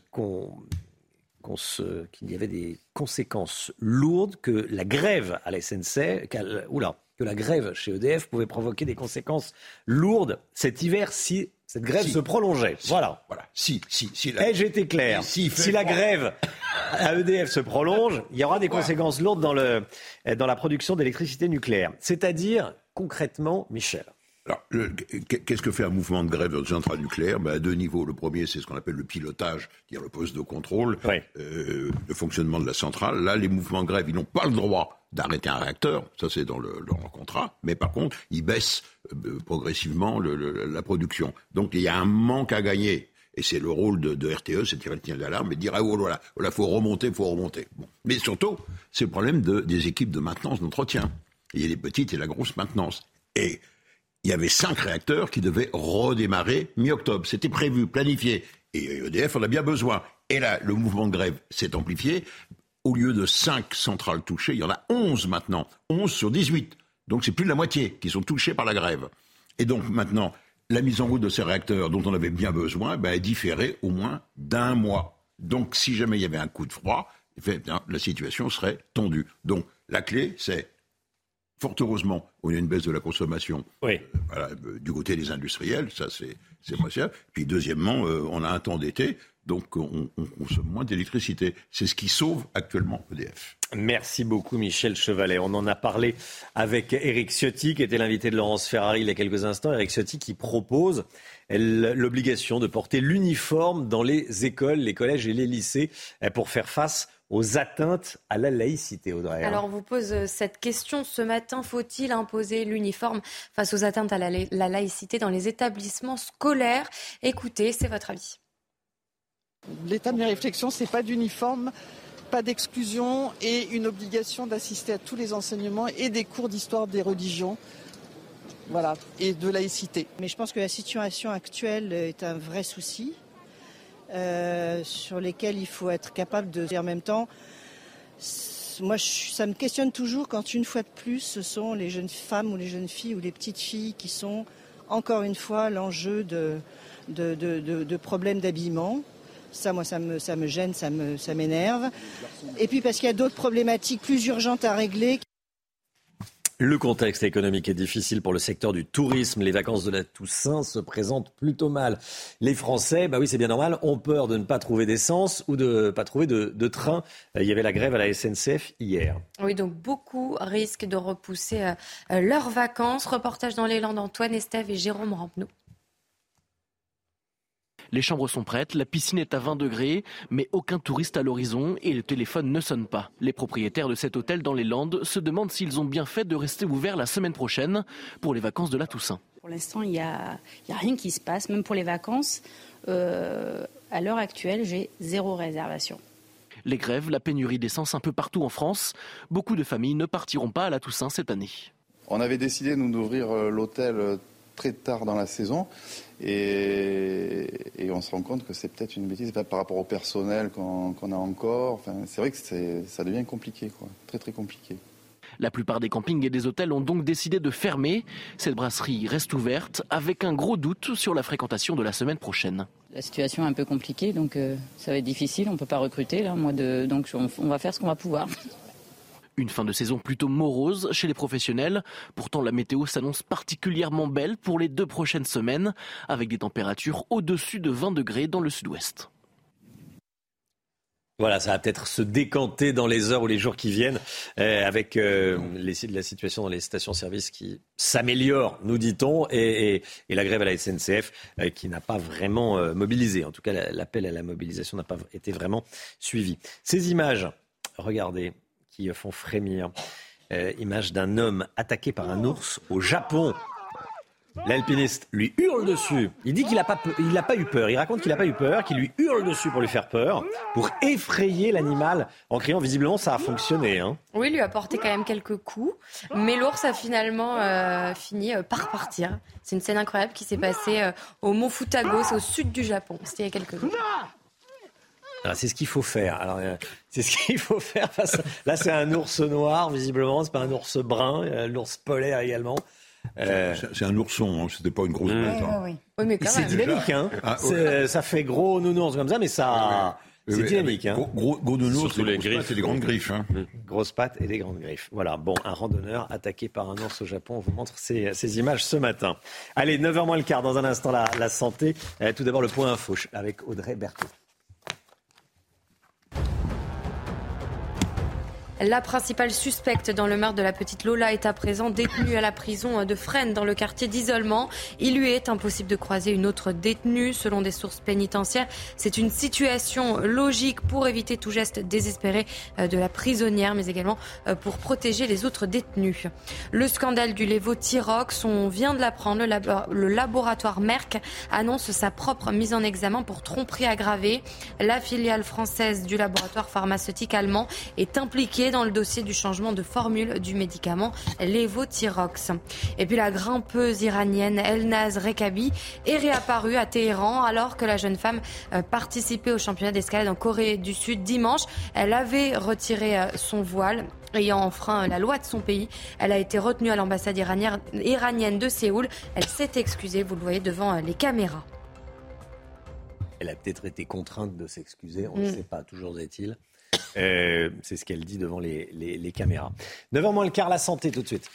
y avait des conséquences lourdes, que la grève à la SNCF, que la grève chez EDF pouvait provoquer des conséquences lourdes cet hiver si cette grève se prolongeait. Voilà. Si j'ai été clair. Si la grève à EDF se prolonge, il y aura des conséquences lourdes dans la production d'électricité nucléaire. C'est-à-dire, concrètement, Michel. Alors, qu'est-ce que fait un mouvement de grève dans une centrale nucléaire ? À deux niveaux. Le premier, c'est ce qu'on appelle le pilotage, c'est-à-dire le poste de contrôle, le fonctionnement de la centrale. Là, les mouvements de grève, ils n'ont pas le droit d'arrêter un réacteur, ça c'est dans leur contrat, mais par contre, ils baissent progressivement la production. Donc, il y a un manque à gagner. Et c'est le rôle de RTE, c'est de tirer le signal d'alarme et de dire « voilà, faut remonter. » Bon. Mais surtout, c'est le problème des équipes de maintenance, d'entretien. Il y a les petites et la grosse maintenance. Et il y avait 5 réacteurs qui devaient redémarrer mi-octobre. C'était prévu, planifié. Et EDF en a bien besoin. Et là, le mouvement de grève s'est amplifié. Au lieu de 5 centrales touchées, il y en a 11 maintenant. 11 sur 18. Donc c'est plus de la moitié qui sont touchés par la grève. Et donc maintenant, la mise en route de ces réacteurs dont on avait bien besoin est différée au moins d'1 mois. Donc si jamais il y avait un coup de froid, la situation serait tendue. Donc la clé, c'est... Fort heureusement, on a une baisse de la consommation du côté des industriels, ça c'est précieux. Puis deuxièmement, on a un temps d'été, donc on consomme moins d'électricité. C'est ce qui sauve actuellement EDF. Merci beaucoup Michel Chevalet. On en a parlé avec Éric Ciotti, qui était l'invité de Laurence Ferrari il y a quelques instants. Éric Ciotti qui propose l'obligation de porter l'uniforme dans les écoles, les collèges et les lycées pour faire face aux atteintes à la laïcité, Audrey. Alors, on vous pose cette question ce matin. Faut-il imposer l'uniforme face aux atteintes à la laïcité dans les établissements scolaires ? Écoutez, c'est votre avis. L'état de mes réflexions, c'est pas d'uniforme, pas d'exclusion et une obligation d'assister à tous les enseignements et des cours d'histoire des religions. Voilà, et de laïcité. Mais je pense que la situation actuelle est un vrai souci. Sur lesquels il faut être capable de... Et en même temps, moi, ça me questionne toujours quand, une fois de plus, ce sont les jeunes femmes ou les jeunes filles ou les petites filles qui sont, encore une fois, l'enjeu de problèmes d'habillement. Ça, moi, ça me gêne, ça m'énerve. Et puis parce qu'il y a d'autres problématiques plus urgentes à régler. Le contexte économique est difficile pour le secteur du tourisme. Les vacances de la Toussaint se présentent plutôt mal. Les Français, c'est bien normal, ont peur de ne pas trouver d'essence ou de ne pas trouver de train. Il y avait la grève à la SNCF hier. Oui, donc beaucoup risquent de repousser leurs vacances. Reportage dans les Landes, Antoine Estève et Jérôme Rampenou. Les chambres sont prêtes, la piscine est à 20 degrés, mais aucun touriste à l'horizon et le téléphone ne sonne pas. Les propriétaires de cet hôtel dans les Landes se demandent s'ils ont bien fait de rester ouverts la semaine prochaine pour les vacances de la Toussaint. Pour l'instant, il y a rien qui se passe, même pour les vacances. À l'heure actuelle, j'ai 0 réservation. Les grèves, la pénurie d'essence un peu partout en France. Beaucoup de familles ne partiront pas à la Toussaint cette année. On avait décidé, nous, d'ouvrir l'hôtel très tard dans la saison et on se rend compte que c'est peut-être une bêtise par rapport au personnel qu'on a encore. Enfin, c'est vrai que ça devient compliqué, très très compliqué. La plupart des campings et des hôtels ont donc décidé de fermer. Cette brasserie reste ouverte avec un gros doute sur la fréquentation de la semaine prochaine. La situation est un peu compliquée, donc ça va être difficile. On ne peut pas recruter là, donc on va faire ce qu'on va pouvoir. Une fin de saison plutôt morose chez les professionnels. Pourtant, la météo s'annonce particulièrement belle pour les 2 prochaines semaines, avec des températures au-dessus de 20 degrés dans le sud-ouest. Voilà, ça va peut-être se décanter dans les heures ou les jours qui viennent, avec la situation dans les stations-service qui s'améliore, nous dit-on, et la grève à la SNCF qui n'a pas vraiment mobilisé. En tout cas, l'appel à la mobilisation n'a pas été vraiment suivi. Ces images, regardez. qui font frémir. Image d'un homme attaqué par un ours au Japon. L'alpiniste lui hurle dessus. Il dit qu'il n'a pas eu peur. Il raconte qu'il n'a pas eu peur, qu'il lui hurle dessus pour lui faire peur, pour effrayer l'animal en criant. Visiblement, ça a fonctionné. Oui, il lui a porté quand même quelques coups. Mais l'ours a finalement fini par partir. C'est une scène incroyable qui s'est passée au mont Futago, c'est au sud du Japon. C'était il y a quelques jours. Alors, c'est ce qu'il faut faire. C'est ce qu'il faut faire Là, c'est un ours noir, visiblement. C'est pas un ours brun. L'ours polaire également. C'est un ourson, c'était pas une grosse bête. Oui, mais quand c'est même. dynamique, ça fait gros nounours comme ça, mais ça, c'est dynamique. Gros nounours, surtout les griffes et les grandes griffes. Grosses pattes et des grandes griffes. Voilà, bon, un randonneur attaqué par un ours au Japon. On vous montre ces images ce matin. Allez, 9h moins le quart, dans un instant, la santé. Tout d'abord, le point info avec Audrey Berthaud. La principale suspecte dans le meurtre de la petite Lola est à présent détenue à la prison de Fresnes dans le quartier d'isolement. Il lui est impossible de croiser une autre détenue. Selon des sources pénitentiaires, c'est une situation logique pour éviter tout geste désespéré de la prisonnière, mais également pour protéger les autres détenus. Le scandale du lévothyrox, on vient de l'apprendre. Le laboratoire Merck annonce sa propre mise en examen pour tromperie aggravée. La filiale française du laboratoire pharmaceutique allemand est impliquée dans le dossier du changement de formule du médicament lévothyrox. Et puis la grimpeuse iranienne Elnaz Rekabi est réapparue à Téhéran alors que la jeune femme participait au championnat d'escalade en Corée du Sud dimanche. Elle avait retiré son voile. Ayant enfreint la loi de son pays, elle a été retenue à l'ambassade iranienne de Séoul. Elle s'est excusée, vous le voyez devant les caméras. Elle a peut-être été contrainte de s'excuser, on ne sait pas, toujours est-il. C'est ce qu'elle dit devant les caméras. 9h moins le quart, la santé tout de suite.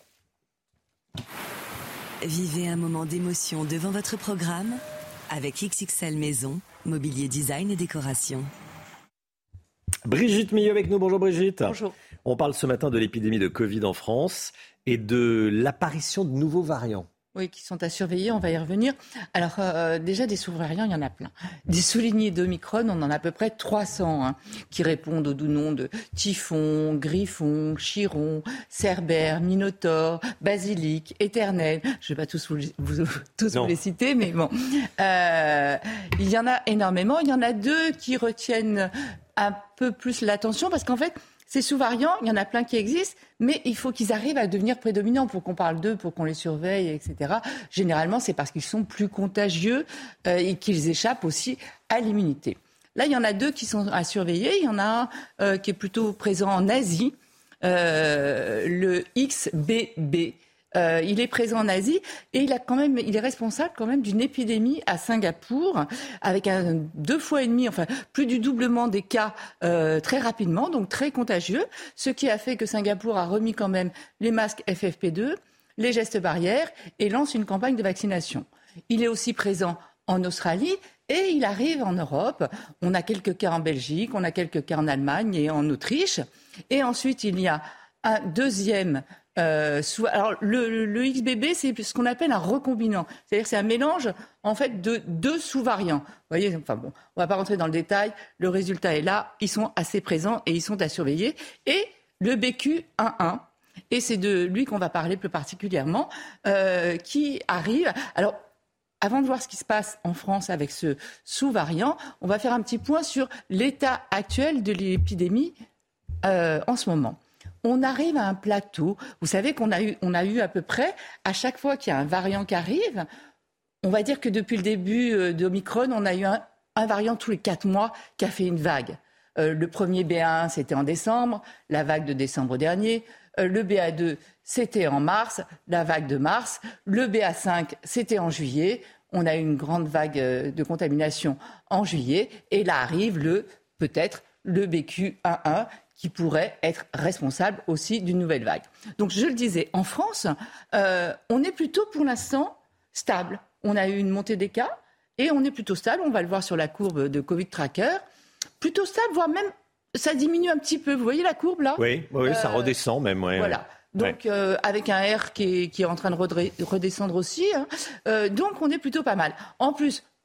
Vivez un moment d'émotion devant votre programme avec XXL Maison, mobilier design et décoration. Brigitte Millot avec nous. Bonjour Brigitte. Bonjour. On parle ce matin de l'épidémie de Covid en France et de l'apparition de nouveaux variants. Oui, qui sont à surveiller, on va y revenir. Alors déjà, des sous-variants, il y en a plein. Des soulignés d'Omicron, on en a à peu près 300 qui répondent aux doux noms de typhon, griffon, chiron, cerbère, minotaure, basilic, éternel. Je ne vais pas tous vous les citer, mais bon. Il y en a énormément. Il y en a deux qui retiennent un peu plus l'attention parce qu'en fait, ces sous-variants, il y en a plein qui existent, mais il faut qu'ils arrivent à devenir prédominants pour qu'on parle d'eux, pour qu'on les surveille, etc. Généralement, c'est parce qu'ils sont plus contagieux et qu'ils échappent aussi à l'immunité. Là, il y en a deux qui sont à surveiller. Il y en a un qui est plutôt présent en Asie, le XBB. Il est présent en Asie et il est responsable quand même d'une épidémie à Singapour avec 2,5 fois, enfin plus du doublement des cas très rapidement, donc très contagieux. Ce qui a fait que Singapour a remis quand même les masques FFP2, les gestes barrières et lance une campagne de vaccination. Il est aussi présent en Australie et il arrive en Europe. On a quelques cas en Belgique, on a quelques cas en Allemagne et en Autriche. Et ensuite, il y a un deuxième. Alors le XBB, c'est ce qu'on appelle un recombinant. C'est-à-dire que c'est un mélange en fait de deux sous-variants. Vous voyez, enfin bon, on va pas rentrer dans le détail. Le résultat est là. Ils sont assez présents et ils sont à surveiller. Et le BQ11, et c'est de lui qu'on va parler plus particulièrement, qui arrive. Alors, avant de voir ce qui se passe en France avec ce sous-variant, on va faire un petit point sur l'état actuel de l'épidémie en ce moment. On arrive à un plateau. Vous savez qu'on a eu à peu près, à chaque fois qu'il y a un variant qui arrive, on va dire que depuis le début d'Omicron, on a eu un variant tous les 4 mois qui a fait une vague. Le premier BA1, c'était en décembre, la vague de décembre dernier. Le BA2, c'était en mars, la vague de mars. Le BA5, c'était en juillet. On a eu une grande vague de contamination en juillet. Et là arrive peut-être le BQ11, qui pourrait être responsable aussi d'une nouvelle vague. Donc je le disais, en France, on est plutôt pour l'instant stable. On a eu une montée des cas et on est plutôt stable. On va le voir sur la courbe de Covid Tracker. Plutôt stable, voire même ça diminue un petit peu. Vous voyez la courbe là ? Oui, ça redescend même. Ouais, voilà. Donc avec un R qui est en train de redescendre aussi. Donc on est plutôt pas mal. En plus,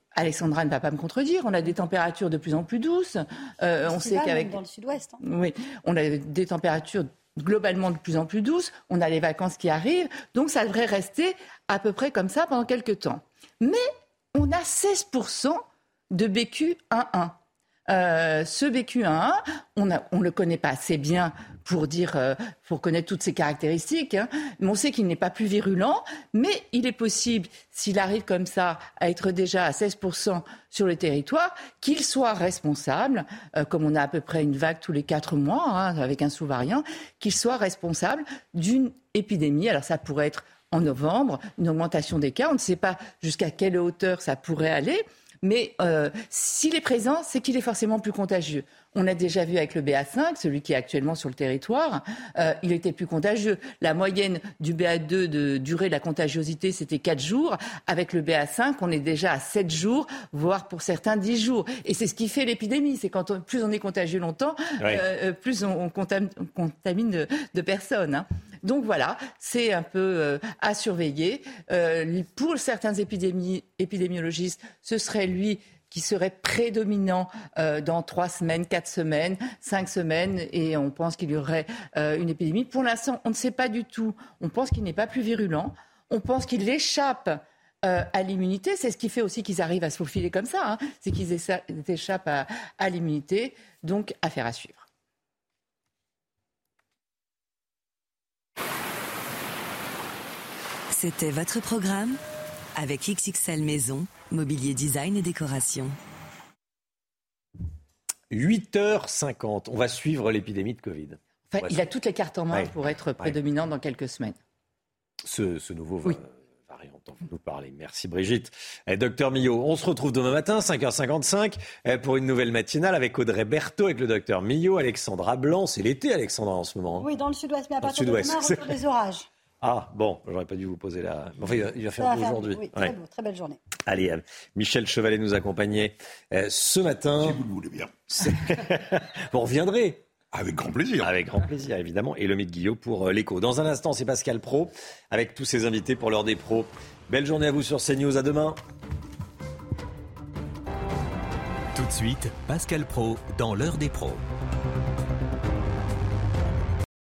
Alexandra ne va pas me contredire, on a des températures de plus en plus douces. On sait qu'avec dans le sud-ouest. Oui, on a des températures globalement de plus en plus douces. On a les vacances qui arrivent, donc ça devrait rester à peu près comme ça pendant quelques temps. Mais on a 16% de BQ1.1. Ce BQ1.1, on ne le connaît pas assez bien pour connaître toutes ses caractéristiques, hein, mais on sait qu'il n'est pas plus virulent, mais il est possible, s'il arrive comme ça, à être déjà à 16% sur le territoire, qu'il soit responsable, comme on a à peu près une vague tous les 4 mois, hein, avec un sous-variant, qu'il soit responsable d'une épidémie. Alors ça pourrait être en novembre, une augmentation des cas, on ne sait pas jusqu'à quelle hauteur ça pourrait aller, mais s'il est présent, c'est qu'il est forcément plus contagieux. On a déjà vu avec le BA5, celui qui est actuellement sur le territoire, il était plus contagieux. La moyenne du BA2 de durée de la contagiosité, c'était 4 jours. Avec le BA5, on est déjà à 7 jours, voire pour certains 10 jours. Et c'est ce qui fait l'épidémie. C'est plus on est contagieux longtemps, plus on contamine de personnes. Hein. Donc voilà, c'est un peu à surveiller. Pour certains épidémiologistes, ce serait lui qui serait prédominant dans 3 semaines, 4 semaines, 5 semaines, et on pense qu'il y aurait une épidémie. Pour l'instant, on ne sait pas du tout. On pense qu'il n'est pas plus virulent. On pense qu'il échappe à l'immunité. C'est ce qui fait aussi qu'ils arrivent à se faufiler comme ça. Hein. C'est qu'ils échappent à l'immunité. Donc, affaire à suivre. C'était votre programme avec XXL Maison, mobilier design et décoration. 8h50, on va suivre l'épidémie de Covid. Enfin, il a toutes les cartes en main pour être prédominant dans quelques semaines. Ce nouveau variant dont vous nous parlez. Merci Brigitte. Docteur Millot, on se retrouve demain matin, 5h55, pour une nouvelle matinale avec Audrey Berthaud, avec le docteur Millot, Alexandra Blanc. C'est l'été, Alexandra, en ce moment. Oui, dans le sud-ouest, mais à partir de demain, retour des orages. Ah, bon, j'aurais pas dû vous poser la... Enfin, il va faire beau aujourd'hui. Oui, très beau, très belle journée. Allez, Michel Chevalet nous accompagnait ce matin. Si vous le voulez bien. Vous reviendrez. Avec grand plaisir. Avec grand plaisir, évidemment. Et Lomique Guillot pour l'écho. Dans un instant, c'est Pascal Praud, avec tous ses invités pour l'heure des pros. Belle journée à vous sur CNews. À demain. Tout de suite, Pascal Praud dans l'heure des pros.